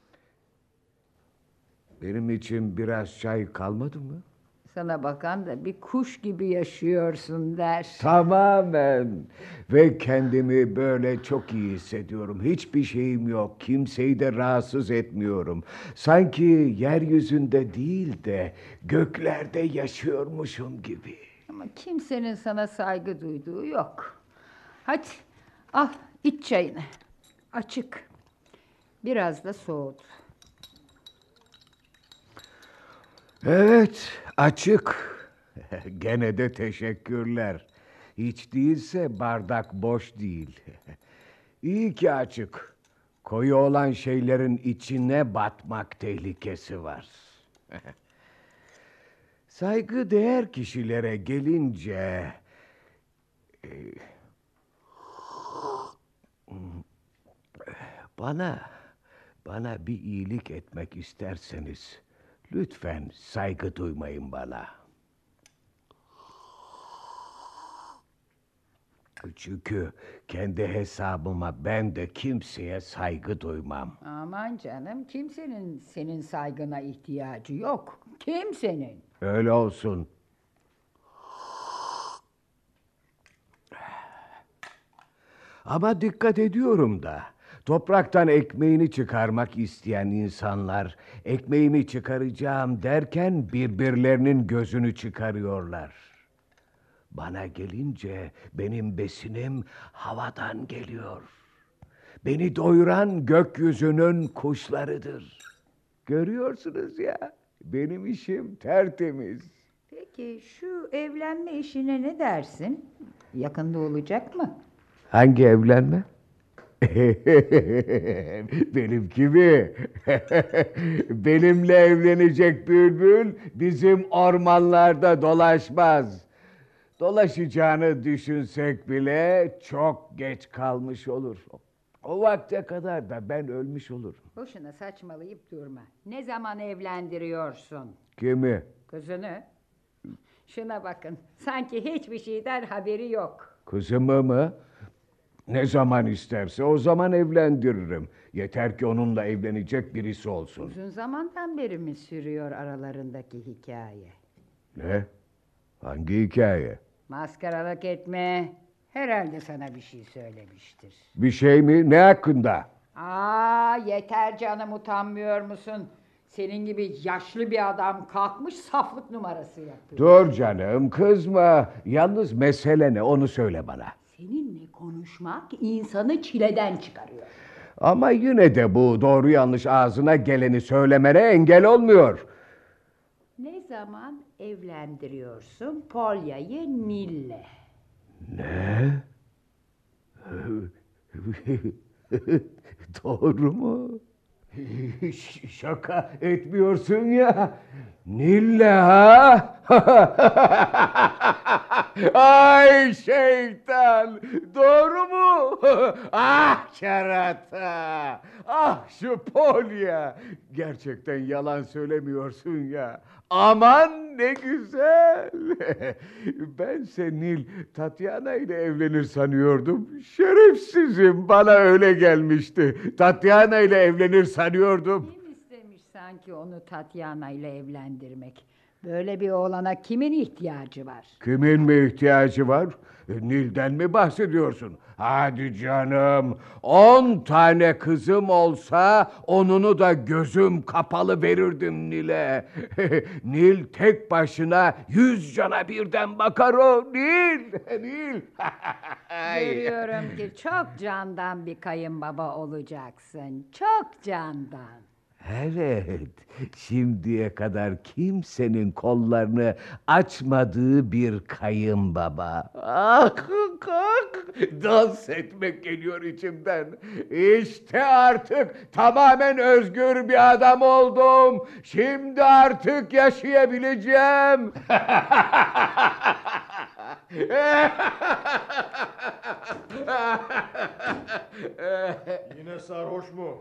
Benim için biraz çay kalmadı mı? Sana bakan da bir kuş gibi yaşıyorsun der. Tamamen. Ve kendimi böyle çok iyi hissediyorum. Hiçbir şeyim yok. Kimseyi de rahatsız etmiyorum. Sanki yeryüzünde değil de göklerde yaşıyormuşum gibi. Ama kimsenin sana saygı duyduğu yok. Hadi al iç çayını. Açık. Biraz da soğudu. Evet, açık. Gene de teşekkürler. Hiç değilse bardak boş değil. İyi ki açık. Koyu olan şeylerin içine batmak tehlikesi var. Saygı değer kişilere gelince... e, Bana, bana bir iyilik etmek isterseniz... Lütfen saygı duymayın bana. Çünkü kendi hesabıma ben de kimseye saygı duymam. Aman canım kimsenin senin saygına ihtiyacı yok. Kimsenin. Öyle olsun. Ama dikkat ediyorum da. Topraktan ekmeğini çıkarmak isteyen insanlar ekmeğimi çıkaracağım derken birbirlerinin gözünü çıkarıyorlar. Bana gelince benim besinim havadan geliyor. Beni doyuran gökyüzünün kuşlarıdır. Görüyorsunuz ya, benim işim tertemiz. Peki şu evlenme işine ne dersin? Yakında olacak mı? Hangi evlenme? Benimki mi? Benimle evlenecek bülbül bizim ormanlarda dolaşmaz. Dolaşacağını düşünsek bile çok geç kalmış olur. O vakte kadar da ben ölmüş olurum. Boşuna saçmalayıp durma. Ne zaman evlendiriyorsun? Kimi? Kızını. Şuna bakın. Sanki hiçbir şeyden haberi yok. Kızımı mı? Ne zaman isterse o zaman evlendiririm. Yeter ki onunla evlenecek birisi olsun. Uzun zamandan beri mi sürüyor aralarındaki hikaye? Ne? Hangi hikaye? Maskaralık etme. Herhalde sana bir şey söylemiştir. Bir şey mi? Ne hakkında? Aa, yeter canım utanmıyor musun? Senin gibi yaşlı bir adam kalkmış saflık numarası yapıyor. Dur canım kızma. Yalnız mesele ne onu söyle bana. Seninle konuşmak insanı çileden çıkarıyor. Ama yine de bu doğru yanlış ağzına geleni söylemene engel olmuyor. Ne zaman evlendiriyorsun Polya'yı Nil'le? Ne? Doğru mu? Ş- Şaka etmiyorsun ya. Nil'le ha? Ay şeytan! Doğru mu? Ah kerata! Ah şu Polya! Gerçekten yalan söylemiyorsun ya. Aman ne güzel! Bense Nil Tatyana ile evlenir sanıyordum. Şerefsizim, bana öyle gelmişti. Tatyana ile evlenir sanıyordum. Kim istemiş sanki onu Tatyana ile evlendirmek? Böyle bir oğlana kimin ihtiyacı var? Kimin mi ihtiyacı var? Nil'den mi bahsediyorsun? Hadi canım. On tane kızım olsa onunu da gözüm kapalı verirdim Nil'e. Nil tek başına yüz cana birden bakar o. Nil, Nil. Görüyorum ki çok candan bir kayınbaba olacaksın. Çok candan. Evet, şimdiye kadar kimsenin kollarını açmadığı bir kayınbaba. Ah, ah, dans etmek geliyor içimden. İşte artık tamamen özgür bir adam oldum. Şimdi artık yaşayabileceğim. Yine sarhoş mu?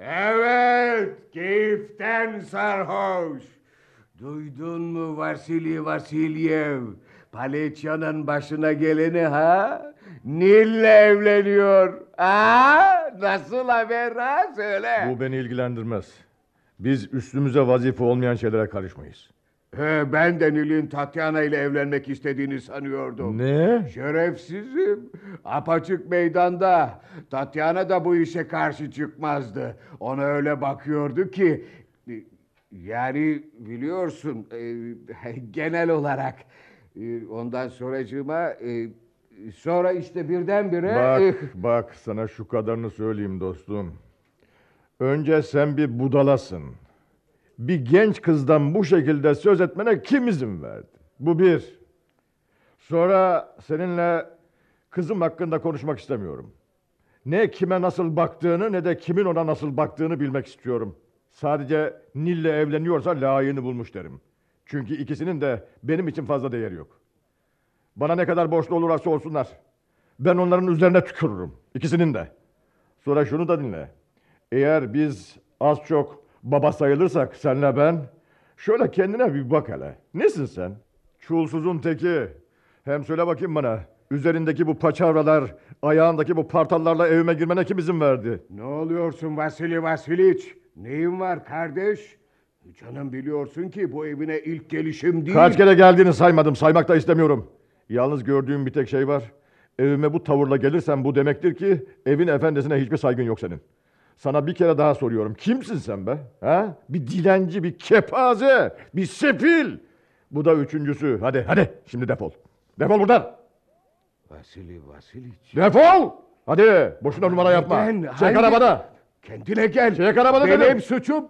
Evet, keyiften sarhoş. Duydun mu Vasili Vasilyev? Paletya'nın başına geleni ha? Nil'le evleniyor. Ha? Nasıl haber ha? Söyle. Bu beni ilgilendirmez. Biz üstümüze vazife olmayan şeylere karışmayız. He, ben de Nil'in Tatyana ile evlenmek istediğini sanıyordum. Ne? Şerefsizim. Apaçık meydanda. Tatyana da bu işe karşı çıkmazdı. Ona öyle bakıyordu ki... Yani biliyorsun e, genel olarak e, ondan sonracığıma e, sonra işte birdenbire... Bak bak sana şu kadarını söyleyeyim dostum. Önce sen bir budalasın. Bir genç kızdan bu şekilde söz etmene kim izin verdi? Bu bir. Sonra seninle kızım hakkında konuşmak istemiyorum. Ne kime nasıl baktığını ne de kimin ona nasıl baktığını bilmek istiyorum. Sadece Nil'le evleniyorsa layığını bulmuş derim. Çünkü ikisinin de benim için fazla değeri yok. Bana ne kadar borçlu olurlarsa olsunlar. Ben onların üzerine tükürürüm. İkisinin de. Sonra şunu da dinle. Eğer biz az çok baba sayılırsak senle ben, şöyle kendine bir bak hele. Nesin sen? Çulsuzun teki. Hem söyle bakayım bana, üzerindeki bu paçavralar, ayağındaki bu partallarla evime girmene kim izin verdi? Ne oluyorsun Vasili Vasiliç? Neyin var kardeş? Canım biliyorsun ki bu evine ilk gelişim değil. Kaç kere geldiğini saymadım, saymak da istemiyorum. Yalnız gördüğüm bir tek şey var. Evime bu tavırla gelirsen bu demektir ki evin efendisine hiçbir saygın yok senin. Sana bir kere daha soruyorum. Kimsin sen be? Ha? Bir dilenci, bir kepaze, bir sefil. Bu da üçüncüsü. Hadi, hadi. Şimdi defol. Defol buradan. Vasili Vasiliç. Defol! Hadi. Boşuna numara yapma. Neden? Çek Hangi- arabada. Kendine gel. Çek arabada Benim dedim. suçum.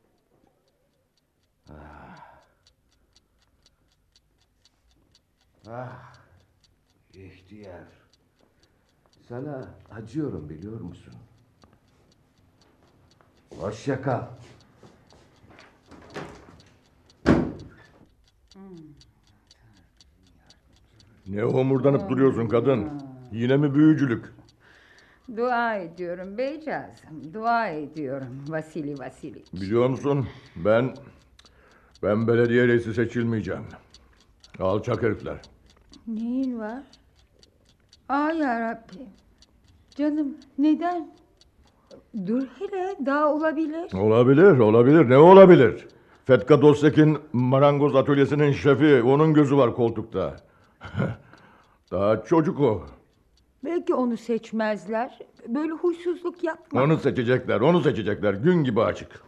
Ah, ihtiyar. Sana acıyorum biliyor musun? Hoşça kal. Ne homurdanıp duruyorsun kadın? Yine mi büyücülük? Dua ediyorum beycazım. Dua ediyorum Vasili Vasiliç. Biliyor musun? Ben... Ben belediye reisi seçilmeyeceğim. Alçak herifler. Neyin var? Aa yarabbim. Canım neden? Dur hele daha olabilir. Olabilir, olabilir. Ne olabilir? Fetka Dostek'in marangoz atölyesinin şefi. Onun gözü var koltukta. Daha çocuk o. Belki onu seçmezler. Böyle huysuzluk yapma. Onu seçecekler, onu seçecekler. Gün gibi açık.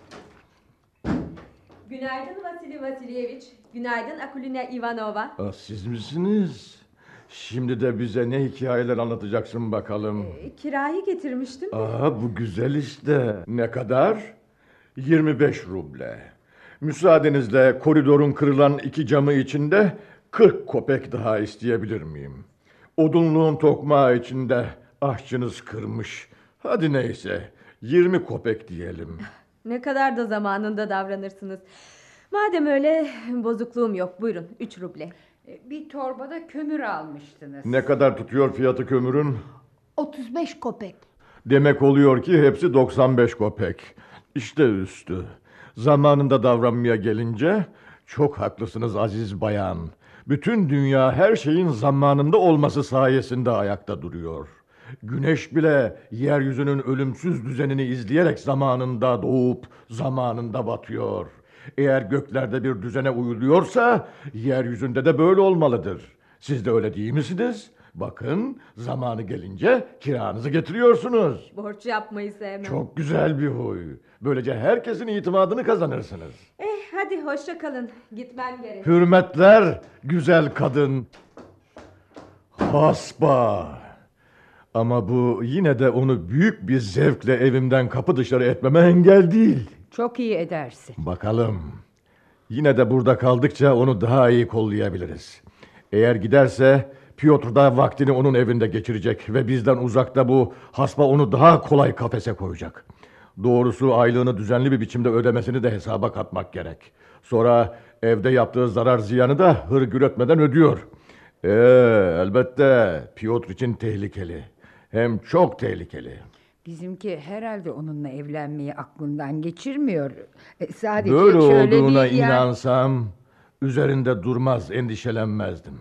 Günaydın Vasili Vasilyeviç. Günaydın Akulina Ivanova. Aa, siz misiniz? Şimdi de bize ne hikayeler anlatacaksın bakalım. E, kirayı getirmiştim. Aa, bu güzel işte. Ne kadar? yirmi beş ruble. Müsaadenizle koridorun kırılan iki camı içinde kırk kopek daha isteyebilir miyim? Odunluğun tokmağı içinde aşçınız kırmış. Hadi neyse, yirmi kopek diyelim. Ne kadar da zamanında davranırsınız. Madem öyle bozukluğum yok. Buyurun üç ruble. Bir torbada kömür almıştınız. Ne kadar tutuyor fiyatı kömürün? otuz beş kopek. Demek oluyor ki hepsi doksan beş kopek. İşte üstü. Zamanında davranmaya gelince çok haklısınız aziz bayan. Bütün dünya her şeyin zamanında olması sayesinde ayakta duruyor. Güneş bile yeryüzünün ölümsüz düzenini izleyerek zamanında doğup zamanında batıyor. Eğer göklerde bir düzene uyuluyorsa yeryüzünde de böyle olmalıdır. Siz de öyle değil misiniz? Bakın zamanı gelince kiranızı getiriyorsunuz. Borç yapmayı sevmem. Çok güzel bir huy. Böylece herkesin itimadını kazanırsınız. Eh hadi hoşça kalın. Gitmem gerek. Hürmetler güzel kadın. Hasba. Ama bu yine de onu büyük bir zevkle evimden kapı dışarı etmeme engel değil. Çok iyi edersin. Bakalım. Yine de burada kaldıkça onu daha iyi kollayabiliriz. Eğer giderse Piotr da vaktini onun evinde geçirecek ve bizden uzakta bu hasba onu daha kolay kafese koyacak. Doğrusu aylığını düzenli bir biçimde ödemesini de hesaba katmak gerek. Sonra evde yaptığı zarar ziyanı da hırgür etmeden ödüyor. Ee, elbette Piotr için tehlikeli. Hem çok tehlikeli. Bizimki herhalde onunla evlenmeyi aklından geçirmiyor. E, sadece Böyle şöyle olduğuna bir yani... inansam üzerinde durmaz, endişelenmezdim.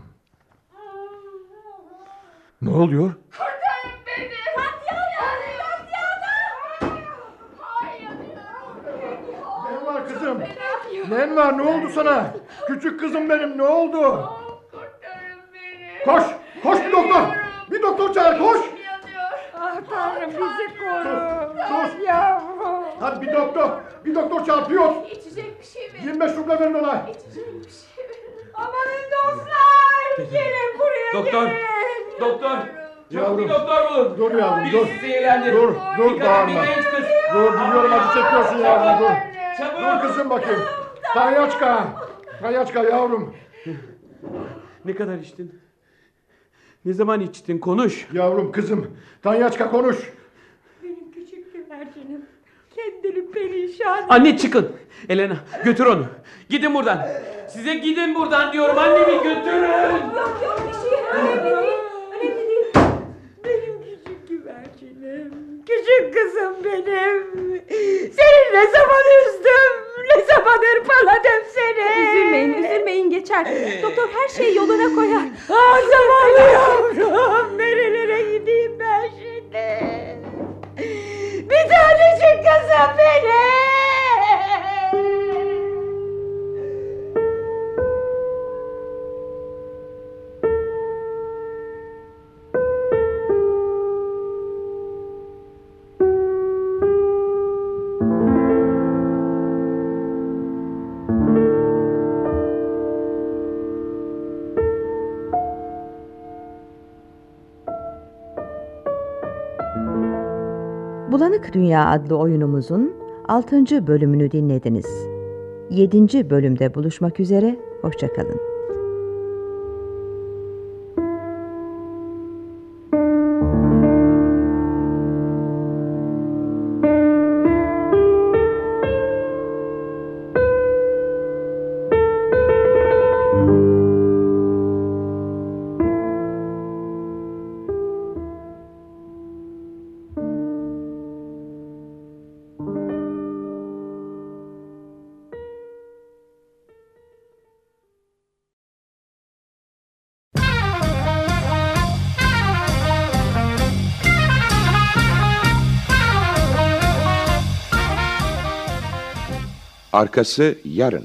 Ne oluyor? Kurtarın beni. Ne var kızım? Ne var? Ne oldu sana? Küçük kızım benim, ne oldu? Koş! Koş bir doktor! Bir doktor çağır, koş! Ah Tanrım bizi koru. Sus! Yavrum. Hadi bir doktor! Bir doktor çağır, Piotr! İçecek bir şey mi? yirmi beş ruble verin ona! İçecek bir şey mi? Amanın dostlar. Gelin buraya Doktor! gelin. Doktor! Yavrum, Bir doktor bulun. dur yavrum, Biri dur. sizi eğlendir. Dur, dur, Bir kadın, bağırma. bir genç kız. Dur, biliyorum acı çekiyorsun yavrum, dur. Çabuk. Dur kızım bakayım. Tanyaçka! Tanyaçka yavrum. Ne kadar içtin? Ne zaman içtin? Konuş. Yavrum, kızım. Tanyaçka konuş. Benim küçük güvercinim. Kendini perişan. Anne çıkın. Elena götür onu. Gidin buradan. Size gidin buradan diyorum. Annemi götürün. Yok yok bir şey. Önemli değil. Önemli değil. Benim küçük güvercinim. Küçük kızım benim. Seni ne zaman üzdüm. Ne zaman hırpaladım seni. Üzülmeyin üzülmeyin geçer. Doktor her şeyi yoluna koyar. Ah zavallı yavrum. Nerelere gideyim ben şimdi. Bir tanecik kızım benim. Bulanık Dünya adlı oyunumuzun altıncı bölümünü dinlediniz. yedinci bölümde buluşmak üzere, hoşça kalın. Arkası yarın.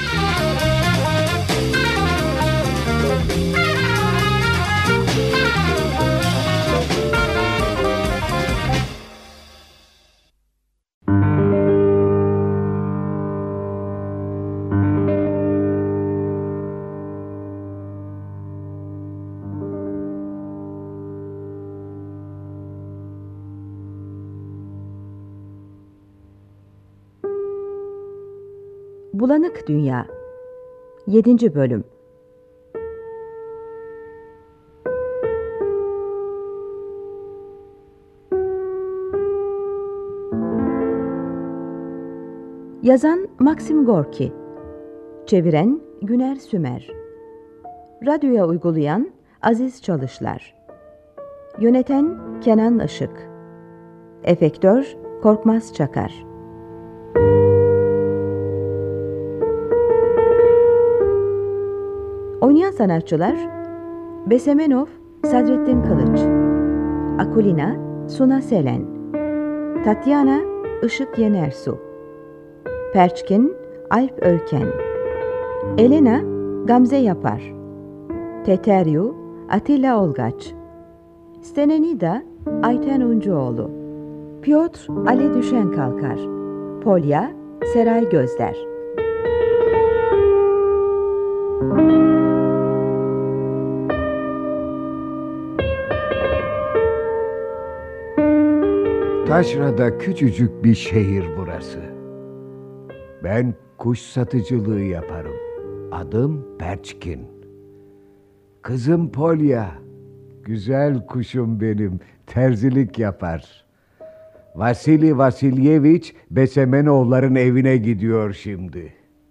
Bulanık Dünya yedinci bölüm. Yazan Maxim Gorki, çeviren Güner Sümer, radyoya uygulayan Aziz Çalışlar, yöneten Kenan Işık, efektör Korkmaz Çakar. Oynayan sanatçılar: Besemenov, Sadrettin Kılıç, Akulina, Suna Selen, Tatyana, Işık Yenersu, Perçkin, Alp Öyken, Elena, Gamze Yapar, Teteryu, Atilla Olgaç, Stenenida Ayten Uncuoğlu, Piotr Ali Düşenkalkar, Polya Seray Gözler. Taşra'da küçücük bir şehir burası. Ben kuş satıcılığı yaparım. Adım Perçkin. Kızım Polya. Güzel kuşum benim. Terzilik yapar. Vasili Vasilyeviç Besemenoğulların evine gidiyor şimdi.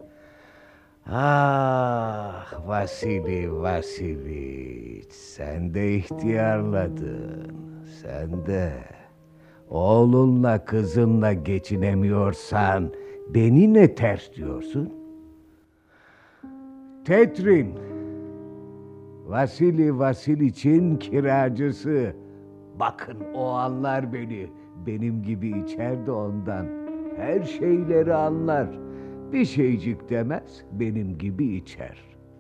Ah Vasili Vasiliç, sen de ihtiyarladın. Sen de. Oğlunla kızınla geçinemiyorsan beni ne ters diyorsun? Tetrin, Vasili Vasiliç'in kiracısı. Bakın o anlar beni. Benim gibi içer de ondan. Her şeyleri anlar. Bir şeycik demez, benim gibi içer.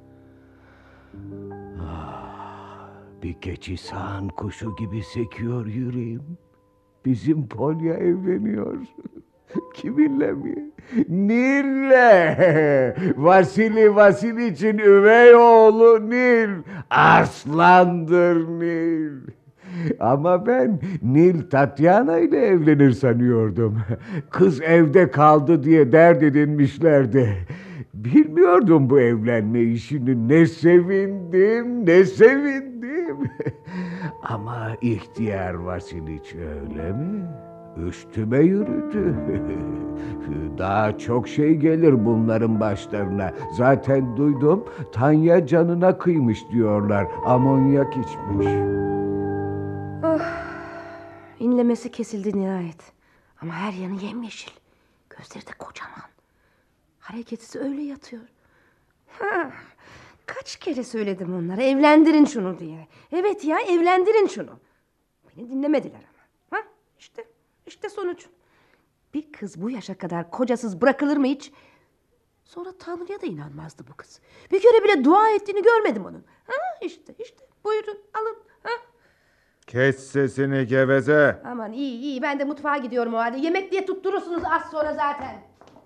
Ah, bir keçi sağan kuşu gibi sekiyor yüreğim. Bizim Polya evleniyor. Kiminle mi? Nil'le. Vasili Vasiliç'in üvey oğlu Nil. Arslandır Nil. Ama ben Nil Tatyana ile evlenir sanıyordum. Kız evde kaldı diye dert edinmişlerdi. Bilmiyordum bu evlenme işini. Ne sevindim, ne sevindim. Ama ihtiyar Vasiliç öyle mi? Üstüme yürüdü. Daha çok şey gelir bunların başlarına. Zaten duydum, Tanya canına kıymış diyorlar. Amonyak içmiş. Oh, inlemesi kesildi nihayet. Ama her yanı yemyeşil. Gözleri de kocaman. Hareketsiz öyle yatıyor. Ha, kaç kere söyledim onlara evlendirin şunu diye. Evet ya, evlendirin şunu. Beni dinlemediler ama. Ha, işte, işte sonuç. Bir kız bu yaşa kadar kocasız bırakılır mı hiç? Sonra Tanrı'ya da inanmazdı bu kız. Bir kere bile dua ettiğini görmedim onun. Ha, işte, işte. Buyurun, alın. Ha. Kes sesini geveze. Aman iyi iyi, ben de mutfağa gidiyorum o halde. Yemek diye tutturursunuz az sonra zaten.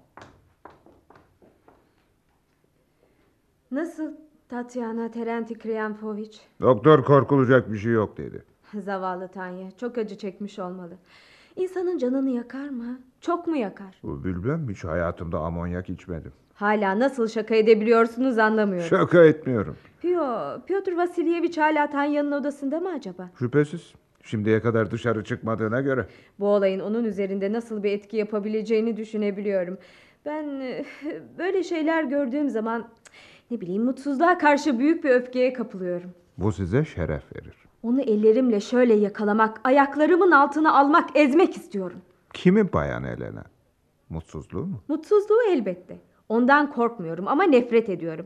Nasıl Tatyana Terenti Kriamfoviç? Doktor korkulacak bir şey yok dedi. Zavallı Tanya çok acı çekmiş olmalı. İnsanın canını yakar mı? Çok mu yakar? Bilmem, hiç hayatımda amonyak içmedim. Hala nasıl şaka edebiliyorsunuz anlamıyorum. Şaka etmiyorum. Pio, Piotr Vasilyeviç hala Tanya'nın odasında mı acaba? Şüphesiz. Şimdiye kadar dışarı çıkmadığına göre. Bu olayın onun üzerinde nasıl bir etki yapabileceğini düşünebiliyorum. Ben böyle şeyler gördüğüm zaman ne bileyim mutsuzluğa karşı büyük bir öfkeye kapılıyorum. Bu size şeref verir. Onu ellerimle şöyle yakalamak, ayaklarımın altına almak, ezmek istiyorum. Kimi Bayan Elena? Mutsuzluğu mu? Mutsuzluğu elbette. Ondan korkmuyorum ama nefret ediyorum.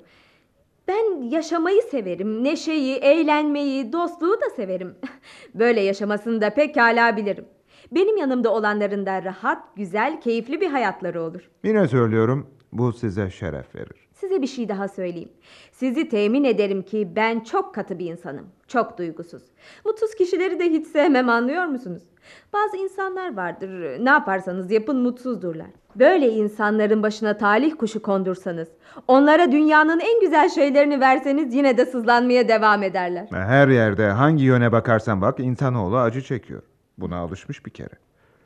Ben yaşamayı severim, neşeyi, eğlenmeyi, dostluğu da severim. Böyle yaşamasını da pekala bilirim. Benim yanımda olanların da rahat, güzel, keyifli bir hayatları olur. Yine söylüyorum, bu size şeref verir. Size bir şey daha söyleyeyim. Sizi temin ederim ki ben çok katı bir insanım. Çok duygusuz. Mutsuz kişileri de hiç sevmem, anlıyor musunuz? Bazı insanlar vardır, ne yaparsanız yapın mutsuzdurlar. Böyle insanların başına talih kuşu kondursanız, onlara dünyanın en güzel şeylerini verseniz yine de sızlanmaya devam ederler. Her yerde hangi yöne bakarsan bak insanoğlu acı çekiyor. Buna alışmış bir kere.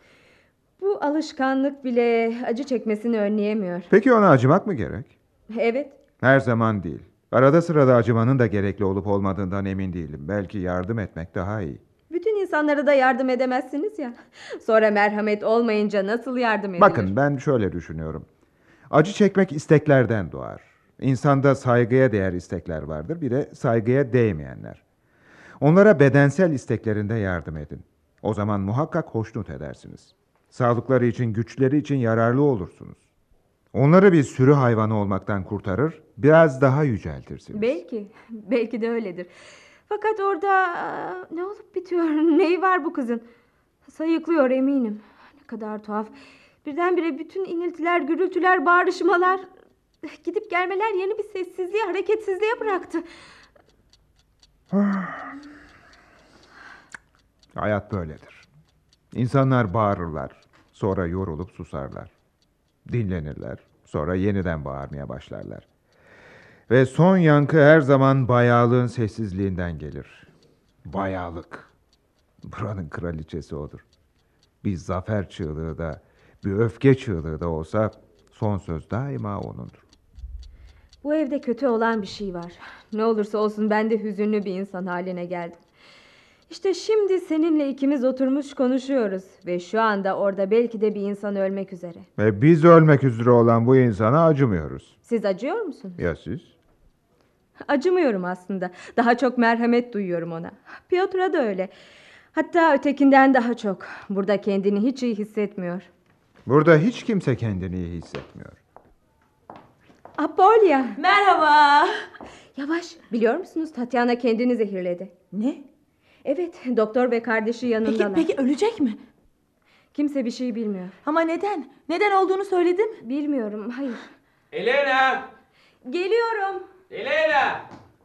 Bu alışkanlık bile acı çekmesini önleyemiyor. Peki ona acımak mı gerek? Evet. Her zaman değil. Arada sırada acımanın da gerekli olup olmadığından emin değilim. Belki yardım etmek daha iyi. Bütün insanlara da yardım edemezsiniz ya. Sonra merhamet olmayınca nasıl yardım edilir? Bakın ben şöyle düşünüyorum. Acı çekmek isteklerden doğar. İnsanda saygıya değer istekler vardır. Bir de saygıya değmeyenler. Onlara bedensel isteklerinde yardım edin. O zaman muhakkak hoşnut edersiniz. Sağlıkları için, güçleri için yararlı olursunuz. Onları bir sürü hayvanı olmaktan kurtarır, biraz daha yüceltirsiniz. Belki, belki de öyledir. Fakat orada ne olup bitiyor? Neyi var bu kızın? Sayıklıyor eminim. Ne kadar tuhaf. Birdenbire bütün iniltiler, gürültüler, bağırışmalar, gidip gelmeler yeni bir sessizliğe, hareketsizliğe bıraktı. Hayat böyledir. İnsanlar bağırırlar, sonra yorulup susarlar. Dinlenirler, sonra yeniden bağırmaya başlarlar. Ve son yankı her zaman bayağılığın sessizliğinden gelir. Bayağılık. Buranın kraliçesi odur. Bir zafer çığlığı da, bir öfke çığlığı da olsa son söz daima onundur. Bu evde kötü olan bir şey var. Ne olursa olsun ben de hüzünlü bir insan haline geldim. İşte şimdi seninle ikimiz oturmuş konuşuyoruz. Ve şu anda orada belki de bir insan ölmek üzere. Ve biz ölmek üzere olan bu insana acımıyoruz. Siz acıyor musunuz? Ya siz? Acımıyorum aslında. Daha çok merhamet duyuyorum ona. Piotr'a da öyle. Hatta ötekinden daha çok. Burada kendini hiç iyi hissetmiyor. Burada hiç kimse kendini iyi hissetmiyor. Apolya. Merhaba. Yavaş. Biliyor musunuz Tatyana kendini zehirledi. Ne? Evet, doktor ve kardeşi yanındalar. Peki, peki ölecek mi? Kimse bir şey bilmiyor. Ama neden? Neden olduğunu söyledim. Bilmiyorum, hayır. Elena! Geliyorum. Elena!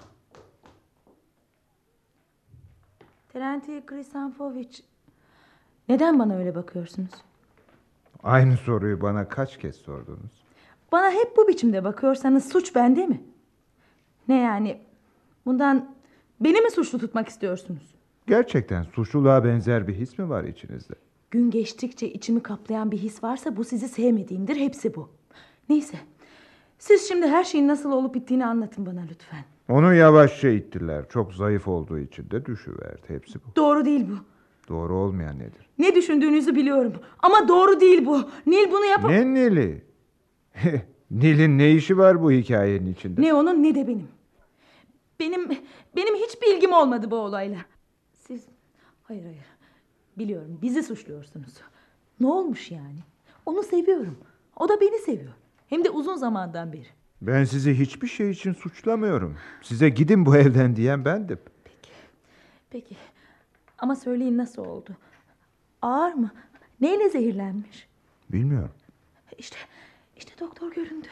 Terenti Kristanfoviç, neden bana öyle bakıyorsunuz? Aynı soruyu bana kaç kez sordunuz? Bana hep bu biçimde bakıyorsanız suç bende mi? Ne yani? Bundan beni mi suçlu tutmak istiyorsunuz? Gerçekten suçluluğa benzer bir his mi var içinizde? Gün geçtikçe içimi kaplayan bir his varsa bu sizi sevmediğimdir, hepsi bu. Neyse, siz şimdi her şeyin nasıl olup bittiğini anlatın bana lütfen. Onu yavaşça ittiler. Çok zayıf olduğu için de düşüverdi. Hepsi bu. Doğru değil bu. Doğru olmayan nedir? Ne düşündüğünüzü biliyorum ama doğru değil bu. Nil bunu yapam... Ne Nil'i? Nil'in ne işi var bu hikayenin içinde? Ne onun ne de benim. Benim benim hiçbir ilgim olmadı bu olayla. Siz hayır hayır. Biliyorum bizi suçluyorsunuz. Ne olmuş yani? Onu seviyorum. O da beni seviyor. Hem de uzun zamandan beri. Ben sizi hiçbir şey için suçlamıyorum. Size gidin bu evden diyen bendim. Peki. Peki. Ama söyleyin nasıl oldu? Ağır mı? Neyle zehirlenmiş? Bilmiyorum. İşte işte doktor göründü.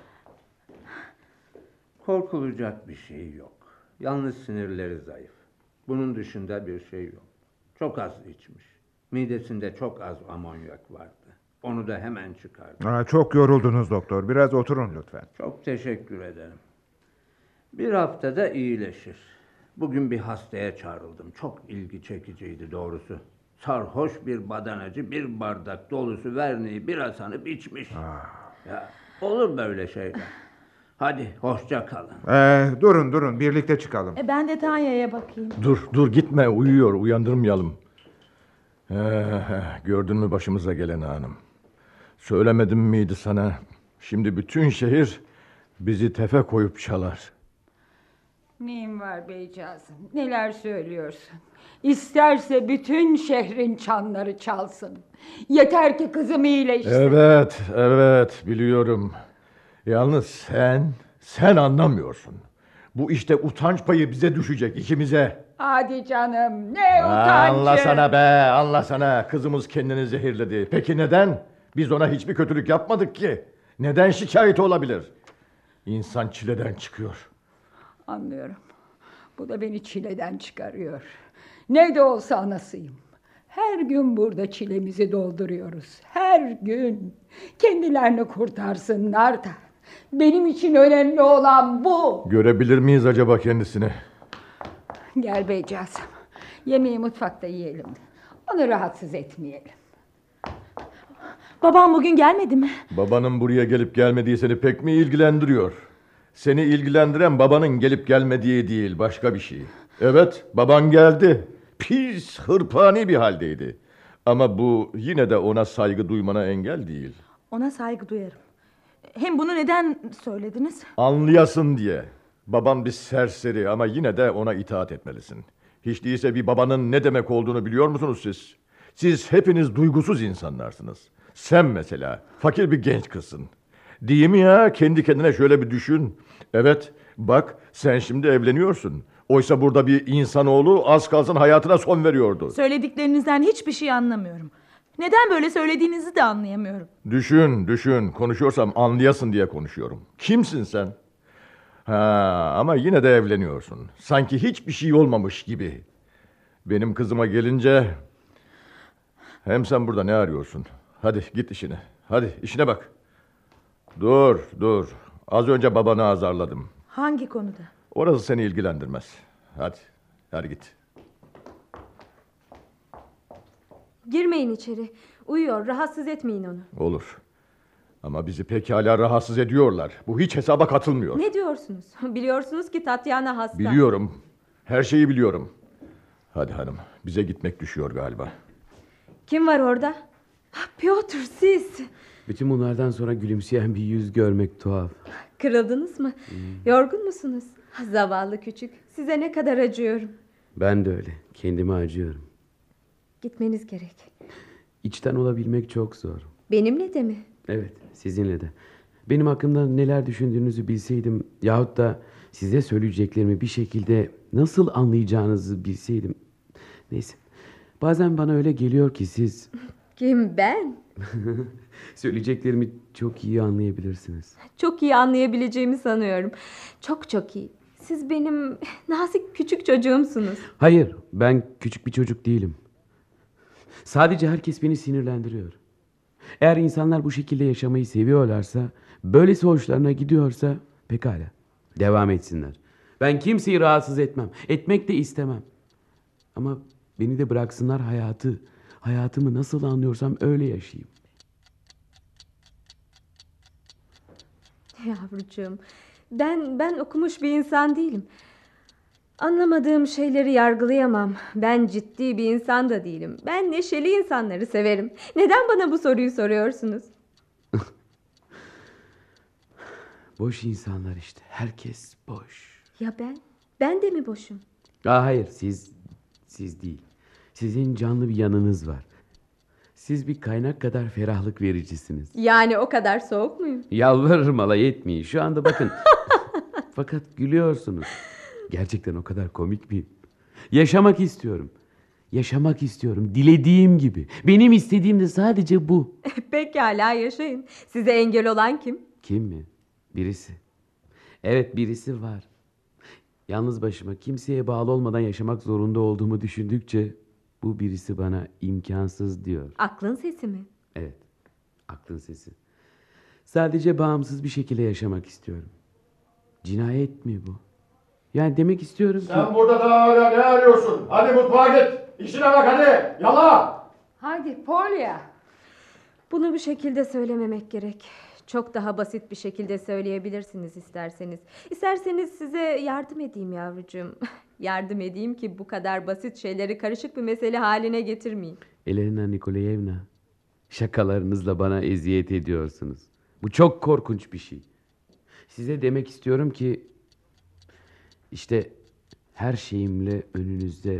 Korkulacak bir şey yok. Yalnız sinirleri zayıf. Bunun dışında bir şey yok. Çok az içmiş. Midesinde çok az amonyak vardı. Onu da hemen çıkardı. Aa, çok yoruldunuz doktor. Biraz oturun lütfen. Çok teşekkür ederim. Bir haftada iyileşir. Bugün bir hastaya çağrıldım. Çok ilgi çekiciydi doğrusu. Sarhoş bir badanacı bir bardak dolusu verniği biraz hanıp içmiş. Ya, olur böyle şeyler. Hadi hoşça kalın. Ee, durun durun birlikte çıkalım. E ben de Tanya'ya bakayım. Dur dur gitme, uyuyor, uyandırmayalım. Ee, gördün mü başımıza gelen hanım? Söylemedim miydi sana? Şimdi bütün şehir bizi tefe koyup çalar. Neyin var beycazım? Neler söylüyorsun? İsterse bütün şehrin çanları çalsın. Yeter ki kızım iyileşsin. Evet, evet biliyorum. Yalnız sen, sen anlamıyorsun. Bu işte utanç payı bize düşecek, ikimize. Hadi canım, ne utancı. Anlasana be, anlasana. Kızımız kendini zehirledi. Peki neden? Biz ona hiçbir kötülük yapmadık ki. Neden şikayet olabilir? İnsan çileden çıkıyor. Anlıyorum. Bu da beni çileden çıkarıyor. Ne de olsa anasıyım. Her gün burada çilemizi dolduruyoruz. Her gün. Kendilerini kurtarsınlar da. Benim için önemli olan bu. Görebilir miyiz acaba kendisini? Gel beycazım. Yemeği mutfakta yiyelim. Onu rahatsız etmeyelim. Babam bugün gelmedi mi? Babanın buraya gelip gelmediği seni pek mi ilgilendiriyor? Seni ilgilendiren babanın gelip gelmediği değil, başka bir şey. Evet, baban geldi. Pis, hırpani bir haldeydi. Ama bu yine de ona saygı duymana engel değil. Ona saygı duyarım. Hem bunu neden söylediniz? Anlayasın diye. Baban bir serseri ama yine de ona itaat etmelisin. Hiç değilse bir babanın ne demek olduğunu biliyor musunuz siz? Siz hepiniz duygusuz insanlarsınız. Sen mesela fakir bir genç kızsın. Değil mi ya? Kendi kendine şöyle bir düşün. Evet, bak sen şimdi evleniyorsun. Oysa burada bir insanoğlu az kalsın hayatına son veriyordu. Söylediklerinizden hiçbir şey anlamıyorum. Neden böyle söylediğinizi de anlayamıyorum. Düşün, düşün. Konuşuyorsam anlayasın diye konuşuyorum. Kimsin sen? Ha, ama yine de evleniyorsun. Sanki hiçbir şey olmamış gibi. Benim kızıma gelince... Hem sen burada ne arıyorsun? Hadi git işine. Hadi işine bak. Dur, dur. Az önce babanı azarladım. Hangi konuda? Orası seni ilgilendirmez. Hadi, hadi git. Girmeyin içeri. Uyuyor, rahatsız etmeyin onu. Olur. Ama bizi pekala rahatsız ediyorlar. Bu hiç hesaba katılmıyor. Ne diyorsunuz? Biliyorsunuz ki Tatyana hasta. Biliyorum. Her şeyi biliyorum. Hadi hanım, bize gitmek düşüyor galiba. Kim var orada? Ah, Piotr, siz. Bütün bunlardan sonra gülümseyen bir yüz görmek tuhaf. Kırıldınız mı? Hmm. Yorgun musunuz? Zavallı küçük. Size ne kadar acıyorum. Ben de öyle. Kendime acıyorum. Gitmeniz gerek. İçten olabilmek çok zor. Benimle de mi? Evet, sizinle de. Benim hakkımda neler düşündüğünüzü bilseydim yahut da size söyleyeceklerimi bir şekilde nasıl anlayacağınızı bilseydim. Neyse. Bazen bana öyle geliyor ki siz... Kim, ben? Söyleyeceklerimi çok iyi anlayabilirsiniz. Çok iyi anlayabileceğimi sanıyorum. Çok çok iyi. Siz benim nazik küçük çocuğumsunuz. Hayır, ben küçük bir çocuk değilim. Sadece herkes beni sinirlendiriyor. Eğer insanlar bu şekilde yaşamayı seviyorlarsa, böylesi hoşlarına gidiyorsa pekala. Devam etsinler. Ben kimseyi rahatsız etmem. Etmek de istemem. Ama beni de bıraksınlar hayatı. Hayatımı nasıl anlıyorsam öyle yaşayayım. Yavrucuğum, ben ben okumuş bir insan değilim. Anlamadığım şeyleri yargılayamam. Ben ciddi bir insan da değilim. Ben neşeli insanları severim. Neden bana bu soruyu soruyorsunuz? Boş insanlar işte. Herkes boş. Ya ben? Ben de mi boşum? Aa, hayır, siz siz değil. Sizin canlı bir yanınız var. Siz bir kaynak kadar ferahlık vericisiniz. Yani o kadar soğuk muyum? Yalvarırım, alay etmeyin. Şu anda bakın. Fakat gülüyorsunuz. Gerçekten o kadar komik miyim? Yaşamak istiyorum. Yaşamak istiyorum. Dilediğim gibi. Benim istediğim de sadece bu. Pekala, yaşayın. Size engel olan kim? Kim mi? Birisi. Evet, birisi var. Yalnız başıma kimseye bağlı olmadan yaşamak zorunda olduğumu düşündükçe bu birisi bana imkansız diyor. Aklın sesi mi? Evet. Aklın sesi. Sadece bağımsız bir şekilde yaşamak istiyorum. Cinayet mi bu? Yani demek istiyorum ki... Sen burada da hala ne arıyorsun? Hadi mutfağa git. İşine bak hadi. Yala. Hadi Polya. Bunu bu şekilde söylememek gerek. Çok daha basit bir şekilde söyleyebilirsiniz isterseniz. İsterseniz size yardım edeyim yavrucuğum. Yardım edeyim ki bu kadar basit şeyleri karışık bir mesele haline getirmeyeyim. Elena Nikolayevna, şakalarınızla bana eziyet ediyorsunuz. Bu çok korkunç bir şey. Size demek istiyorum ki... işte her şeyimle önünüzde...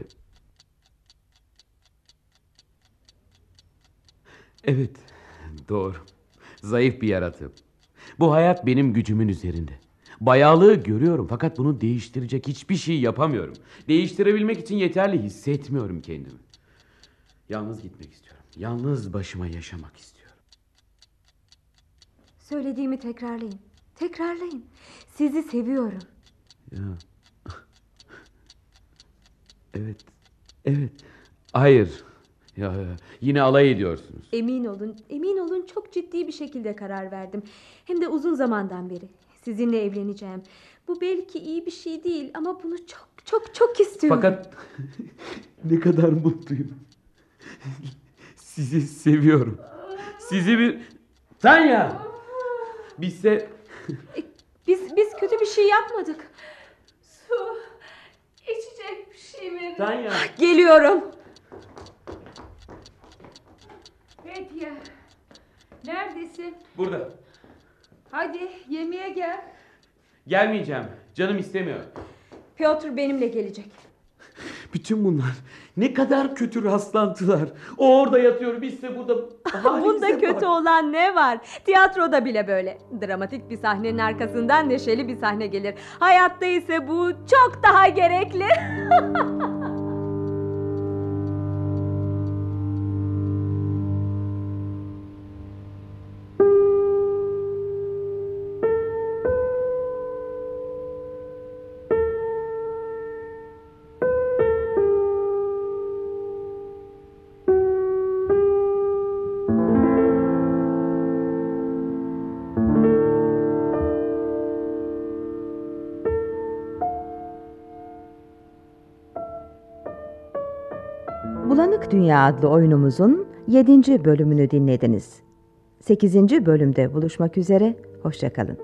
Evet, doğru. Zayıf bir yaratığım. Bu hayat benim gücümün üzerinde. Bayağılığı görüyorum fakat bunu değiştirecek hiçbir şey yapamıyorum. Değiştirebilmek için yeterli hissetmiyorum kendimi. Yalnız gitmek istiyorum. Yalnız başıma yaşamak istiyorum. Söylediğimi tekrarlayın. Tekrarlayın. Sizi seviyorum. Ya. Evet. Evet. Hayır. Ya, ya, yine alay ediyorsunuz. Emin olun, emin olun çok ciddi bir şekilde karar verdim. Hem de uzun zamandan beri. Sizinle evleneceğim. Bu belki iyi bir şey değil ama bunu çok çok çok istiyorum. Fakat ne kadar mutluyum. Sizi seviyorum. Sizi bir... Tanya! Bizse... Biz, biz kötü bir şey yapmadık. Su, içecek bir şey verin. Tanya! Geliyorum. Petya, neredesin? Burada. Hadi yemeğe gel. Gelmeyeceğim. Canım istemiyor. Piotr benimle gelecek. Bütün bunlar ne kadar kötü rastlantılar. O orada yatıyor, bizse burada... Bunda kötü olan ne var? Tiyatroda bile böyle. Dramatik bir sahnenin arkasından neşeli bir sahne gelir. Hayatta ise bu çok daha gerekli. Bulanık Dünya adlı oyunumuzun yedinci bölümünü dinlediniz. sekizinci bölümde buluşmak üzere, hoşça kalın.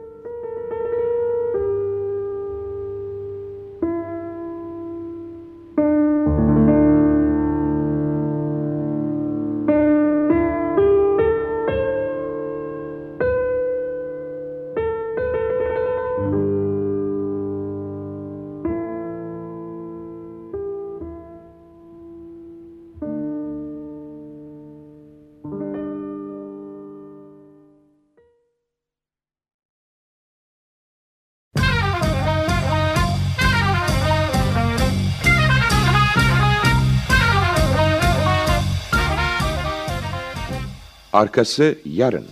Arkası yarın.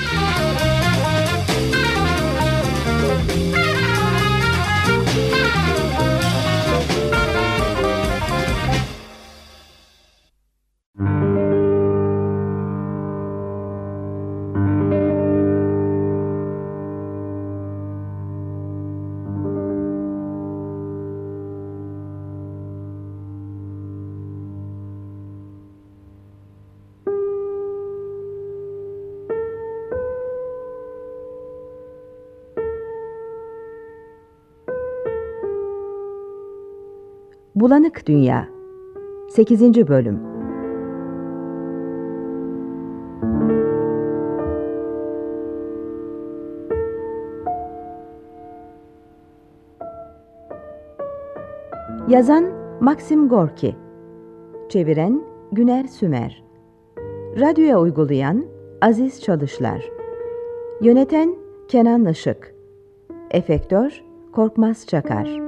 Bulanık Dünya sekizinci bölüm. Yazan Maxim Gorki, çeviren Güner Sümer, radyoya uygulayan Aziz Çalışlar, yöneten Kenan Işık, efektör Korkmaz Çakar.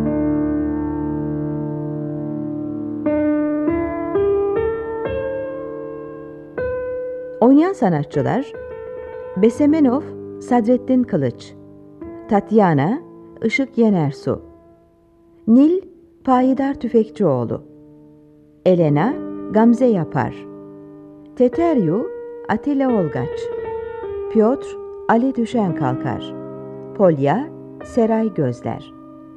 Oynayan sanatçılar: Besemenov Sadrettin Kılıç, Tatyana Işık Yenersu, Nil Payidar Tüfekçioğlu, Elena Gamze Yapar, Teteryu Atilla Olgaç, Piotr Ali Düşen Kalkar, Polya Seray Gözler.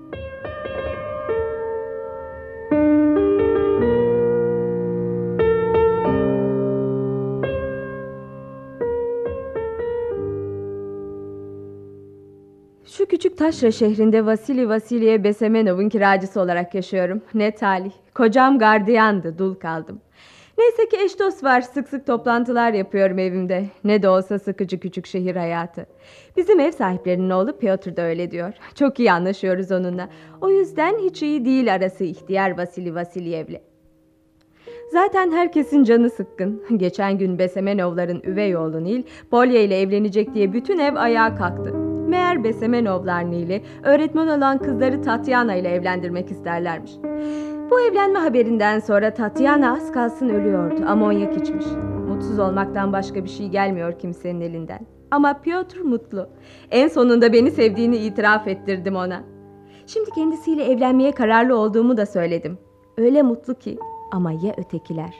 Şu küçük taşra şehrinde Vasili Vasiliye Besemenov'un kiracısı olarak yaşıyorum. Ne talih. Kocam gardiyandı, dul kaldım. Neyse ki eş dost var, sık sık toplantılar yapıyorum evimde. Ne de olsa sıkıcı küçük şehir hayatı. Bizim ev sahiplerinin oğlu Piotr da öyle diyor. Çok iyi anlaşıyoruz onunla. O yüzden hiç iyi değil arası ihtiyar Vasili Vasilyev'le. Zaten herkesin canı sıkkın. Geçen gün Besemenovların üvey oğlu Nil, Polya ile evlenecek diye bütün ev ayağa kalktı. Meğer Besemenovlar Nil'i öğretmen olan kızları Tatyana ile evlendirmek isterlermiş. Bu evlenme haberinden sonra Tatyana az kalsın ölüyordu. Amonyak içmiş. Mutsuz olmaktan başka bir şey gelmiyor kimsenin elinden. Ama Piotr mutlu. En sonunda beni sevdiğini itiraf ettirdim ona. Şimdi kendisiyle evlenmeye kararlı olduğumu da söyledim. Öyle mutlu ki. Ama ya ötekiler?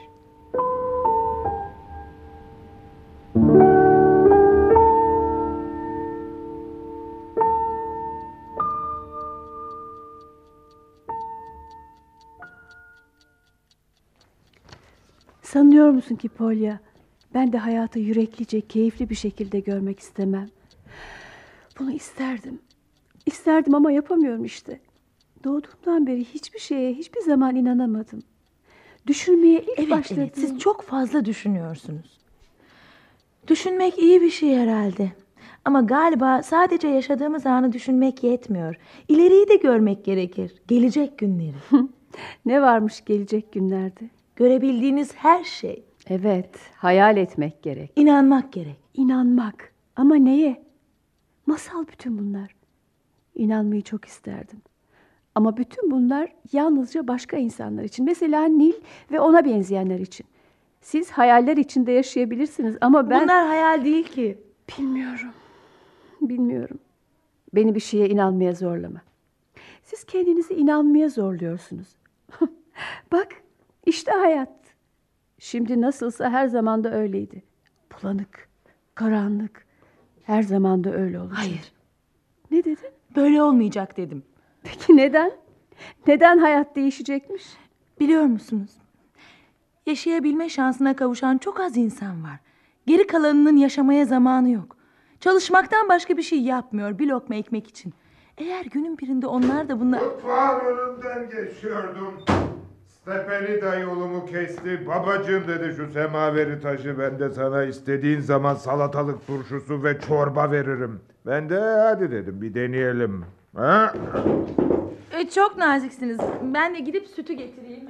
Sanıyor musun ki Polya, ben de hayatı yüreklice, keyifli bir şekilde görmek istemem. Bunu isterdim. İsterdim ama yapamıyorum işte. Doğduğumdan beri hiçbir şeye, hiçbir zaman inanamadım. Düşünmeye ilk evet, başladığım... Evet, siz çok fazla düşünüyorsunuz. Düşünmek iyi bir şey herhalde. Ama galiba sadece yaşadığımız anı düşünmek yetmiyor. İleriyi de görmek gerekir. Gelecek günleri. Ne varmış gelecek günlerde? Görebildiğiniz her şey. Evet, hayal etmek gerek. İnanmak gerek. İnanmak. Ama neye? Masal bütün bunlar. İnanmayı çok isterdim. Ama bütün bunlar yalnızca başka insanlar için. Mesela Nil ve ona benzeyenler için. Siz hayaller içinde yaşayabilirsiniz ama ben... Bunlar hayal değil ki. Bilmiyorum. Bilmiyorum. Beni bir şeye inanmaya zorlama. Siz kendinizi inanmaya zorluyorsunuz. Bak, işte hayat. Şimdi nasılsa her zaman da öyleydi. Bulanık, karanlık, Her zaman da öyle olacak. Hayır. Ne dedin? Böyle olmayacak dedim. Peki neden? Neden hayat değişecekmiş? Biliyor musunuz? Yaşayabilme şansına kavuşan çok az insan var. Geri kalanının yaşamaya zamanı yok. Çalışmaktan başka bir şey yapmıyor bir lokma ekmek için. Eğer günün birinde onlar da bunlar... Mutfağın önünden geçiyordum. Stepeni de yolumu kesti. Babacığım dedi, şu semaveri taşı, ben de sana istediğin zaman salatalık turşusu ve çorba veririm. Ben de hadi dedim, bir deneyelim. Ha? E, çok naziksiniz. Ben de gidip sütü getireyim.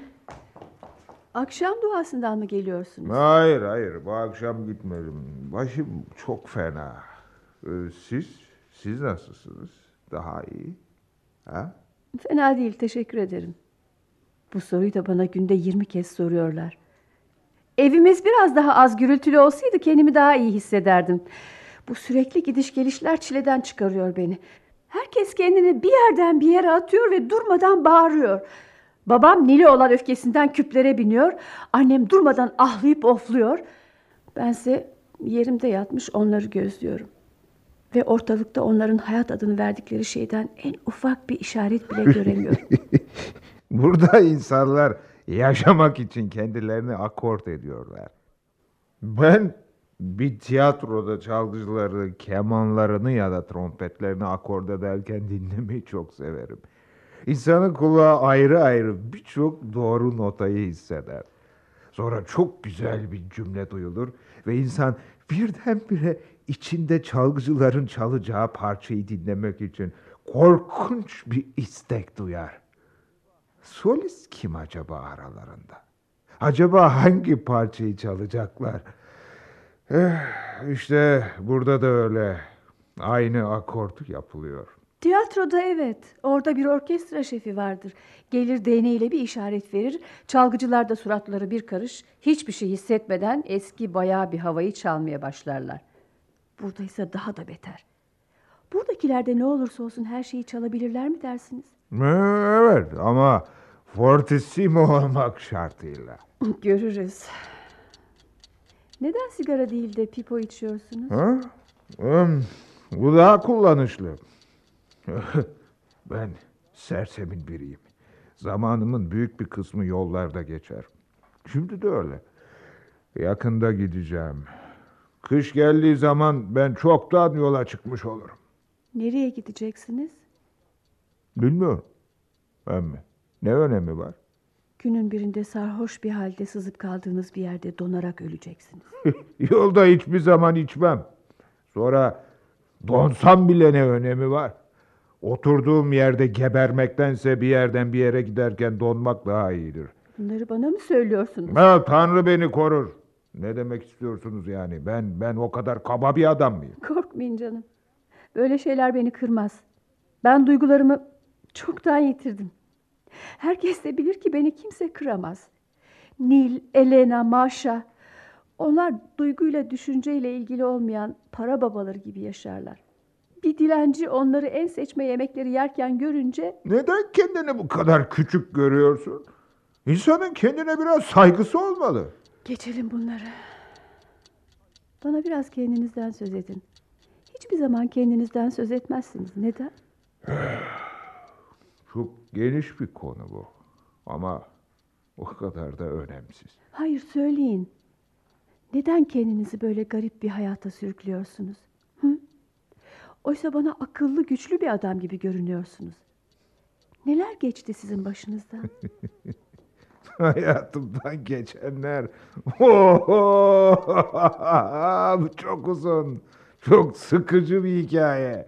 Akşam duasından mı geliyorsunuz? Hayır hayır, bu akşam gitmedim. Başım çok fena. Ee, siz, siz nasılsınız? Daha iyi. Ha? Fena değil, teşekkür ederim. Bu soruyu da bana günde yirmi kez soruyorlar. Evimiz biraz daha az gürültülü olsaydı kendimi daha iyi hissederdim. Bu sürekli gidiş gelişler çileden çıkarıyor beni. Herkes kendini bir yerden bir yere atıyor ve durmadan bağırıyor. Babam Nil'e olan öfkesinden küplere biniyor. Annem durmadan ahlayıp ofluyor. Bense yerimde yatmış onları gözlüyorum. Ve ortalıkta onların hayat adını verdikleri şeyden en ufak bir işaret bile göremiyorum. Burada insanlar yaşamak için kendilerini akort ediyorlar. Ben bir tiyatroda çalgıcıları kemanlarını ya da trompetlerini akord ederken dinlemeyi çok severim. İnsanın kulağı ayrı ayrı birçok doğru notayı hisseder. Sonra çok güzel bir cümle duyulur ve insan birdenbire içinde çalgıcıların çalacağı parçayı dinlemek için korkunç bir istek duyar. Solist kim acaba aralarında? Acaba hangi parçayı çalacaklar? Eh, işte burada da öyle. Aynı akort yapılıyor. Tiyatroda evet. Orada bir orkestra şefi vardır. Gelir değneğiyle bir işaret verir. Çalgıcılar da suratları bir karış, hiçbir şey hissetmeden eski bayağı bir havayı çalmaya başlarlar. Burada ise daha da beter. Buradakilerde ne olursa olsun her şeyi çalabilirler mi dersiniz? Evet ama fortissimo olmak şartıyla. Görürüz. Neden sigara değil de pipo içiyorsunuz? Ha? Hmm, bu daha kullanışlı. Ben sersemin biriyim. Zamanımın büyük bir kısmı yollarda geçer. Şimdi de öyle. Yakında gideceğim. Kış geldiği zaman ben çoktan yola çıkmış olurum. Nereye gideceksiniz? Bilmiyorum. Ama ne önemi var? Günün birinde sarhoş bir halde sızıp kaldığınız bir yerde donarak öleceksiniz. Yolda hiçbir zaman içmem. Sonra donsam bile ne önemi var? Oturduğum yerde gebermektense bir yerden bir yere giderken donmak daha iyidir. Bunları bana mı söylüyorsunuz? Ha, Tanrı beni korur. Ne demek istiyorsunuz yani? Ben ben o kadar kaba bir adam mıyım? Korkmayın canım. Böyle şeyler beni kırmaz. Ben duygularımı çoktan yitirdim. Herkes de bilir ki beni kimse kıramaz. Nil, Elena, Maşa, onlar duyguyla, düşünceyle ilgili olmayan para babaları gibi yaşarlar. Bir dilenci onları en seçme yemekleri yerken görünce... Neden kendini bu kadar küçük görüyorsun? İnsanın kendine biraz saygısı olmalı. Geçelim bunları. Bana biraz kendinizden söz edin. Hiçbir zaman kendinizden söz etmezsiniz. Neden? Çok geniş bir konu bu. Ama o kadar da önemsiz. Hayır, söyleyin. Neden kendinizi böyle garip bir hayata sürüklüyorsunuz? Hı? Oysa bana akıllı, güçlü bir adam gibi görünüyorsunuz. Neler geçti sizin başınızdan? Hayatımdan geçenler. Bu çok uzun, çok sıkıcı bir hikaye.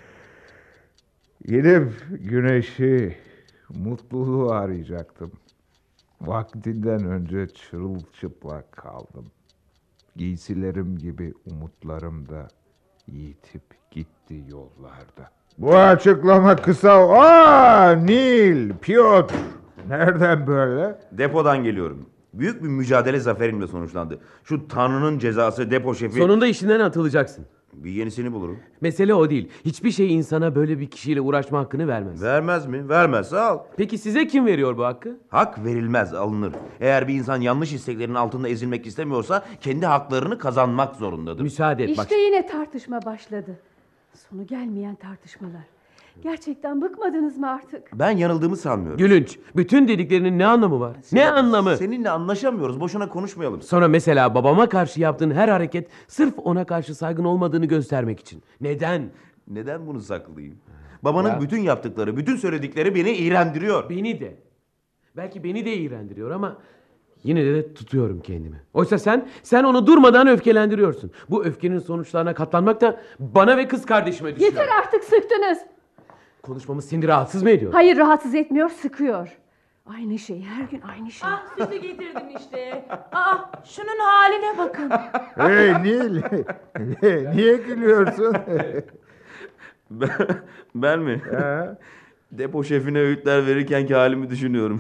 Gidip güneşi, mutluluğu arayacaktım. Vaktinden önce çırılçıplak kaldım. Giysilerim gibi umutlarım da yitip gitti yollarda. Bu açıklama kısa. Aa, Nil, Piotr. Nereden böyle? Depodan geliyorum. Büyük bir mücadele zaferimle sonuçlandı. Şu Tanrı'nın cezası depo şefi... Sonunda işinden atılacaksın. Bir yenisini bulurum. Mesele o değil. Hiçbir şey insana böyle bir kişiyle uğraşma hakkını vermez. Vermez mi? Vermezse al. Peki size kim veriyor bu hakkı? Hak verilmez, alınır. Eğer bir insan yanlış isteklerin altında ezilmek istemiyorsa kendi haklarını kazanmak zorundadır. Müsaade et. İşte bak. yine tartışma başladı. Sonu gelmeyen tartışmalar. Gerçekten bıkmadınız mı artık? Ben yanıldığımı sanmıyorum. Gülünç. Bütün dediklerinin ne anlamı var? Sen- ne anlamı? Seninle anlaşamıyoruz. Boşuna konuşmayalım. Sonra mesela babama karşı yaptığın her hareket sırf ona karşı saygın olmadığını göstermek için. Neden? Neden bunu saklayayım? Babanın Ya. bütün yaptıkları, bütün söyledikleri beni iğrendiriyor. Beni de. Belki beni de iğrendiriyor ama yine de tutuyorum kendimi. Oysa sen, sen onu durmadan öfkelendiriyorsun. Bu öfkenin sonuçlarına katlanmak da bana ve kız kardeşime düşüyor. Yeter artık, sıktınız. Konuşmamız seni rahatsız mı ediyor? Hayır, rahatsız etmiyor, sıkıyor. Aynı şey, her gün aynı şey. Ah, sütü getirdim işte. Aa, şunun haline bakın. Hey Nil, niye gülüyorsun? Ben, ben mi? Depo şefine öğütler verirkenki halimi düşünüyorum.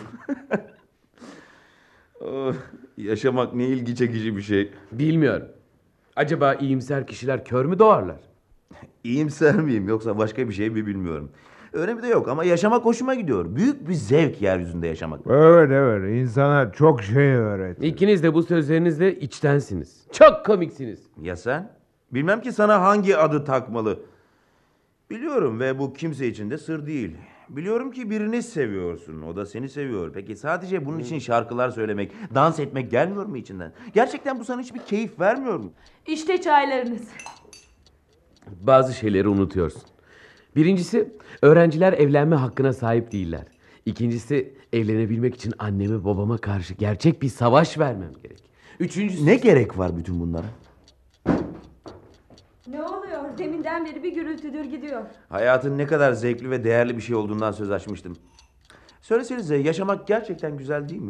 Oh, yaşamak ne ilgi çekici bir şey. Bilmiyorum. Acaba iyimser kişiler kör mü doğarlar? İyimser miyim yoksa başka bir şey mi bilmiyorum. Önemi de yok ama yaşamak hoşuma gidiyor. Büyük bir zevk yeryüzünde yaşamak. Evet evet, insana çok şey öğretir. İkiniz de bu sözlerinizle içtensiniz. Çok komiksiniz. Ya sen? Bilmem ki sana hangi adı takmalı. Biliyorum ve bu kimse için de sır değil. Biliyorum ki birini seviyorsun. O da seni seviyor. Peki sadece bunun için şarkılar söylemek, dans etmek gelmiyor mu içinden? Gerçekten bu sana hiçbir keyif vermiyor mu? İşte çaylarınız. Bazı şeyleri unutuyorsun. Birincisi, öğrenciler evlenme hakkına sahip değiller. İkincisi, evlenebilmek için anneme babama karşı gerçek bir savaş vermem gerek. Üçüncüsü... Ne gerek var bütün bunlara? Ne oluyor? Deminden beri bir gürültüdür gidiyor. Hayatın ne kadar zevkli ve değerli bir şey olduğundan söz açmıştım. Söylesenize, yaşamak gerçekten güzel değil mi?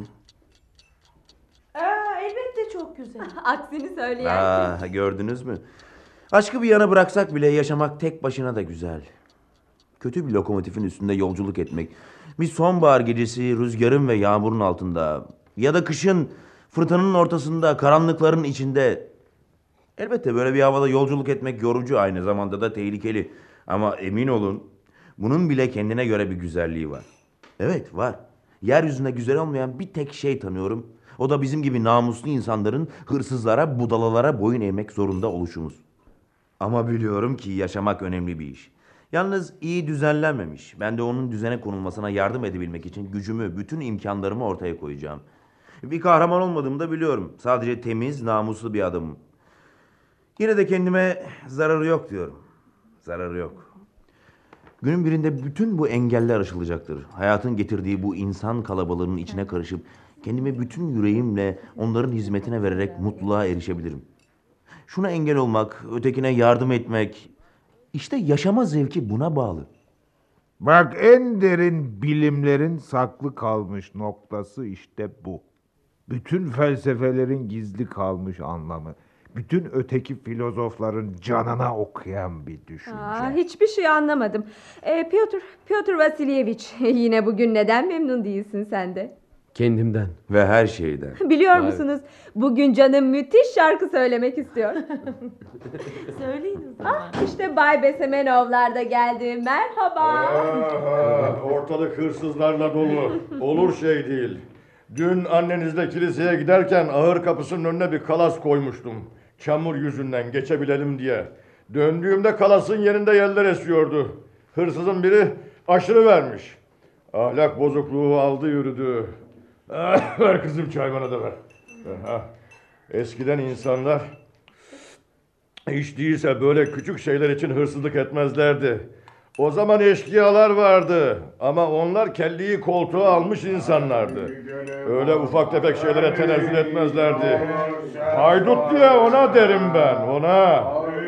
Aa, elbette çok güzel. Aksini söyleyen Aa, gördünüz mü? Aşkı bir yana bıraksak bile yaşamak tek başına da güzel. Kötü bir lokomotifin üstünde yolculuk etmek, bir sonbahar gecesi rüzgarın ve yağmurun altında ya da kışın fırtınanın ortasında, karanlıkların içinde. Elbette böyle bir havada yolculuk etmek yorucu, aynı zamanda da tehlikeli. Ama emin olun, bunun bile kendine göre bir güzelliği var. Evet, var. Yeryüzünde güzel olmayan bir tek şey tanıyorum. O da bizim gibi namuslu insanların hırsızlara, budalalara boyun eğmek zorunda oluşumuz. Ama biliyorum ki yaşamak önemli bir iş. Yalnız iyi düzenlenmemiş. Ben de onun düzene konulmasına yardım edebilmek için gücümü, bütün imkanlarımı ortaya koyacağım. Bir kahraman olmadığımı da biliyorum. Sadece temiz, namuslu bir adamım. Yine de kendime zararı yok diyorum. Zararı yok. Günün birinde bütün bu engeller aşılacaktır. Hayatın getirdiği bu insan kalabalığının içine karışıp kendimi bütün yüreğimle onların hizmetine vererek mutluluğa erişebilirim. Şuna engel olmak, ötekine yardım etmek, işte yaşama zevki buna bağlı. Bak, en derin bilimlerin saklı kalmış noktası işte bu. Bütün felsefelerin gizli kalmış anlamı. Bütün öteki filozofların canına okuyan bir düşünce. Aa, hiçbir şey anlamadım. Ee, Piotr, Piotr Vasilyeviç, yine bugün neden memnun değilsin sen de? Kendimden. Ve her şeyden. Biliyor Vay. musunuz? Bugün canım müthiş şarkı söylemek istiyor. Söyleyin o zaman. Ah, işte Bay Besemenovlar da geldi. Merhaba. Aha, ortalık hırsızlarla dolu. Olur şey değil. Dün annenizle kiliseye giderken ahır kapısının önüne bir kalas koymuştum. Çamur yüzünden geçebilelim diye. Döndüğümde kalasın yerinde yeller esiyordu. Hırsızın biri aşırı vermiş. Ahlak bozukluğu aldı yürüdü. Ah, ver kızım çay bana da ver. Aha. Eskiden insanlar hiç değilse böyle küçük şeyler için hırsızlık etmezlerdi. O zaman eşkıyalar vardı ama onlar kelliyi koltuğa almış insanlardı. Öyle ufak tefek şeylere tenezzül etmezlerdi. Haydut diye ona derim ben, ona.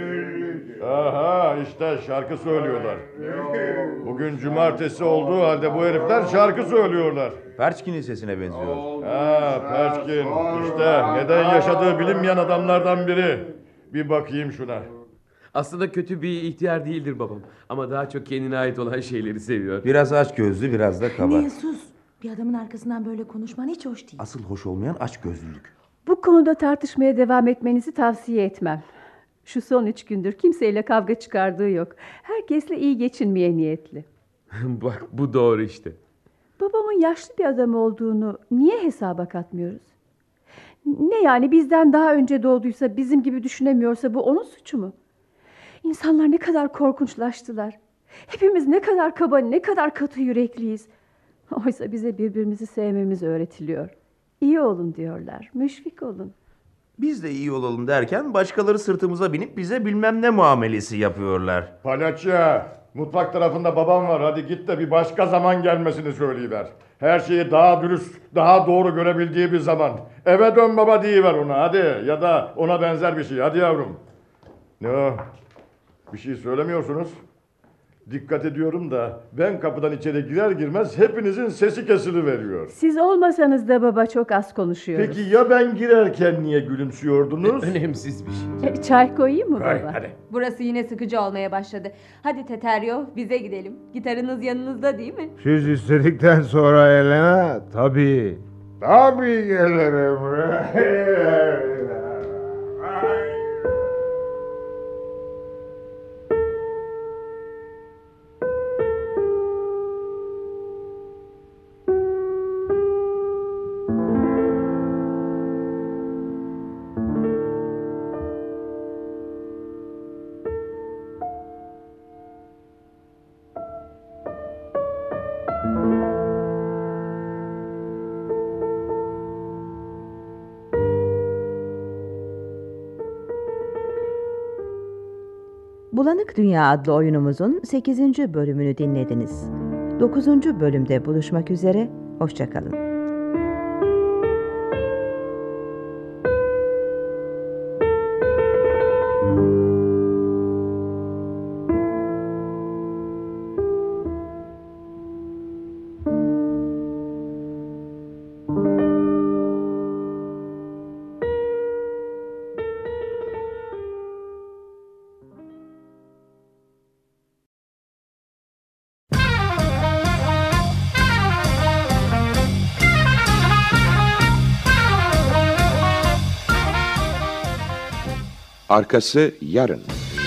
Aha, işte şarkı söylüyorlar. Bugün cumartesi olduğu halde bu herifler şarkı söylüyorlar. Perçkin'in sesine benziyor. Ha, Perçkin. İşte neden yaşadığı bilinmeyen adamlardan biri. Bir bakayım şuna. Aslında kötü bir ihtiyar değildir babam. Ama daha çok kendine ait olan şeyleri seviyor. Biraz açgözlü, biraz da kaba. Niye sus? Bir adamın arkasından böyle konuşman hiç hoş değil. Asıl hoş olmayan açgözlülük. Bu konuda tartışmaya devam etmenizi tavsiye etmem. Şu son üç gündür kimseyle kavga çıkardığı yok. Herkesle iyi geçinmeye niyetli. Bak bu doğru işte. Babamın yaşlı bir adam olduğunu niye hesaba katmıyoruz? Ne yani bizden daha önce doğduysa, bizim gibi düşünemiyorsa bu onun suçu mu? İnsanlar ne kadar korkunçlaştılar. Hepimiz ne kadar kaba, ne kadar katı yürekliyiz. Oysa bize birbirimizi sevmemiz öğretiliyor. İyi olun diyorlar, müşfik olun. Biz de iyi olalım derken başkaları sırtımıza binip bize bilmem ne muamelesi yapıyorlar. Palyaço, mutfak tarafında babam var. Hadi git de bir başka zaman gelmesini söyleyiver. Her şeyi daha dürüst, daha doğru görebildiği bir zaman. Eve dön baba deyiver ona hadi. Ya da ona benzer bir şey. Hadi yavrum. Ne o? Bir şey söylemiyorsunuz. Dikkat ediyorum da ben kapıdan içeri girer girmez hepinizin sesi kesiliveriyor. Siz olmasanız da baba çok az konuşuyoruz. Peki ya ben girerken niye gülümsüyordunuz? Önemsiz bir şey. E, çay koyayım mı Hay, baba? hadi. Burası yine sıkıcı olmaya başladı. Hadi Teteryo, bize gidelim. Gitarınız yanınızda değil mi? Siz istedikten sonra Elena, tabii. Tabii gelirim. Bulanık Dünya adlı oyunumuzun sekizinci bölümünü dinlediniz. dokuzuncu bölümde buluşmak üzere, hoşça kalın. Arkası yarın.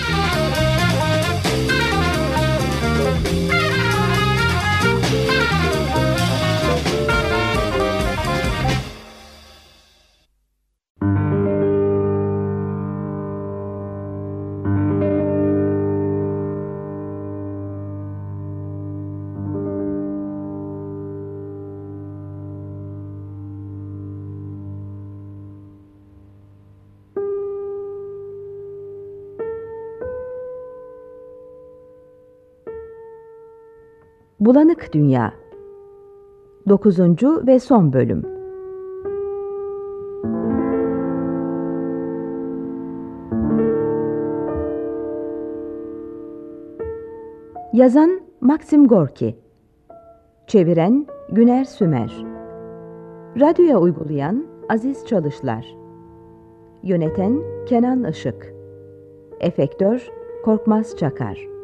Bulanık Dünya dokuzuncu ve son bölüm. Yazan Maxim Gorki, çeviren Güner Sümer, radyoya uygulayan Aziz Çalışlar, yöneten Kenan Işık, efektör Korkmaz Çakar.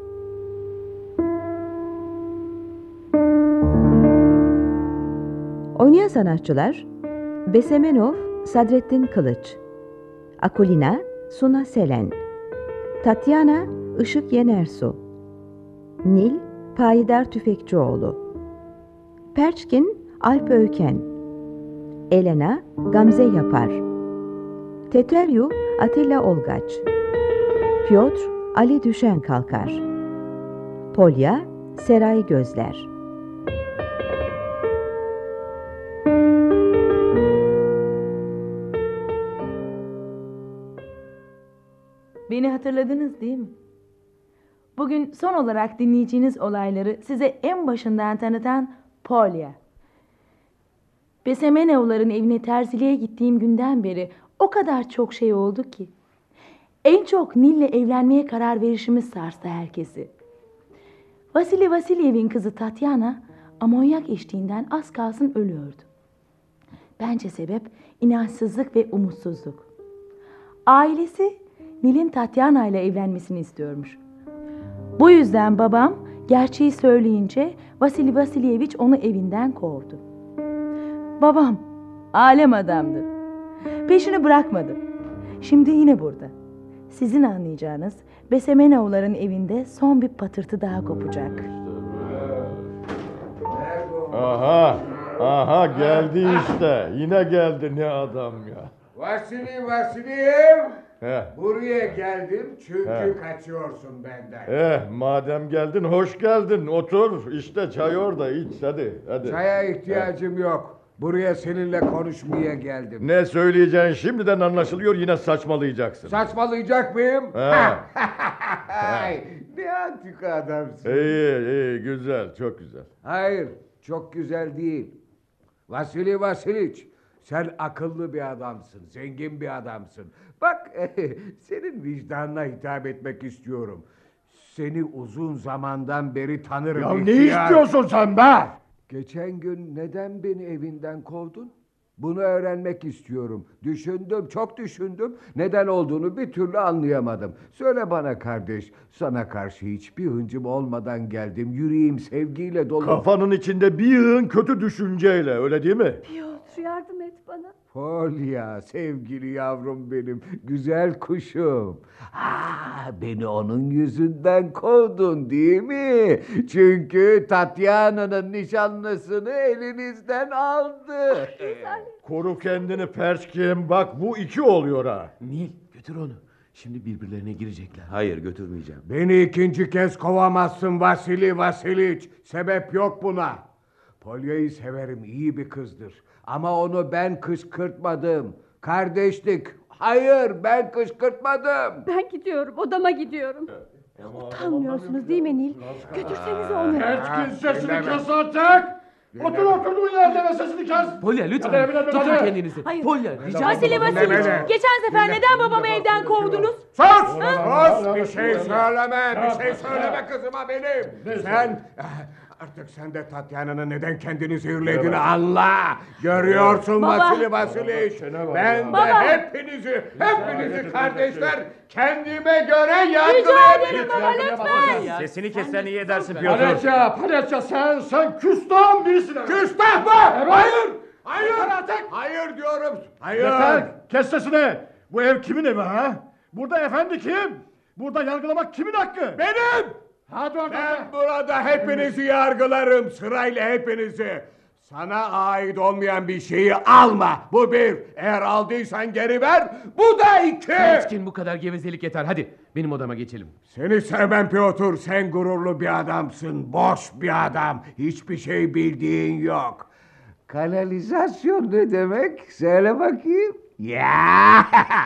Oynayan sanatçılar: Besemenov Sadrettin Kılıç, Akulina Suna Selen, Tatyana Işık Yenersu, Nil Payidar Tüfekçioğlu, Perçkin Alp Öğken, Elena Gamze Yapar, Teteryu Atilla Olgaç, Piotr Ali Düşen Kalkar, Polya Seray Gözler. Beni hatırladınız değil mi? Bugün son olarak dinleyeceğiniz olayları size en başından tanıtan Polya. Besemenovların evine terziliğe gittiğim günden beri o kadar çok şey oldu ki. En çok Nil'le evlenmeye karar verişimiz sarstı herkesi. Vasili Vasilyev'in kızı Tatyana amonyak içtiğinden az kalsın ölüyordu. Bence sebep inançsızlık ve umutsuzluk. Ailesi Nil'in Tatyana ile evlenmesini istiyormuş. Bu yüzden babam gerçeği söyleyince Vasili Vasilyeviç onu evinden kovdu. Babam alem adamdı. Peşini bırakmadı. Şimdi yine burada. Sizin anlayacağınız Besemenovların evinde son bir patırtı daha kopacak. Aha, aha geldi işte. Yine geldi, ne adam ya. Vasili Vasilyev. Heh. Buraya geldim çünkü Heh. kaçıyorsun benden. Eh, madem geldin hoş geldin. Otur işte, çay orada, iç hadi. hadi. Çaya ihtiyacım yok. Buraya seninle konuşmaya geldim. Ne söyleyeceğin şimdiden anlaşılıyor, yine saçmalayacaksın. Saçmalayacak mıyım? Ha. Ay, ne antika adamsın. İyi iyi, güzel, çok güzel. Hayır, çok güzel değil. Vasili Vasiliç, sen akıllı bir adamsın, zengin bir adamsın. Bak, senin vicdanına hitap etmek istiyorum. Seni uzun zamandan beri tanırım. Ya ne ihtiyar. istiyorsun sen be? Geçen gün neden beni evinden kovdun? Bunu öğrenmek istiyorum. Düşündüm, çok düşündüm. Neden olduğunu bir türlü anlayamadım. Söyle bana kardeş, sana karşı hiçbir hıncım olmadan geldim. Yüreğim sevgiyle dolu. Kafanın içinde bir yığın kötü düşünceyle, öyle değil mi? Piotr, yardım et bana. Polya, sevgili yavrum benim, güzel kuşum. Ah, beni onun yüzünden kovdun değil mi? Çünkü Tatyana'nın nişanlısını elinizden aldı. Koru kendini Perçkim, bak bu iki oluyor ha. Nil, götür onu. Şimdi birbirlerine girecekler. Hayır, götürmeyeceğim. Beni ikinci kez kovamazsın Vasili Vasiliç. Sebep yok buna. Polya'yı severim, iyi bir kızdır. Ama onu ben kışkırtmadım. Kardeşlik. Hayır, ben kışkırtmadım. Ben gidiyorum, odama gidiyorum. Utanmıyorsunuz değil mi Nil? Götürsenize onu. Perçkin sesini kes artık. Otur oturduğun yerde ve sesini kes. Polya lütfen Hadi evine dön, tutun hadi. kendinizi. Hayır. Polya rica Vasili ederim. Vasiliç, geçen sefer neden babamı evden kovdunuz? Sus! Sus! Bir şey söyleme, bir şey söyleme kızıma benim. Sen... Artık sen de Tatyana'nın neden kendini zehirlediğini anla. Görüyorsun Baba. Vasili Vasiliç. Ben de Baba. hepinizi, hepinizi kardeşler kendime göre Rica yargılayabilirim. ederim baba lütfen. Sesini kessen iyi edersin Piotr. Paletça, Paletça sen, sen küstahın birisin. Küstah mı? Hayır! Hayır! Hayır diyorum. Hayır! Yeter, kes sesini. Bu ev kimin evi ha? Burada efendi kim? Burada yargılamak kimin hakkı? Benim! Hadi oradan. Ben burada hepinizi yargılarım, sırayla hepinizi. Sana ait olmayan bir şeyi alma. Bu bir. Eğer aldıysan geri ver. Bu da iki. Perçkin, bu kadar gevezelik yeter. Hadi benim odama geçelim. Seni sevmem Piotr. Sen gururlu bir adamsın. Boş bir adam. Hiçbir şey bildiğin yok. Kanalizasyon ne demek? Söyle bakayım. Ya!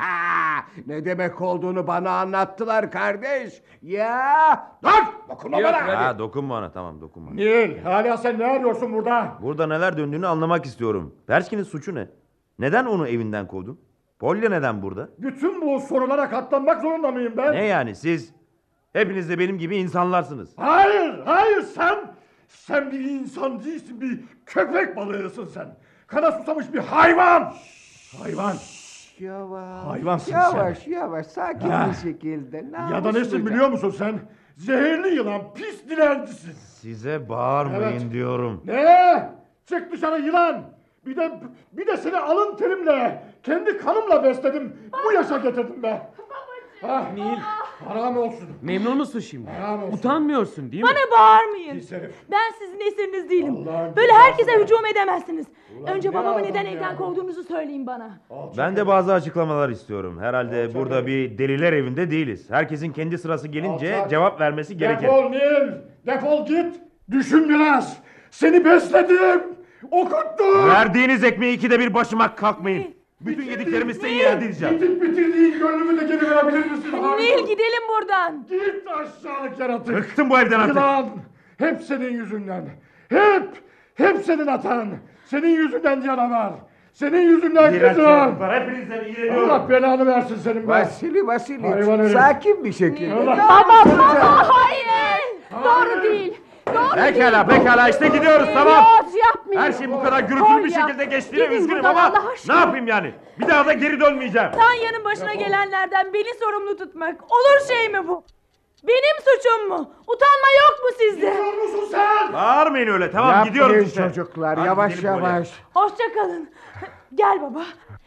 Ne demek olduğunu bana anlattılar kardeş. Ya! Dur! Dokunma bana! Ha, dokunma ona, tamam dokunma. Nil, hala sen ne arıyorsun burada? Burada neler döndüğünü anlamak istiyorum. Perçkin'in suçu ne? Neden onu evinden kovdun? Polya neden burada? Bütün bu sorulara katlanmak zorunda mıyım ben? Ne yani siz? Hepiniz de benim gibi insanlarsınız. Hayır, hayır sen, sen bir insan değilsin, bir köpek balığısın sen. Kana susamış bir hayvan. Hayvan. Yavaş. Hayvansın yavaş, sen. yavaş, sakin Ha. bir şekilde. Ya da nesin biliyor musun sen? Zehirli yılan, pis dilencisin. Size bağırmayın Evet. diyorum. Ne? Çık dışarı yılan. Bir de bir de seni alın terimle, kendi kanımla besledim. Bu yaşa getirdim be. Ah Nil, haram olsun. memnun musun şimdi? Haram olsun. Utanmıyorsun değil mi? Bana bağırmayın. Pis herif. Ben sizin esiriniz değilim. Allah'ın Böyle cezası herkese be. hücum edemezsiniz. Ulan Önce ne babamı adam neden ya. evden kovduğunuzu söyleyin bana. Ben de bazı açıklamalar istiyorum. Herhalde burada bir deliler evinde değiliz. Herkesin kendi sırası gelince Alçak. cevap vermesi gerekir. Defol Nil, defol git. Düşün biraz. Seni besledim, okuttum. Verdiğiniz ekmeği ikide bir başıma kalkmayın. Bütün yediklerimi size iade edeceğim. Bitik bitirdiğin gönlümü de geri verebilir misin? Nil, gidelim buradan. Git aşağılık yaratık. Bıktım bu evden artık. Yılan. Hep senin yüzünden. Hep. Hep senin hatan. Senin yüzünden canavar. Senin yüzünden İğrenç kızım. yaratıklar, hepinizden iğreniyorum. Allah belanı versin senin be. Vasili Vasili, Hayvan herif. sakin bir şekilde. Allah- Baba, baba, hayır. Doğru değil. Doğru Pekala değil. pekala işte gidiyoruz tamam. Piotr, yapmayın. Her şeyin bu kadar gürültülü bir Polya, şekilde geçtiğine gidin üzgünüm buradan ama Allah aşkına. ne yapayım yani? Bir daha da geri dönmeyeceğim. Tanya'nın başına gelenlerden beni sorumlu tutmak olur şey mi bu? Benim suçum mu? Utanma yok mu sizde? Biliyor musun sen? Bağırmayın öyle tamam Yapmayın gidiyoruz işte. çocuklar, Hadi yavaş gidelim Polya. yavaş. Hoşça kalın. Gel baba.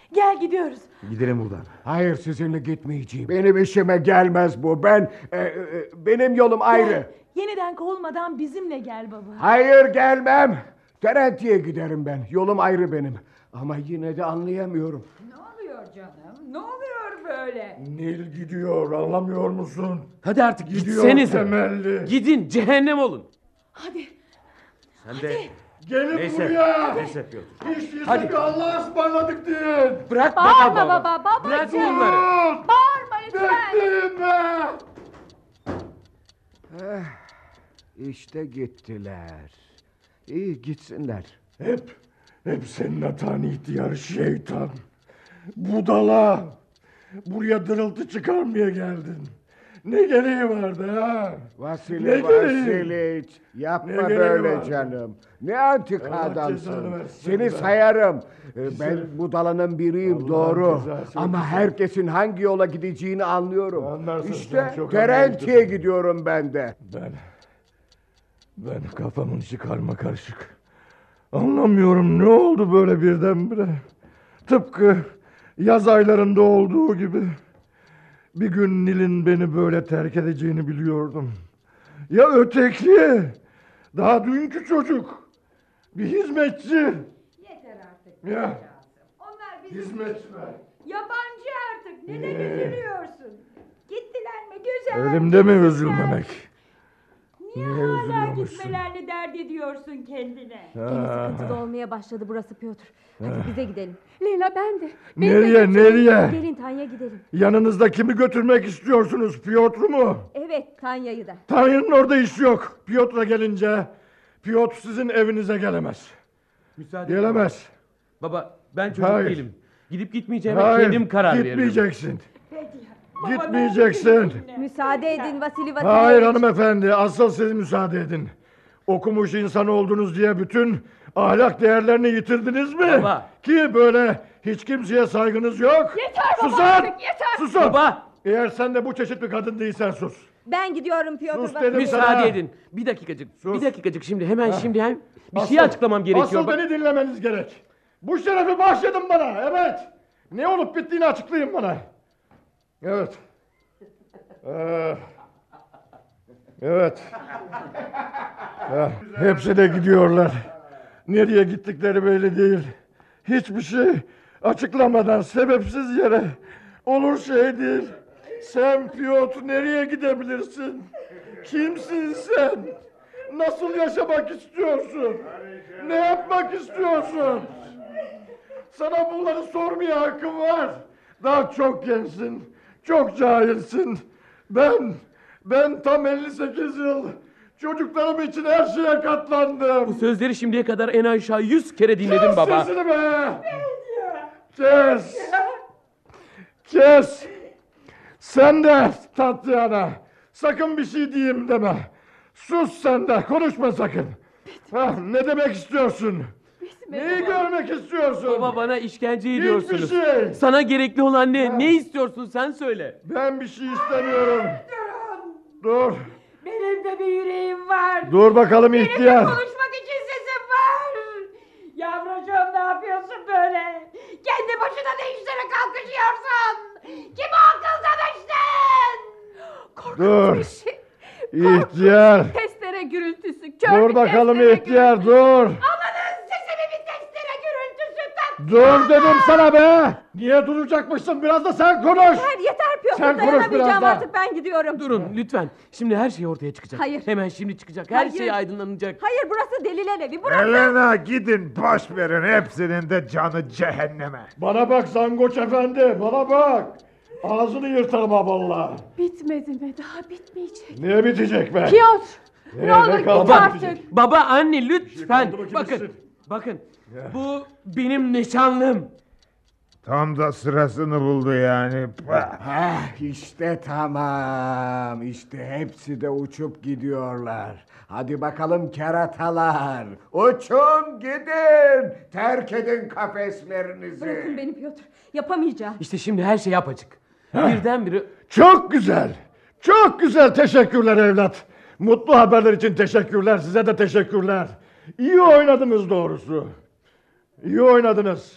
Gel gidiyoruz. Gidelim buradan. Hayır, sizinle gitmeyeceğim. Benim işime gelmez bu. Ben e, e, benim yolum ayrı. Gel. Yeniden kovulmadan bizimle gel baba. Hayır, gelmem. Terenti'ye giderim ben. Yolum ayrı benim. Ama yine de anlayamıyorum. Ne oluyor canım? Ne oluyor böyle? Nil gidiyor, anlamıyor musun? Hadi artık Gidiyor gitsenize. temelli. Gidin, cehennem olun. Hadi. Sen de Gelin Neyse, buraya. neyse Piotr. Hiç değilse Hadi. bir Allah'a ısmarladık deyin. Bırak Bağırma baba. baba, baba. Bırak babacığım. onları. Bağırma lütfen. Bekleyin be. Eh, işte gittiler. İyi, gitsinler. Hep, hep senin hatan ihtiyar şeytan. Budala. Buraya dırıltı çıkarmaya geldin. Ne gereği vardı ha? Vasili Ne gereği? Vasiliç, yapma Ne gereği böyle var? canım. Ne antik Allah adamsın. cezanı versin Seni be. sayarım. Ee, Güzel. Ben budalanın biriyim, Allah'ın doğru. cezası, Ama güzel. herkesin hangi yola gideceğini anlıyorum. Anlarsın İşte sen, çok Terenti'ye anlayışlısın. gidiyorum ben de. Ben, ben kafamın içi karma karışık. Anlamıyorum, ne oldu böyle birdenbire? Tıpkı yaz aylarında olduğu gibi. Bir gün Nil'in beni böyle terk edeceğini biliyordum. Ya öteki, daha dünkü çocuk, bir hizmetçi. Yeter artık. Ya, Onlar bizim hizmetçi be. yabancı artık. Neden üzülüyorsun? Gittiler mi güzel? Elimde mi üzülmemek? Niye Niye hala üzülüyormuşsun? gitmelerini dert ediyorsun kendine? Gemi sıkıntılı olmaya başladı burası Piotr. Hadi bize gidelim. Leyla ben de. Nereye, nereye? Gelin Tanya gidelim. Yanınızda kimi götürmek istiyorsunuz? Piotr'u mu? Evet Tanya'yı da. Tanya'nın orada iş yok. Piotr'a gelince Piotr sizin evinize gelemez. Müsaade Gelemez. Baba ben çocuk Hayır. değilim. Gidip gitmeyeceğime Hayır, kendim karar veririm. gitmeyeceksin. Gitmeyeceksin. Müsaade edin Vasili Vasilievich. Hayır hanımefendi, asıl siz müsaade edin. Okumuş insan oldunuz diye bütün ahlak değerlerini yitirdiniz mi? Baba. Ki böyle hiç kimseye saygınız yok. Yeter baba Susun! artık, yeter. Susun! Baba. Eğer sen de bu çeşit bir kadın değilsen sus. Ben gidiyorum Piotr Sus Vasilievich. dedim sana. Müsaade edin. Bir dakikacık. Sus. Bir dakikacık şimdi hemen Ha. şimdi hem bir Asıl- şey açıklamam gerekiyor. Asıl Bak- beni dinlemeniz gerek. Bu şerefi bahşedin bana, evet. Ne olup bittiğini açıklayın bana. Evet. Ee, evet. Eh, hepsi de gidiyorlar. Nereye gittikleri belli değil. Hiçbir şey açıklamadan sebepsiz yere olur şey değil. Sen Piotr nereye gidebilirsin? Kimsin sen? Nasıl yaşamak istiyorsun? Ne yapmak istiyorsun? Sana bunları sormaya hakkım var. Daha çok gençsin. Çok cahilsin. Ben, ben tam elli sekiz yıl çocuklarım için her şeye katlandım. Bu sözleri şimdiye kadar en aşağı yüz kere dinledim Kes baba. sesini be! Kes! Kes! Sen de Tatyana, sakın bir şey diyeyim deme. Sus sen de, konuşma sakın. Ha, ne demek istiyorsun? Neyi görmek istiyorsun? Baba bana işkence Hiçbir ediyorsunuz. şey. Sana gerekli olan ne? Ne istiyorsun sen söyle. Ben bir şey istemiyorum. Dur. Benim de bir yüreğim var. Dur bakalım Benim de ihtiyar. konuşmak için sesim var. Yavrucuğum ne yapıyorsun böyle? Kendi başına ne işlere kalkışıyorsun? Kime akıl danıştın? Dur. Bir şey. İhtiyar. Testere gürültüsü. Kör Dur bir bakalım testere ihtiyar, dur. Amanın sesimi bir testere gürültüsü tak. Dur dedim sana be. Niye duracakmışsın? Biraz da sen konuş. Yeter yeter Piotr, Sen konuş dayanamayacağım biraz da. artık, ben gidiyorum. Durun lütfen. Şimdi her şey ortaya çıkacak. Hayır. Hemen şimdi çıkacak. Her Hayır. şey aydınlanacak. Hayır, burası deliler evi, burası. Elena gidin boş verin hepsinin de canı cehenneme. Bana bak Zangoç efendi, bana bak. Ağzını yırtarım ha vallahi. Bitmedi mi? Daha bitmeyecek. Ne bitecek be? Piotr. Ee, Ne olur kaldı git ki artık. bitecek? Baba anne lütfen. kaldı mı ki Bakın. bitsin? Bakın. Bu benim nişanlım. Tam da sırasını buldu yani. Ah, işte tamam. İşte hepsi de uçup gidiyorlar. Hadi bakalım keratalar. Uçun gidin. Terk edin kafeslerinizi. Bırakın beni Piotr, yapamayacağım. İşte şimdi her şey apaçık. Birdenbire Çok güzel. Çok güzel, teşekkürler evlat. Mutlu haberler için teşekkürler, size de teşekkürler. İyi oynadınız doğrusu. İyi oynadınız.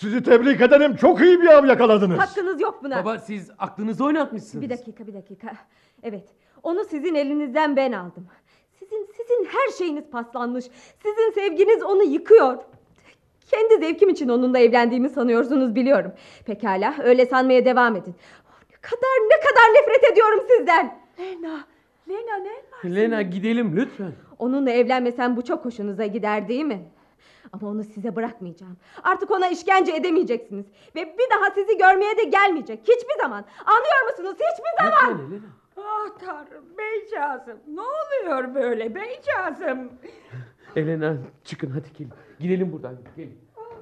Sizi tebrik ederim. Çok iyi bir av yakaladınız. Hakkınız yok buna. Baba siz aklınızı oynatmışsınız. Bir dakika bir dakika. Evet, onu sizin elinizden ben aldım. Sizin sizin her şeyiniz paslanmış. Sizin sevginiz onu yıkıyor. Kendi zevkim için onunla evlendiğimi sanıyorsunuz biliyorum. Pekala, öyle sanmaya devam edin. Ne kadar ne kadar nefret ediyorum sizden. Lena, Lena ne var? Lena gidelim lütfen. Onunla evlenmesem bu çok hoşunuza gider değil mi? Ama onu size bırakmayacağım. Artık ona işkence edemeyeceksiniz. Ve bir daha sizi görmeye de gelmeyecek. Hiçbir zaman. Anlıyor musunuz? Hiçbir zaman. Lütfen Lena. Ah Tanrım beycağızım. Ne oluyor böyle beycağızım? Elena çıkın hadi gelin. Gidelim buradan. Gelin.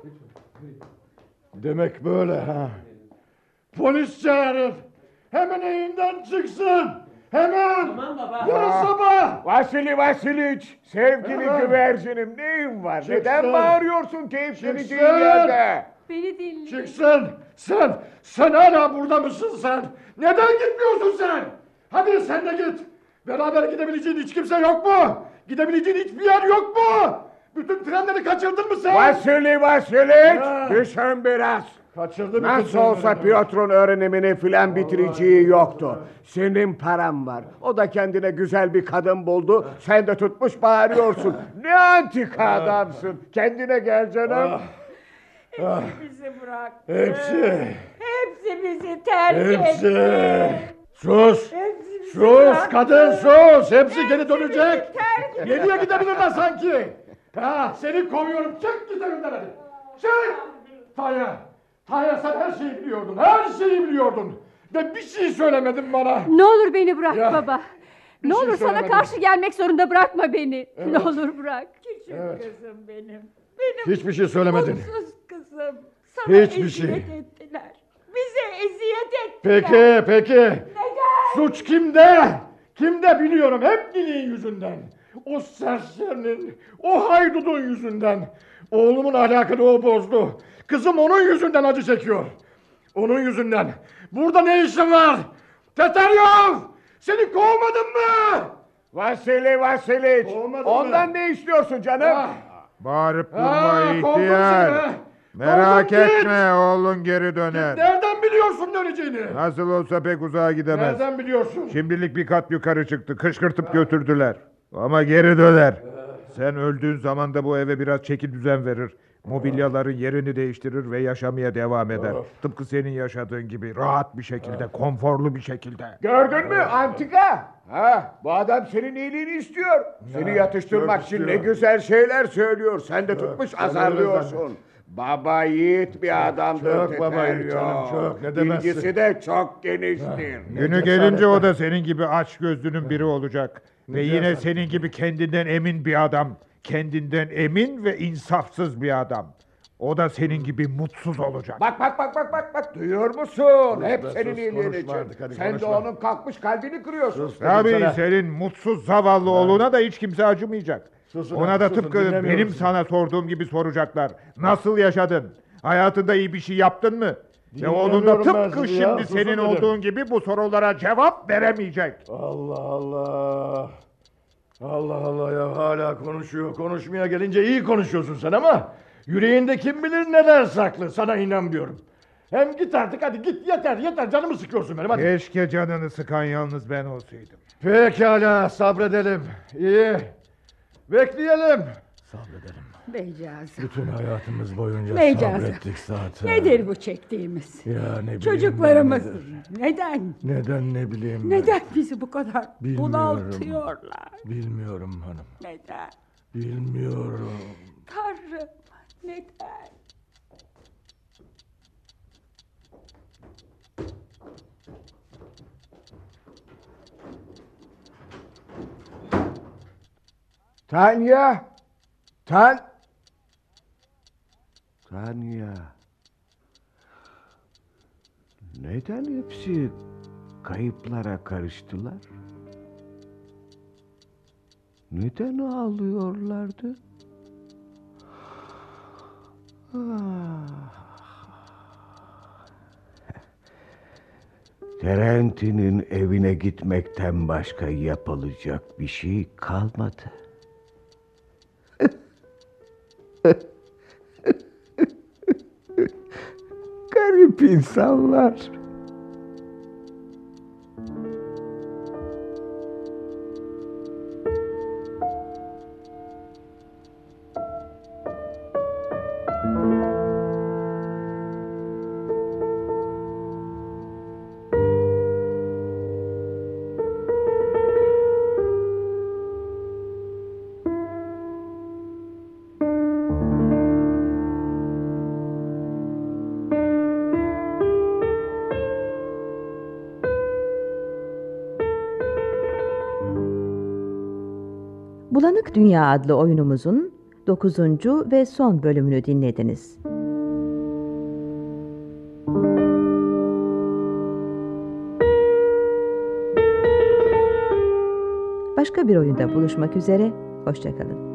Demek böyle ha. Polis çağırın. Hemen evinden çıksın. Hemen. Tamam baba. Yarın sabah. Vasili Vasiliç, sevgili Hemen. güvercinim neyin var? Çıksın. Neden bağırıyorsun keyifleneceğin Çıksın. yerde? Beni dinle. Çıksın. Sen. Sen hala burada mısın sen? Neden gitmiyorsun sen? Hadi sen de git. Beraber gidebileceğin hiç kimse yok mu? Gidebileceğin hiçbir yer yok mu? Bütün trenleri kaçırdın mı sen? Vasili Vasiliç, düşün biraz. Kaçırdı bütün Nasıl trenleri. olsa Piotr'un öğrenimini filan bitireceği yoktu. Senin paran var. O da kendine güzel bir kadın buldu. Sen de tutmuş bağırıyorsun. Ne antika adamsın. Kendine gel canım. Ah, Bizi bırak. hepsi. Hepsi bizi terk Hepsi. etti. Sus. Hepsi bizi Sus bıraktı. kadın sus. Hepsi geri dönecek. bizi terk etti. Geriye gidebilirler sanki. Ha, seni kovuyorum. Çık git evinden hadi. Çık. Tanya. Tanya sen her şeyi biliyordun. Her şeyi biliyordun. Ve bir şey söylemedin bana. Ne olur beni bırak Ya, baba. bir Ne şey olur sana söylemedim. karşı gelmek zorunda bırakma beni. Evet. Ne olur bırak. Küçük Evet. kızım benim. Benim Hiçbir şey söylemedin. mutsuz kızım. Sana Hiçbir eziyet şey. ettiler. Bize eziyet ettiler. Peki peki. Neden? Suç kimde? Kimde biliyorum. Hep Nil'in yüzünden. O serserinin, o haydudun yüzünden. Oğlumun ahlakını o bozdu. Kızım onun yüzünden acı çekiyor. Onun yüzünden. Burada ne işin var? Teteryov! Seni kovmadım mı? Vasili Vasiliç, Olmadı ondan mı? ne istiyorsun canım? Ah, Bağırıp durma ah, kovdum ihtiyar. seni. Merak Kovdum, git. etme oğlun geri döner. Nereden biliyorsun döneceğini? Nasıl olsa pek uzağa gidemez. Nereden biliyorsun? Şimdilik bir kat yukarı çıktı. Kışkırtıp götürdüler. Ama geri döner. Sen öldüğün zaman da bu eve biraz çeki düzen verir. Mobilyaların yerini değiştirir ve yaşamaya devam eder. Tıpkı senin yaşadığın gibi rahat bir şekilde, konforlu bir şekilde. Gördün mü antika? Ha, bu adam senin iyiliğini istiyor. Seni yatıştırmak çok için ne istiyor. güzel şeyler söylüyor. Sen de tutmuş sen azarlıyorsun. Baba yiğit bir adamdır. çok baba yiğit Teferyo. canım, çok. Ne demezsin. Bilgisi de çok geniştir. Günü gelince o da senin gibi aç gözlünün biri olacak. Ve yine diyorsun? senin gibi kendinden emin bir adam. Kendinden emin ve insafsız bir adam. O da senin gibi mutsuz olacak. Bak bak bak bak bak bak duyuyor musun? Hep be, senin sus, iyiliğin konuşma için. artık, hadi Sen de konuşma. onun kalkmış kalbini kırıyorsun. Sus. Tabii sana. senin mutsuz zavallı oğluna da hiç kimse acımayacak. Susun, Ona da susun, tıpkı dinlemiyorum benim sizi. sana sorduğum gibi soracaklar. Nasıl yaşadın? Hayatında iyi bir şey yaptın mı? Ve oğlun da Dinlemiyorum ben tıpkı sizi ya, şimdi susun senin dedim. olduğun gibi bu sorulara cevap veremeyecek. Allah Allah. Allah Allah ya hala konuşuyor. Konuşmaya gelince iyi konuşuyorsun sen ama yüreğinde kim bilir neler saklı. Sana inanmıyorum. Hem git artık hadi git yeter yeter canımı sıkıyorsun benim hadi. Keşke canını sıkan yalnız ben olsaydım. Pekala sabredelim. İyi. Bekleyelim. Sabredelim. Beycağızım. Bütün hayatımız boyunca Beycağızım. sabrettik zaten. Nedir bu çektiğimiz? Ya ne bileyim Çocuklarımız ben nedir? neden? Neden ne bileyim ben. Neden bizi bu kadar Bilmiyorum. bunaltıyorlar? Bilmiyorum hanım. Neden? Bilmiyorum. Tanrım neden? Tanya! Tan... Tanya... Neden hepsi kayıplara karıştılar? Neden ağlıyorlardı? Ah. Terenti'nin evine gitmekten başka yapılacak bir şey kalmadı. Acayip insanlar. Bulanık Dünya adlı oyunumuzun dokuzuncu ve son bölümünü dinlediniz. Başka bir oyunda buluşmak üzere, hoşça kalın.